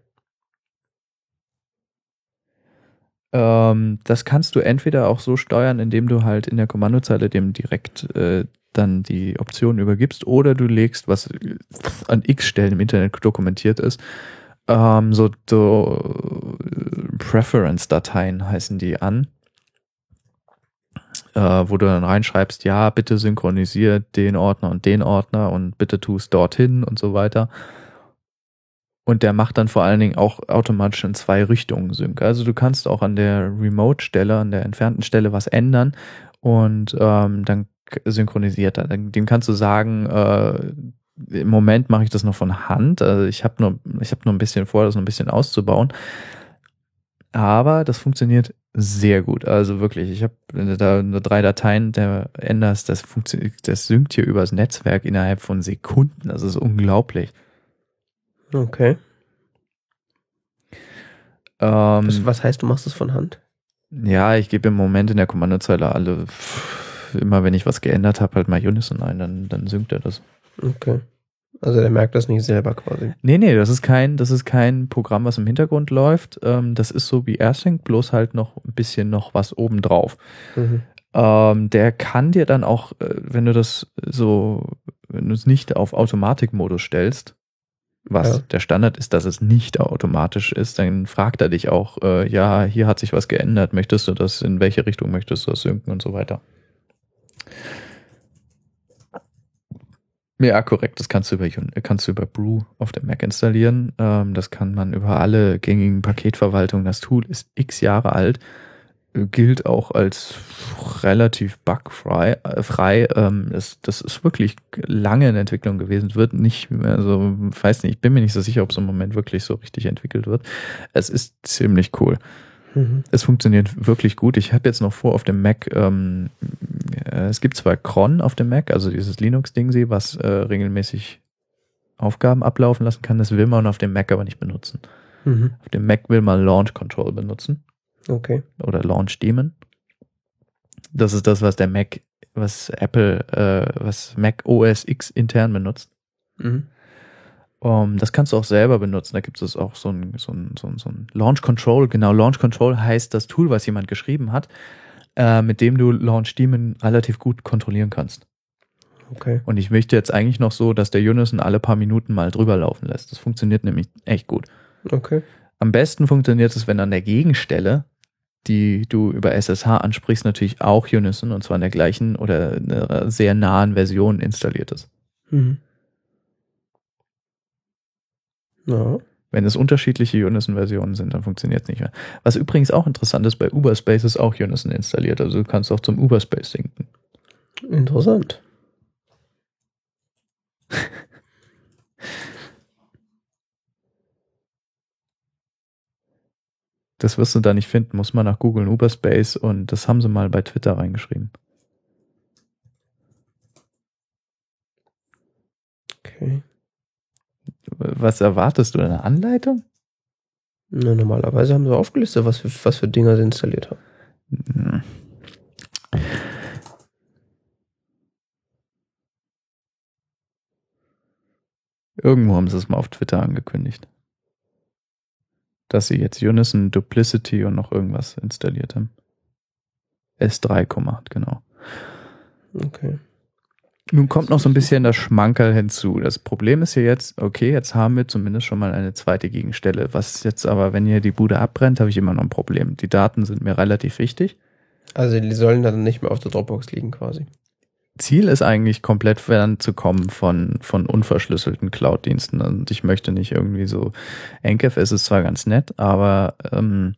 Ähm, das kannst du entweder auch so steuern, indem du halt in der Kommandozeile dem direkt äh, dann die Option übergibst, oder du legst, was an x Stellen im Internet dokumentiert ist, ähm, so, so Preference-Dateien heißen die an. äh, wo du dann reinschreibst, ja, bitte synchronisier den Ordner und den Ordner und bitte tu es dorthin und so weiter. Und der macht dann vor allen Dingen auch automatisch in zwei Richtungen Sync. Also du kannst auch an der Remote-Stelle, an der entfernten Stelle was ändern und ähm, dann synchronisiert er. Dem kannst du sagen, äh, im Moment mache ich das noch von Hand. Also ich habe nur, ich habe nur ein bisschen vor, das noch ein bisschen auszubauen. Aber das funktioniert sehr gut. Also wirklich, ich habe da nur drei Dateien, der änderst, das funktioniert, das synkt hier übers Netzwerk innerhalb von Sekunden. Das ist unglaublich. Okay. Ähm, was, was heißt, du machst es von Hand? Ja, ich gebe im Moment in der Kommandozeile alle, immer wenn ich was geändert habe, halt mal Unison ein, dann, dann synkt er das. Okay. Also der merkt das nicht selber quasi. Nee, nee, das ist kein, das ist kein Programm, was im Hintergrund läuft. Ähm, das ist so wie AirSync, bloß halt noch ein bisschen noch was obendrauf. Mhm. Ähm, der kann dir dann auch, äh, wenn du das so, wenn du es nicht auf Automatikmodus stellst, was Ja. der Standard ist, dass es nicht automatisch ist, dann fragt er dich auch, äh, ja, hier hat sich was geändert, möchtest du das, in welche Richtung möchtest du das synken und so weiter. Ja, korrekt, das kannst du über, kannst du über Brew auf dem Mac installieren. Ähm, das kann man über alle gängigen Paketverwaltungen. Das Tool ist x Jahre alt, gilt auch als relativ bugfrei. Äh, frei. Ähm, das, das ist wirklich lange in Entwicklung gewesen. Wird nicht mehr, also weiß nicht, ich bin mir nicht so sicher, ob es im Moment wirklich so richtig entwickelt wird. Es ist ziemlich cool. Mhm. Es funktioniert wirklich gut. Ich habe jetzt noch vor auf dem Mac, ähm, äh, es gibt zwar Cron auf dem Mac, also dieses Linux-Ding, was äh, regelmäßig Aufgaben ablaufen lassen kann, das will man auf dem Mac aber nicht benutzen. Mhm. Auf dem Mac will man Launch Control benutzen. Okay. Oder Launch Daemon. Das ist das, was der Mac, was Apple, äh, was Mac O S X intern benutzt. Mhm. Um, das kannst du auch selber benutzen. Da gibt es auch so ein, so ein, so ein, so ein Launch Control. Genau, Launch Control heißt das Tool, was jemand geschrieben hat, äh, mit dem du Launch Daemon relativ gut kontrollieren kannst. Okay. Und ich möchte jetzt eigentlich noch so, dass der Unison alle paar Minuten mal drüber laufen lässt. Das funktioniert nämlich echt gut. Okay. Am besten funktioniert es, wenn an der Gegenstelle, die du über S S H ansprichst, natürlich auch Unison, und zwar in der gleichen oder einer sehr nahen Version installiert ist. Mhm. Ja. Wenn es unterschiedliche Unison-Versionen sind, dann funktioniert es nicht mehr. Was übrigens auch interessant ist, bei Uberspace ist auch Unison installiert. Also du kannst auch zum Uberspace sinken. Interessant. Das wirst du da nicht finden. Muss man nach googeln, Uberspace, und das haben sie mal bei Twitter reingeschrieben. Okay. Was erwartest du? Eine Anleitung? Na, normalerweise haben sie aufgelistet, was für, was für Dinger sie installiert haben. Hm. Irgendwo haben sie es mal auf Twitter angekündigt. Dass sie jetzt Unison, Duplicity und noch irgendwas installiert haben. S drei, genau. Okay. Nun kommt noch so ein bisschen das Schmankerl hinzu. Das Problem ist ja jetzt, okay, jetzt haben wir zumindest schon mal eine zweite Gegenstelle. Was jetzt aber, wenn hier die Bude abbrennt, habe ich immer noch ein Problem. Die Daten sind mir relativ wichtig. Also die sollen dann nicht mehr auf der Dropbox liegen quasi. Ziel ist eigentlich, komplett fernzukommen von, von unverschlüsselten Cloud-Diensten. Und ich möchte nicht irgendwie so, N C A F ist zwar ganz nett, aber ähm,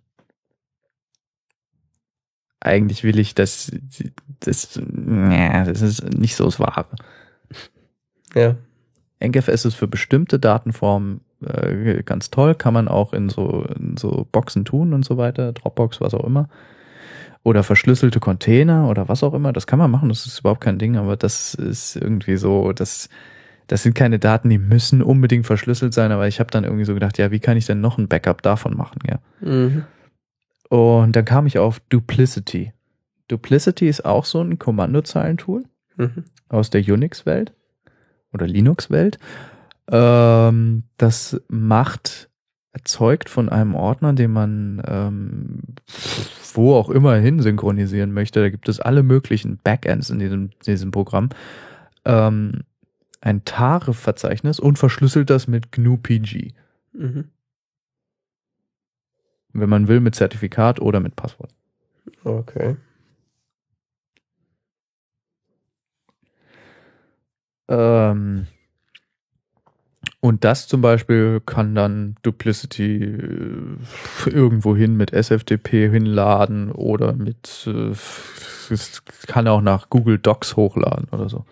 eigentlich will ich, dass das, nee, das ist nicht so das Wahre. Ja. N C A F ist für bestimmte Datenformen äh, ganz toll, kann man auch in so, in so Boxen tun und so weiter, Dropbox, was auch immer. Oder verschlüsselte Container oder was auch immer, das kann man machen, das ist überhaupt kein Ding, aber das ist irgendwie so, das, das sind keine Daten, die müssen unbedingt verschlüsselt sein, aber ich habe dann irgendwie so gedacht, ja, wie kann ich denn noch ein Backup davon machen, ja. Mhm. Und dann kam ich auf Duplicity. Duplicity ist auch so ein Kommandozeilentool Mhm. aus der Unix-Welt oder Linux-Welt. Ähm, das macht, erzeugt von einem Ordner, den man ähm, wo auch immer hin synchronisieren möchte. Da gibt es alle möglichen Backends in diesem, diesem Programm. Ähm, ein Tarif-Verzeichnis und verschlüsselt das mit G N U P G. Mhm. Wenn man will, mit Zertifikat oder mit Passwort. Okay. Ähm, und das zum Beispiel kann dann Duplicity äh, irgendwo hin mit S F T P hinladen oder mit, äh, es kann auch nach Google Docs hochladen oder so.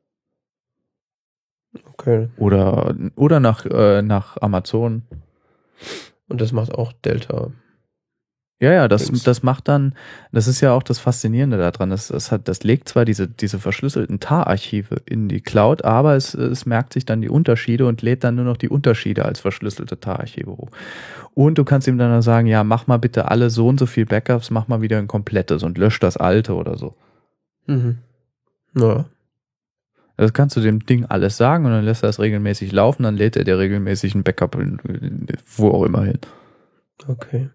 Okay. Oder, oder nach, äh, nach Amazon. Und das macht auch Delta. Ja, ja, das, Dings. das macht dann, das ist ja auch das Faszinierende daran. Das, das, hat, das legt zwar diese, diese verschlüsselten Tar-Archive in die Cloud, aber es, es merkt sich dann die Unterschiede und lädt dann nur noch die Unterschiede als verschlüsselte Tar-Archive hoch. Und du kannst ihm dann sagen, ja, mach mal bitte alle so und so viel Backups, mach mal wieder ein komplettes und lösch das alte oder so. Mhm. Ja. Das kannst du dem Ding alles sagen und dann lässt er das regelmäßig laufen, dann lädt er dir regelmäßig ein Backup in, wo auch immer hin. Okay.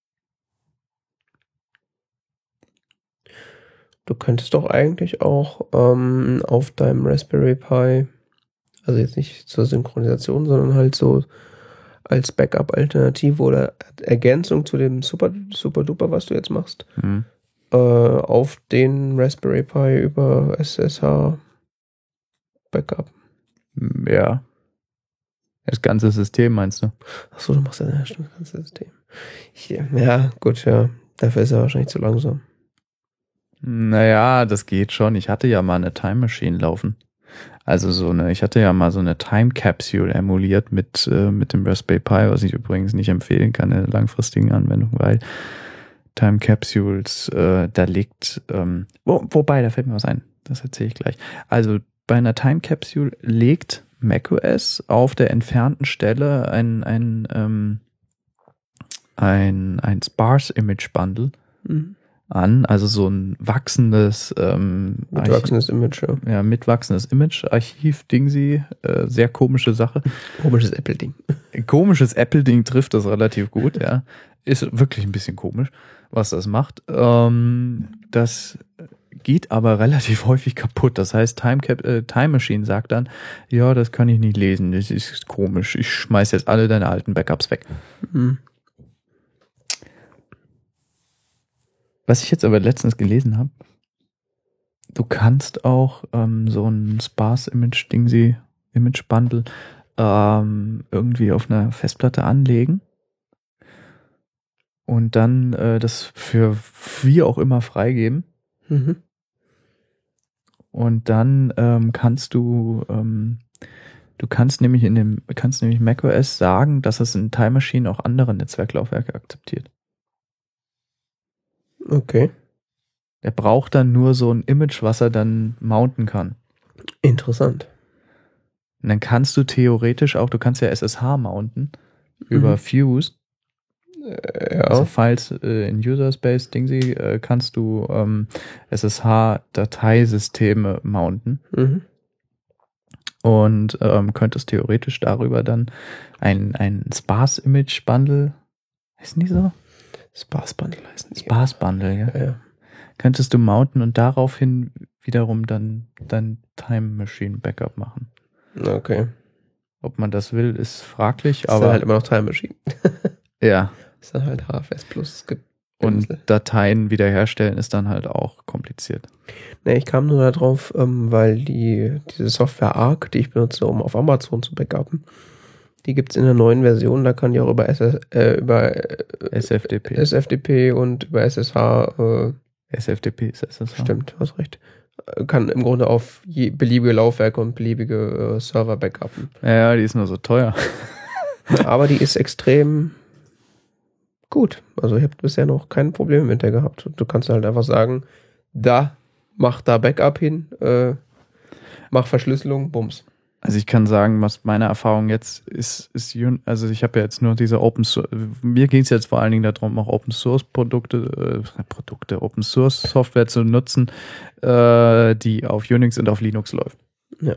Du könntest doch eigentlich auch ähm, auf deinem Raspberry Pi, also jetzt nicht zur Synchronisation, sondern halt so als Backup-Alternative oder Ergänzung zu dem Super, Super Duper, was du jetzt machst, Hm. äh, auf den Raspberry Pi über S S H Backup. Ja. Das ganze System meinst du? Achso, du machst ja das ganze System. Ich, ja, gut, ja. Dafür ist er wahrscheinlich zu langsam. Naja, das geht schon. Ich hatte ja mal eine Time Machine laufen. Also so eine, ich hatte ja mal so eine Time Capsule emuliert mit, äh, mit dem Raspberry Pi, was ich übrigens nicht empfehlen kann in der langfristigen Anwendung, weil Time Capsules, äh, da liegt, ähm, wo, wobei, da fällt mir was ein. Das erzähle ich gleich. Also bei einer Time Capsule legt macOS auf der entfernten Stelle ein, ein, ähm, ein, ein Sparse Image Bundle Mhm. an, also so ein wachsendes ähm, Mitwachsendes Image, ja. ja, mitwachsendes Image-Archiv, Dingsy, äh, sehr komische Sache. Komisches Apple-Ding. Komisches Apple-Ding trifft das relativ gut, ja. Ist wirklich ein bisschen komisch, was das macht. Ähm, das geht aber relativ häufig kaputt. Das heißt, Time, Cap äh, Time Machine sagt dann, ja, das kann ich nicht lesen, das ist komisch. Ich schmeiß jetzt alle deine alten Backups weg. Mhm. Was ich jetzt aber letztens gelesen habe, du kannst auch ähm, so ein Sparse-Image-Dingsy, Image-Bundle ähm, irgendwie auf einer Festplatte anlegen und dann äh, das für wie auch immer freigeben. Mhm. Und dann ähm, kannst du ähm, du kannst nämlich in dem kannst nämlich macOS sagen, dass es in Time Machine auch andere Netzwerklaufwerke akzeptiert. Okay. Er braucht dann nur so ein Image, was er dann mounten kann. Interessant. Und dann kannst du theoretisch auch, du kannst ja S S H mounten über Mhm. Fuse. Äh, ja. Also Files äh, in User Space Dingsy äh, kannst du ähm, S S H-Dateisysteme mounten Mhm. und ähm, könntest theoretisch darüber dann ein, ein Sparse-Image-Bundle, heißen die so? Sparse Bundle heißen die. Sparse-Bundle, ja. Ja, ja. Könntest du mounten und daraufhin wiederum dann dein Time Machine Backup machen. Okay. Ob man das will, ist fraglich, Ist aber dann halt immer noch Time Machine. ja. Ist dann halt H F S Plus. Und Dateien wiederherstellen ist dann halt auch kompliziert. Ne, ich kam nur darauf, ähm, weil die diese Software Arc, die ich benutze, um auf Amazon zu backuppen, die gibt es in der neuen Version, da kann die auch über, S S, äh, über äh, S F D P. S F D P und über S S H, äh, S F D P ist S S H. stimmt, hast recht, äh, kann im Grunde auf je, beliebige Laufwerke und beliebige äh, Server backuppen. Ja, die ist nur so teuer. Aber die ist extrem gut. Also ich habe bisher noch keine Probleme mit der gehabt. Du kannst halt einfach sagen, da, mach da Backup hin, äh, mach Verschlüsselung, bums. Also ich kann sagen, was meine Erfahrung jetzt ist, ist, also ich habe ja jetzt nur diese Open Source, mir ging es jetzt vor allen Dingen darum, auch Open Source Produkte, äh, Produkte, Open Source Software zu nutzen, äh, die auf Unix und auf Linux läuft. Ja.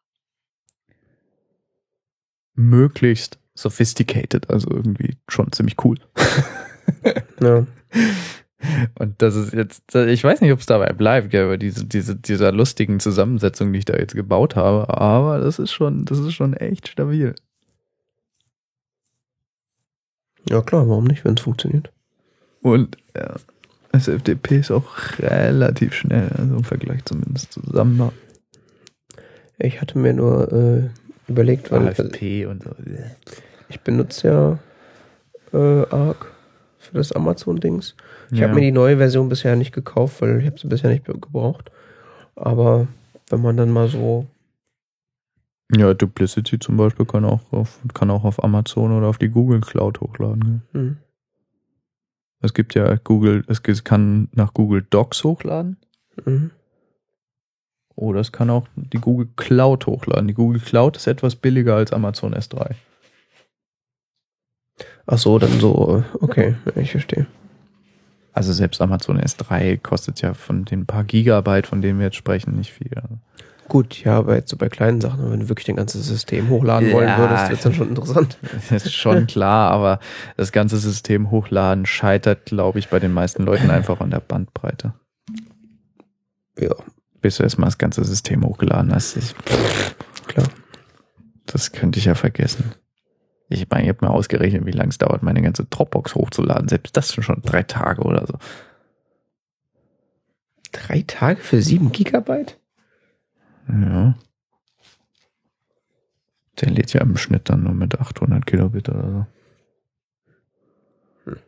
Möglichst sophisticated, also irgendwie schon ziemlich cool. Ja. Und das ist jetzt, ich weiß nicht, ob es dabei bleibt, ja, über diese, diese, dieser lustigen Zusammensetzung, die ich da jetzt gebaut habe, aber das ist schon, das ist schon echt stabil. Ja klar, warum nicht, wenn es funktioniert? Und ja, S F D P ist auch relativ schnell, also im Vergleich zumindest zusammen. Ich hatte mir nur äh, überlegt, weil A F P und so. ich benutze ja äh, Arc für das Amazon-Dings. Ich Ja. habe mir die neue Version bisher nicht gekauft, weil ich habe sie bisher nicht gebraucht. Aber wenn man dann mal so... Ja, Duplicity zum Beispiel kann auch auf, kann auch auf Amazon oder auf die Google Cloud hochladen. Ja. Hm. Es gibt ja Google, es kann nach Google Docs hochladen. Mhm. Oder es kann auch die Google Cloud hochladen. Die Google Cloud ist etwas billiger als Amazon S drei. Ach so, dann so, okay, ich verstehe. Also selbst Amazon S drei kostet ja von den paar Gigabyte, von denen wir jetzt sprechen, nicht viel. Gut, ja, aber jetzt so bei kleinen Sachen, wenn du wirklich dein ganzes System hochladen ja. wollen würdest, wird es dann schon interessant. Das ist schon klar, aber das ganze System hochladen scheitert, glaube ich, bei den meisten Leuten einfach an der Bandbreite. Ja. Bis du erstmal das ganze System hochgeladen hast. Ich, klar. Das könnte ich ja vergessen. Ich meine, ich habe mir ausgerechnet, wie lange es dauert, meine ganze Dropbox hochzuladen. Selbst das sind schon drei Tage oder so. Drei Tage für sieben Gigabyte? Ja. Der lädt ja im Schnitt dann nur mit achthundert Kilobit oder so. Hm.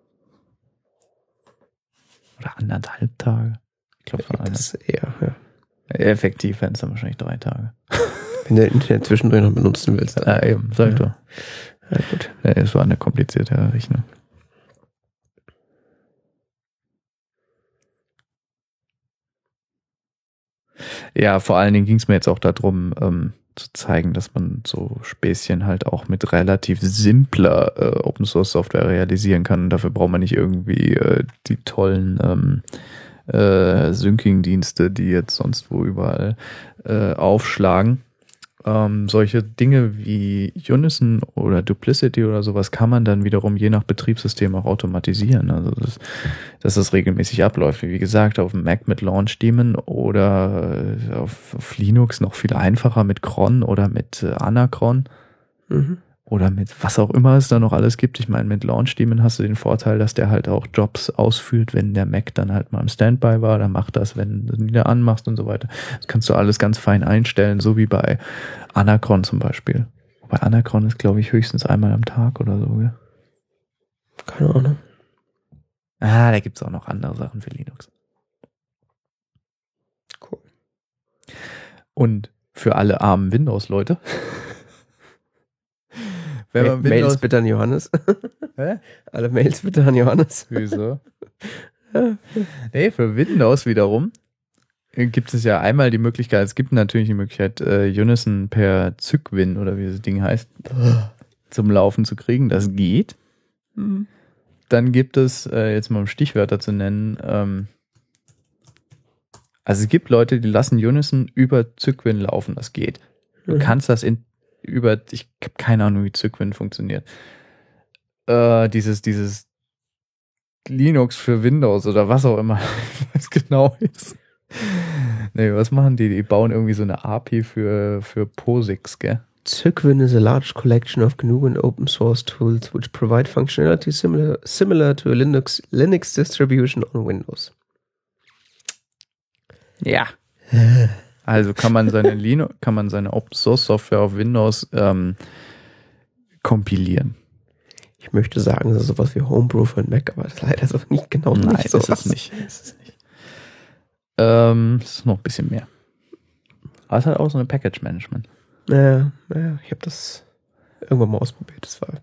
Oder anderthalb Tage. Ich glaube, ja, das ist eher, ja. Effektiv wären es dann wahrscheinlich drei Tage. Wenn du Internet zwischendurch noch benutzen willst. Ja, eben, sag ich doch. Ja, gut. Ja, es war eine komplizierte Rechnung. Ja, vor allen Dingen ging es mir jetzt auch darum, ähm, zu zeigen, dass man so Späßchen halt auch mit relativ simpler äh, Open-Source-Software realisieren kann. Und dafür braucht man nicht irgendwie äh, die tollen ähm, äh, Syncing-Dienste, die jetzt sonst wo überall äh, aufschlagen. Ähm, solche Dinge wie Unison oder Duplicity oder sowas kann man dann wiederum je nach Betriebssystem auch automatisieren. Also das, dass das regelmäßig abläuft. Wie gesagt, auf dem Mac mit Launch Daemon oder auf, auf Linux noch viel einfacher mit Cron oder mit äh, Anacron. Mhm. Oder mit was auch immer es da noch alles gibt. Ich meine, mit Launch Daemon hast du den Vorteil, dass der halt auch Jobs ausführt, wenn der Mac dann halt mal im Standby war. Dann macht das, wenn du ihn wieder anmachst und so weiter. Das kannst du alles ganz fein einstellen, so wie bei Anacron zum Beispiel. Wobei Anacron ist, glaube ich, höchstens einmal am Tag oder so. Gell? Keine Ahnung. Ah, da gibt es auch noch andere Sachen für Linux. Cool. Und für alle armen Windows-Leute. Wenn man Mails Windows bitte an Johannes. Hä? Alle Mails bitte an Johannes. Wieso? Nee, für Windows wiederum gibt es ja einmal die Möglichkeit, es gibt natürlich die Möglichkeit, äh, Unison per Cygwin oder wie das Ding heißt, zum Laufen zu kriegen. Das geht. Mhm. Dann gibt es, äh, jetzt mal um Stichwörter zu nennen, ähm, also es gibt Leute, die lassen Unison über Cygwin laufen. Das geht. Du Mhm. kannst das in über, ich habe keine Ahnung, wie Cygwin funktioniert. Äh, dieses, dieses Linux für Windows oder was auch immer was genau ist. Nee, was machen die? Die bauen irgendwie so eine A P I für, für POSIX, gell? Cygwin is a large collection of G N U and open source tools which provide functionality similar, similar to a Linux, Linux distribution on Windows. Ja. Also kann man seine Linux, kann man seine Open Source Software auf Windows ähm, kompilieren. Ich möchte sagen, das ist sowas wie Homebrew für ein Mac, aber das ist leider so nicht genau Nein, nicht so. ist es nicht. Ist es nicht. Ähm, das ist noch ein bisschen mehr. Aber es hat auch so eine Package Management. Naja, naja, ich habe das irgendwann mal ausprobiert. Das war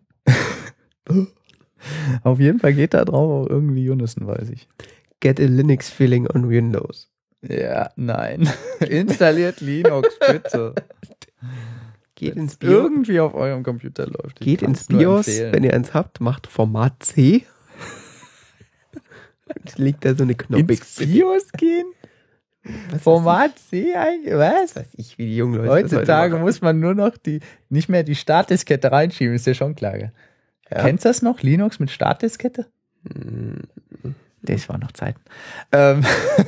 Auf jeden Fall geht da drauf auch irgendwie Unison, weiß ich. Get a Linux feeling on Windows. Ja, nein. Installiert Linux, bitte. Geht Wenn's ins BIOS. irgendwie auf eurem Computer läuft. Ich Geht kann's ins nur BIOS, empfehlen. wenn ihr eins habt, macht Format C. Und liegt da so eine Knoppig. Ins BIOS gehen? Was Format C eigentlich? Was? weiß ich, wie die jungen Leute das heute Heutzutage machen. muss man nur noch die, nicht mehr die Startdiskette reinschieben, ist ja schon klar. Gell? Ja. Kennst du das noch? Linux mit Startdiskette? Hm, Das war noch Zeiten. Ähm.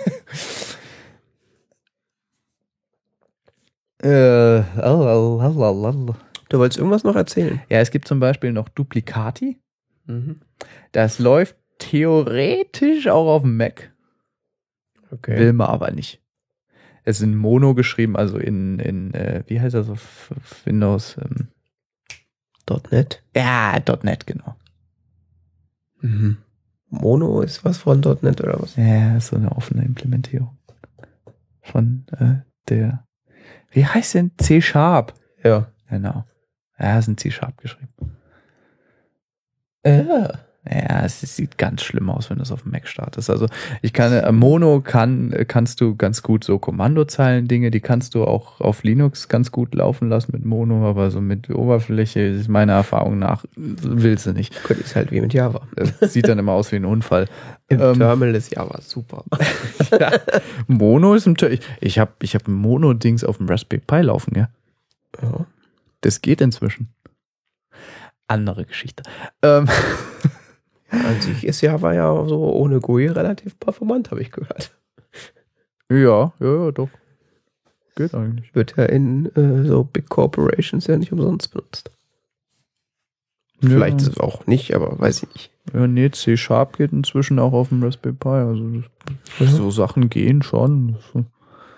äh, oh, oh, oh, oh, oh. Du wolltest irgendwas noch erzählen? Ja, es gibt zum Beispiel noch Duplicati. Mhm. Das läuft theoretisch auch auf dem Mac. Okay. Will man aber nicht. es ist in Mono geschrieben, also in, in äh, wie heißt das auf, auf Windows? Ähm, .NET? ja, .NET, genau. Mhm. Mono ist was von .NET oder was? Ja, ist so eine offene Implementierung von äh, der, wie heißt denn C-Sharp? Ja. Genau. Ja, ist ein C-Sharp geschrieben. Ja. Ja, es sieht ganz schlimm aus, wenn du es auf dem Mac startest. Also ich kann, äh, Mono kann, kannst du ganz gut so Kommandozeilen-Dinge, die kannst du auch auf Linux ganz gut laufen lassen mit Mono, aber so mit Oberfläche, ist meiner Erfahrung nach, willst du nicht. Gut, ist halt wie mit Java. Das sieht dann immer aus wie ein Unfall. Im Ähm, Terminal ist Java super. ja, Mono ist im Terminal. Ich habe ich hab ein Mono-Dings auf dem Raspberry Pi laufen, ja. Ja. Das geht inzwischen. Andere Geschichte. Ähm, An sich ist Java ja so ohne G U I relativ performant, habe ich gehört. ja, ja, ja, doch. Geht eigentlich. Wird ja in äh, so Big Corporations ja nicht umsonst benutzt. Ja. Vielleicht ist es auch nicht, aber weiß ich nicht. Ja, nee, C-Sharp geht inzwischen auch auf dem Raspberry Pi. Also das, so Sachen gehen schon. Das,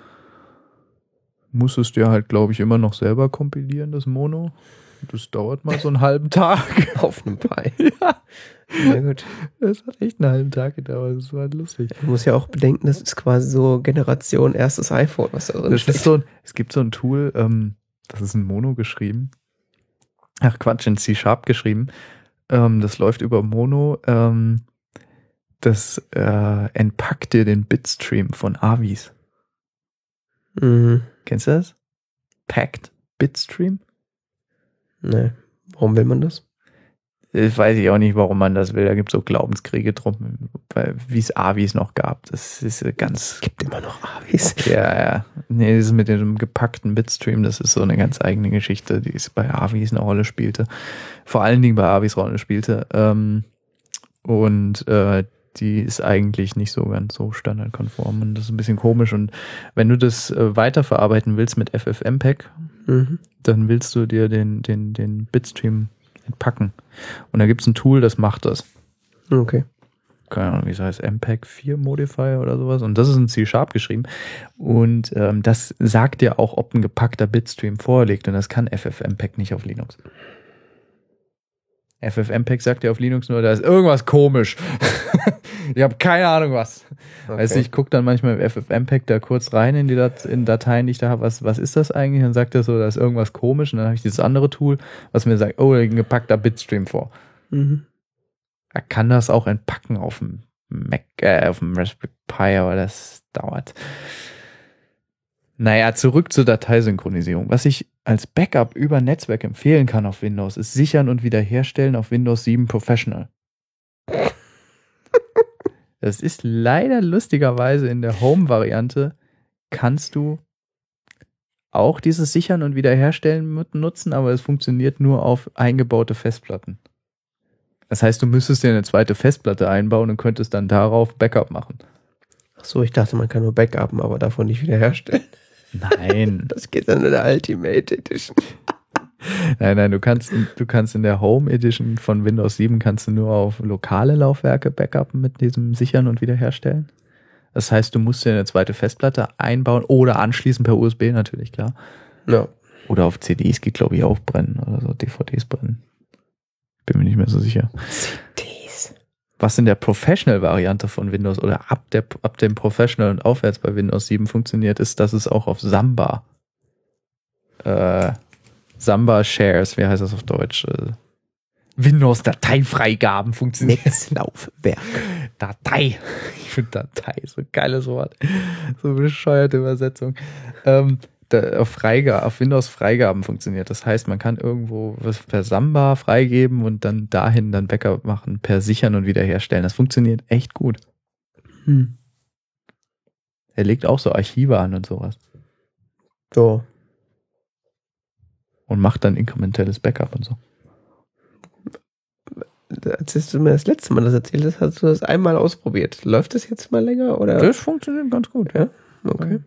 musstest du ja halt, glaube ich, immer noch selber kompilieren, das Mono. Das dauert mal so einen halben Tag. Auf einem Pi. Ja. Na gut. Das hat echt einen halben Tag gedauert. Das war lustig. Man muss ja auch bedenken, das ist quasi so Generation erstes iPhone, was da drin Das steckt. ist so ein, es gibt so ein Tool, ähm, das ist in Mono geschrieben. Ach Quatsch, in C-Sharp geschrieben. Ähm, das läuft über Mono. Ähm, das äh, entpackt dir den Bitstream von Avis. Mhm. Kennst du das? Packed Bitstream? Ne. Warum will man das? Das weiß ich auch nicht, warum man das will. Da gibt es so Glaubenskriege drum, wie es Avis noch gab. Das ist ganz... Es gibt immer noch Avis. Ja, ja. Nee, das ist mit dem gepackten Bitstream, das ist so eine ganz eigene Geschichte, die es bei Avis eine Rolle spielte. Vor allen Dingen bei Avis Rolle spielte. Ähm, und äh, die ist eigentlich nicht so ganz so standardkonform und das ist ein bisschen komisch. Und wenn du das äh, weiterverarbeiten willst mit F F Mpeg, Mhm. dann willst du dir den, den, den Bitstream entpacken. Und da gibt es ein Tool, das macht das. Okay. Keine Ahnung, wie es heißt, M P E G vier Modifier oder sowas. Und das ist in C-Sharp geschrieben. Und ähm, das sagt dir auch, ob ein gepackter Bitstream vorliegt. Und das kann F F Mpeg nicht auf Linux. F F Mpeg sagt dir auf Linux nur, da ist irgendwas komisch. Ich habe keine Ahnung was. Okay. Weißt du, ich gucke dann manchmal im F F Mpeg da kurz rein in die Dat- in Dateien, die ich da habe. Was, was ist das eigentlich? Dann sagt er so, da ist irgendwas komisch. Und dann habe ich dieses andere Tool, was mir sagt, oh, da liegt ein gepackter Bitstream vor. Mhm. Er kann das auch entpacken auf dem Mac, äh, auf dem Raspberry Pi, aber das dauert. Naja, zurück zur Dateisynchronisierung. Was ich als Backup über Netzwerk empfehlen kann auf Windows, ist sichern und wiederherstellen auf Windows sieben Professional. Das ist leider lustigerweise in der Home-Variante, kannst du auch dieses Sichern und Wiederherstellen mit nutzen, aber es funktioniert nur auf eingebaute Festplatten. Das heißt, du müsstest dir eine zweite Festplatte einbauen und könntest dann darauf Backup machen. Ach so, ich dachte, man kann nur Backuppen, aber davon nicht wiederherstellen. Nein. Das geht dann in der Ultimate Edition. Nein, nein, du kannst, du kannst in der Home Edition von Windows sieben kannst du nur auf lokale Laufwerke backuppen mit diesem Sichern und Wiederherstellen. Das heißt, du musst dir eine zweite Festplatte einbauen oder anschließen per U S B natürlich, klar. Ja. Oder auf C Ds geht, glaube ich, auch brennen oder so, D V Ds brennen. Bin mir nicht mehr so sicher. C Ds. Was in der Professional-Variante von Windows oder ab, der, ab dem Professional und aufwärts bei Windows sieben funktioniert, ist, dass es auch auf Samba äh, Samba Shares, wie heißt das auf Deutsch? Äh, Windows-Dateifreigaben funktioniert. Netzlaufwerk. Datei. Ich finde Datei so ein geiles Wort. So eine bescheuerte Übersetzung. Ähm, da, auf, Freiga- auf Windows-Freigaben funktioniert. Das heißt, man kann irgendwo was per Samba freigeben und dann dahin dann Backup machen, per Sichern und Wiederherstellen. Das funktioniert echt gut. Hm. Er legt auch so Archive an und sowas. So. Und macht dann inkrementelles Backup und so. Als du mir das letzte Mal das erzählt hast, hast du das einmal ausprobiert. Läuft das jetzt mal länger? Oder? Das funktioniert ganz gut. Ja? Okay.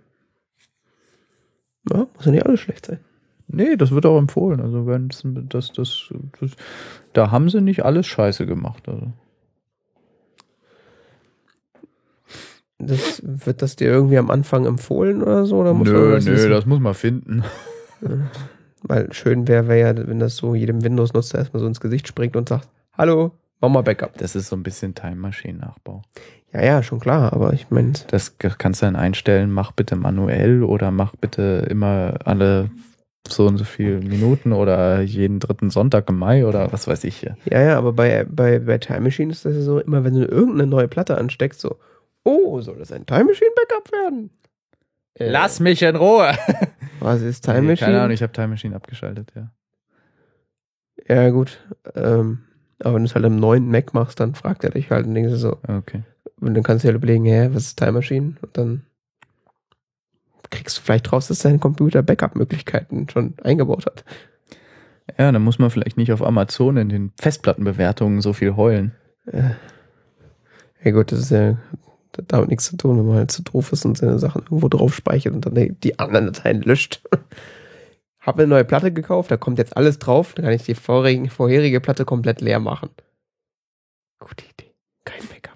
Ja, muss ja nicht alles schlecht sein. Nee, das wird auch empfohlen. Also wenn das, das, das, da haben sie nicht alles scheiße gemacht. Also. Das, wird das dir irgendwie am Anfang empfohlen oder so? Oder muss man Nö, das nö, wissen? das muss man finden. Weil schön wäre wär ja, wenn das so jedem Windows-Nutzer erstmal so ins Gesicht springt und sagt, hallo, mach mal Backup. Das ist so ein bisschen Time Machine Nachbau. Ja, ja, schon klar, aber ich meine, Das kannst du dann einstellen, mach bitte manuell oder mach bitte immer alle so und so viele Minuten oder jeden dritten Sonntag im Mai oder was weiß ich hier. ja, ja, aber bei, bei, bei Time Machine ist das ja so, immer wenn du irgendeine neue Platte ansteckst, so, oh, soll das ein Time Machine Backup werden? Äh, Lass mich in Ruhe! Was ist Time Nee, Machine? keine Ahnung, ich habe Time Machine abgeschaltet, ja. Ja, gut. Ähm, aber wenn du es halt am neuen Mac machst, dann fragt er dich halt und denkst du so. Okay. Und dann kannst du halt überlegen, hä, was ist Time Machine? Und dann kriegst du vielleicht raus, dass dein Computer Backup-Möglichkeiten schon eingebaut hat. Ja, dann muss man vielleicht nicht auf Amazon in den Festplattenbewertungen so viel heulen. Ja, ja gut, das ist ja, das hat damit nichts zu tun, wenn man halt zu doof ist und seine Sachen irgendwo drauf speichert und dann die, die anderen Dateien löscht. Hab eine neue Platte gekauft, da kommt jetzt alles drauf, dann kann ich die vorigen, vorherige Platte komplett leer machen. Gute Idee. Kein Backup.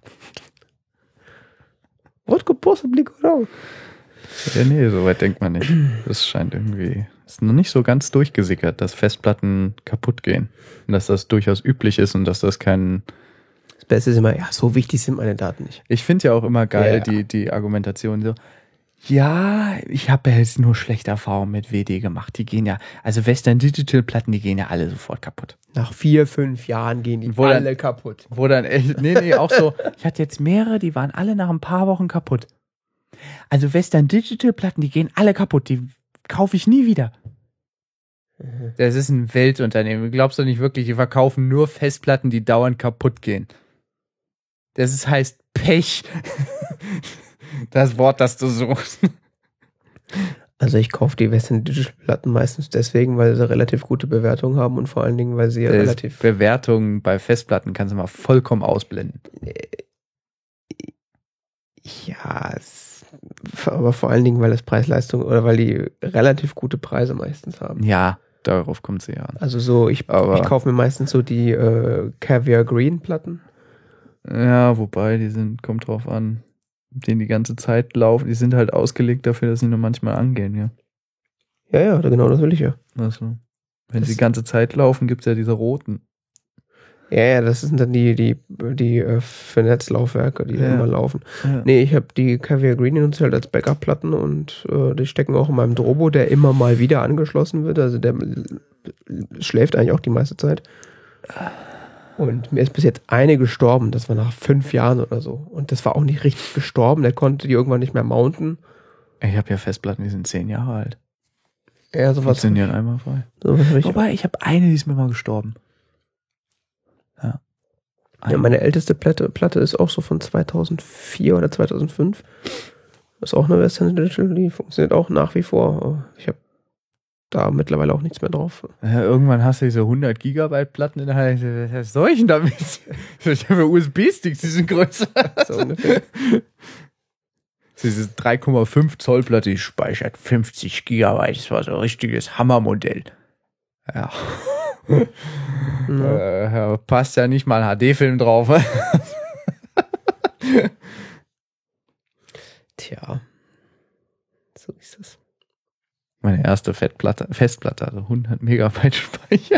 What could possibly go wrong? Ja, nee, so weit denkt man nicht. Das scheint irgendwie, ist noch nicht so ganz durchgesickert, dass Festplatten kaputt gehen. Und dass das durchaus üblich ist und dass das kein... Das Beste ist immer, ja, so wichtig sind meine Daten nicht. Ich finde ja auch immer geil, Ja. die, die Argumentation so, ja, ich habe ja jetzt nur schlechte Erfahrungen mit W D gemacht. Die gehen ja, also Western Digital Platten, die gehen ja alle sofort kaputt. Nach vier, fünf Jahren gehen die Wo dann- alle kaputt. Wo dann echt, nee, nee, auch so, ich hatte jetzt mehrere, die waren alle nach ein paar Wochen kaputt. Also Western Digital Platten, die gehen alle kaputt, die kaufe ich nie wieder. Das ist ein Weltunternehmen. Glaubst du nicht wirklich, die verkaufen nur Festplatten, die dauernd kaputt gehen? Das ist, heißt Pech. Das Wort, das du suchst. Also ich kaufe die Western Digital Platten meistens deswegen, weil sie relativ gute Bewertungen haben und vor allen Dingen, weil sie ja Das relativ... Bewertungen bei Festplatten kannst du mal vollkommen ausblenden. Ja, es, aber vor allen Dingen, weil das Preis-Leistung oder weil die relativ gute Preise meistens haben. Ja, darauf kommt sie ja an. Also so, ich, Aber- ich kaufe mir meistens so die äh, Caviar Green Platten. Ja, wobei, die sind, kommt drauf an, die die ganze Zeit laufen. Die sind halt ausgelegt dafür, dass sie nur manchmal angehen, ja. Ja, ja, genau, das will ich ja. Also, wenn Das- sie die ganze Zeit laufen, gibt's ja diese roten. Ja, ja, das sind dann die, die, die äh, für Netzlaufwerke, die Ja. dann immer laufen. Ja. Nee, ich habe die Caviar Green, die nutze ich halt als Backup-Platten und äh, die stecken auch in meinem Drobo, der immer mal wieder angeschlossen wird. Also der schläft eigentlich auch die meiste Zeit. Und mir ist bis jetzt eine gestorben, das war nach fünf Jahren oder so. Und das war auch nicht richtig gestorben, der konnte die irgendwann nicht mehr mounten. Ich habe ja Festplatten, die sind zehn Jahre alt. Ja, sowas. Funktionieren einmal frei. sowas hab ich Wobei, ich habe eine, die ist mir mal gestorben. Ja. Ja, meine älteste Platte, Platte ist auch so von zweitausendvier oder zweitausendfünf. Das ist auch eine Western Digital, die funktioniert auch nach wie vor. Ich habe da mittlerweile auch nichts mehr drauf. Ja, irgendwann hast du diese hundert Gigabyte Platten in der Hand. Was soll ich denn damit? Ich habe ja U S B-Sticks, die sind größer. So ungefähr. Diese drei Komma fünf Zoll Platte, die speichert fünfzig Gigabyte. Das war so ein richtiges Hammermodell. Ja. Ja. Äh, ja, passt ja nicht mal ein H D-Film drauf. Tja. So ist es. Meine erste Fettplatte, Festplatte, also hundert Megabyte Speicher.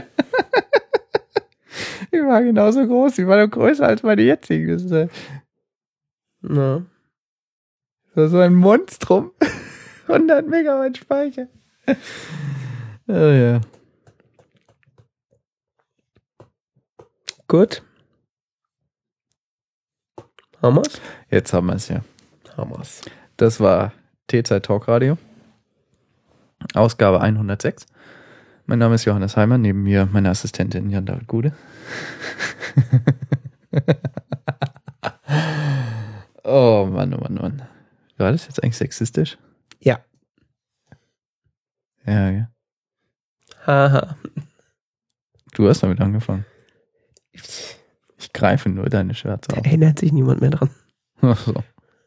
Die war genauso groß, die war noch größer als meine jetzige. Das ist, äh, Na. das war so ein Monstrum. hundert Megabyte Speicher. Oh ja. Gut. Haben wir's? Jetzt haben wir es ja. Haben wir's. Das war T-Zeit Talk Radio. Ausgabe hundertsechs. Mein Name ist Johannes Heimer, neben mir meine Assistentin Jan David Gude. Oh Mann, oh Mann, oh Mann. War das jetzt eigentlich sexistisch? Ja. Ja, ja. Haha. Du hast damit angefangen. Ich greife nur deine Schwärze Da auf. erinnert sich niemand mehr dran. Ach so.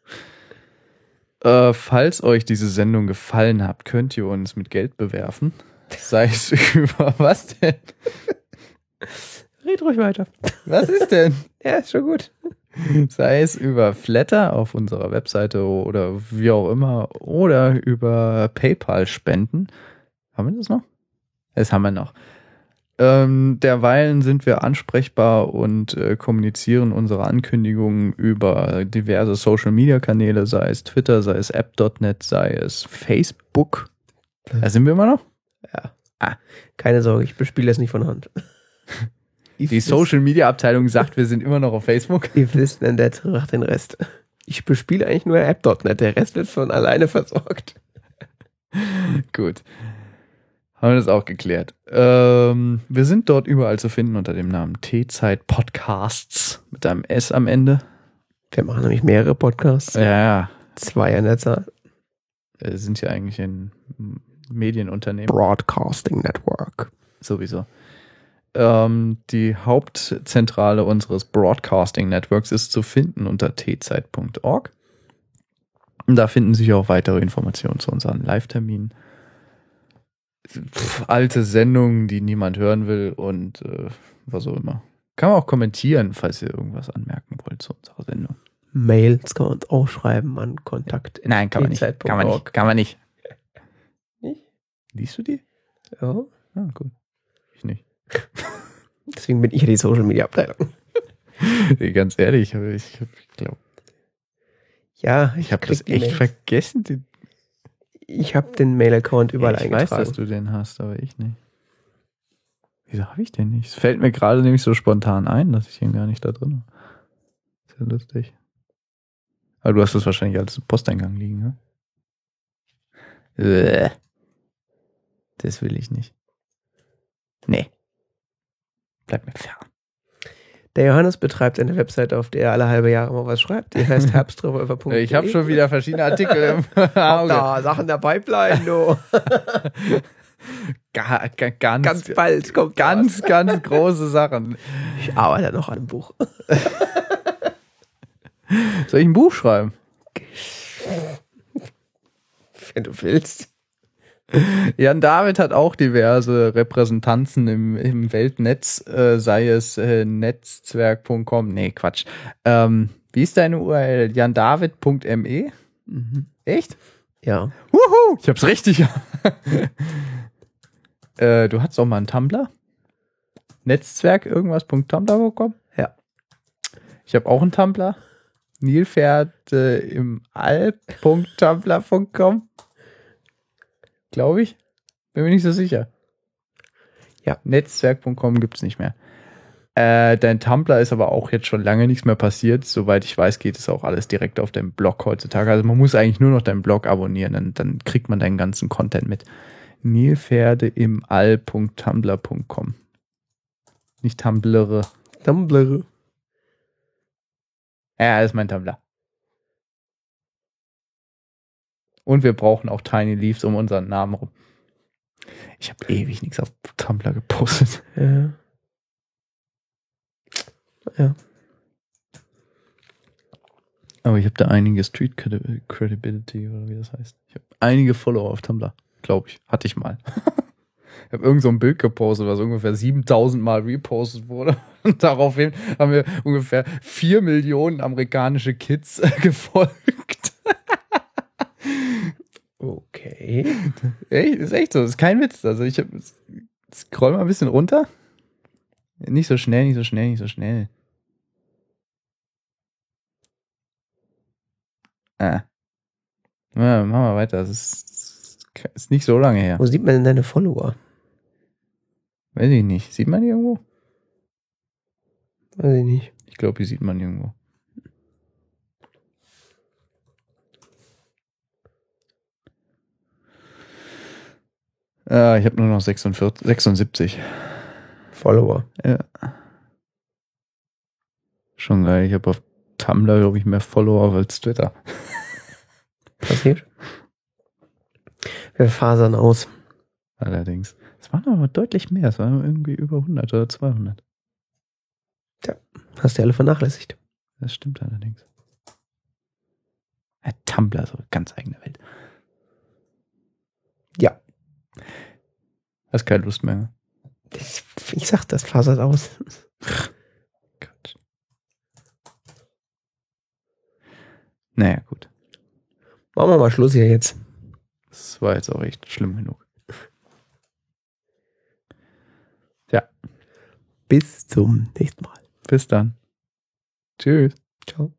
Äh, falls euch diese Sendung gefallen hat, könnt ihr uns mit Geld bewerfen. Sei es über was denn? Red ruhig weiter. Was ist denn? Ja, ist schon gut. Sei es über Flatter auf unserer Webseite oder wie auch immer oder über PayPal-Spenden. Haben wir das noch? Das haben wir noch. Ähm, derweilen sind wir ansprechbar und äh, kommunizieren unsere Ankündigungen über diverse Social-Media-Kanäle, sei es Twitter, sei es app Punkt net, sei es Facebook. Da sind wir immer noch? Ja. Ah, keine Sorge, ich bespiele das nicht von Hand. Die Social-Media-Abteilung sagt, wir sind immer noch auf Facebook. Ihr wisst, dann der macht den Rest. Ich bespiele eigentlich nur app Punkt net, der Rest wird von alleine versorgt. Gut. Haben wir das auch geklärt. Ähm, wir sind dort überall zu finden unter dem Namen T-Zeit Podcasts mit einem S am Ende. Wir machen nämlich mehrere Podcasts. Ja, ja. Zwei an der Zahl. Wir sind ja eigentlich ein Medienunternehmen. Broadcasting Network. Sowieso. Ähm, die Hauptzentrale unseres Broadcasting Networks ist zu finden unter t zeit punkt org. Und da finden sich auch weitere Informationen zu unseren Live-Terminen. Pff, alte Sendungen, die niemand hören will und äh, was auch immer. Kann man auch kommentieren, falls ihr irgendwas anmerken wollt zu unserer Sendung. Mails kann man auch schreiben an Kontakt. Nein, kann man nicht. Kann man nicht. Kann man nicht. Nicht? Liest du die? Ja. Ah, gut. Ich nicht. Deswegen bin ich ja die Social Media Abteilung. Nee, ganz ehrlich, ich, ich glaube. Ja, ich, ich habe das echt Mails. vergessen. Die ich habe den Mail-Account überall ja, ich eingetragen. Ich weiß, dass du den hast, aber ich nicht. Wieso habe ich den nicht? Es fällt mir gerade nämlich so spontan ein, dass ich ihn gar nicht da drin habe. Ist ja lustig. Aber du hast das wahrscheinlich alles im Posteingang liegen, ne? Das will ich nicht. Nee. Bleib mir fern. Der Johannes betreibt eine Webseite, auf der er alle halbe Jahre mal was schreibt. Die heißt herbstrevolver punkt de. Ich habe schon wieder verschiedene Artikel im Auge. Da, Sachen der Pipeline, du. Ga, ga, ganz, ganz bald kommt ganz, was. ganz große Sachen. Ich arbeite noch an einem Buch. Soll ich ein Buch schreiben? Wenn du willst. Jan David hat auch diverse Repräsentanzen im, im Weltnetz, äh, sei es äh, netzwerk punkt com. Nee, Quatsch. Ähm, wie ist deine U R L? jan david punkt me? Mhm. Echt? Ja. Wuhu! Ich hab's richtig. äh, du hattest auch mal einen Tumblr? Netzwerk irgendwas Punkt tumblr punkt com? Ja. Ich habe auch einen Tumblr. Nilpferde im All punkt tumblr punkt com. Glaube ich. Bin mir nicht so sicher. Ja. Netzwerk punkt com gibt's nicht mehr. Äh, dein Tumblr ist aber auch jetzt schon lange nichts mehr passiert. Soweit ich weiß, geht es auch alles direkt auf deinem Blog heutzutage. Also man muss eigentlich nur noch deinen Blog abonnieren, dann, dann kriegt man deinen ganzen Content mit. Nilpferde im All punkt tumblr punkt com. Nicht Tumblr. Tumblr. Ja, das ist mein Tumblr. Und wir brauchen auch Tiny Leaves um unseren Namen rum. Ich habe ewig nichts auf Tumblr gepostet. Ja. Ja. Aber ich habe da einige Street Credibility oder wie das heißt. Ich habe einige Follower auf Tumblr, glaube ich. Hatte ich mal. Ich habe irgend so ein Bild gepostet, was ungefähr siebentausend Mal repostet wurde. Und daraufhin haben wir ungefähr vier Millionen amerikanische Kids gefolgt. Okay. Echt, ist echt so, das ist kein Witz. Also ich hab, scroll mal ein bisschen runter. Nicht so schnell, nicht so schnell, nicht so schnell. Ah. Ja, machen wir weiter. Das ist, ist nicht so lange her. Wo sieht man denn deine Follower? Weiß ich nicht. Sieht man die irgendwo? Weiß ich nicht. Ich glaube, die sieht man irgendwo. Äh, ich habe nur noch sechsundvierzig, sechsundsiebzig Follower. Ja. Schon geil. Ich habe auf Tumblr, glaube ich, mehr Follower als Twitter. Passiert. Wir fasern aus. Allerdings. Es waren aber deutlich mehr. Es waren irgendwie über hundert oder zweihundert. Tja, hast du alle vernachlässigt. Das stimmt allerdings. Ja, Tumblr ist eine ganz eigene Welt. Ja. Hast keine Lust mehr. Das, ich sag, das fasert aus. Gott. Naja, gut. Machen wir mal Schluss hier jetzt. Das war jetzt auch echt schlimm genug. Ja. Bis zum nächsten Mal. Bis dann. Tschüss. Ciao.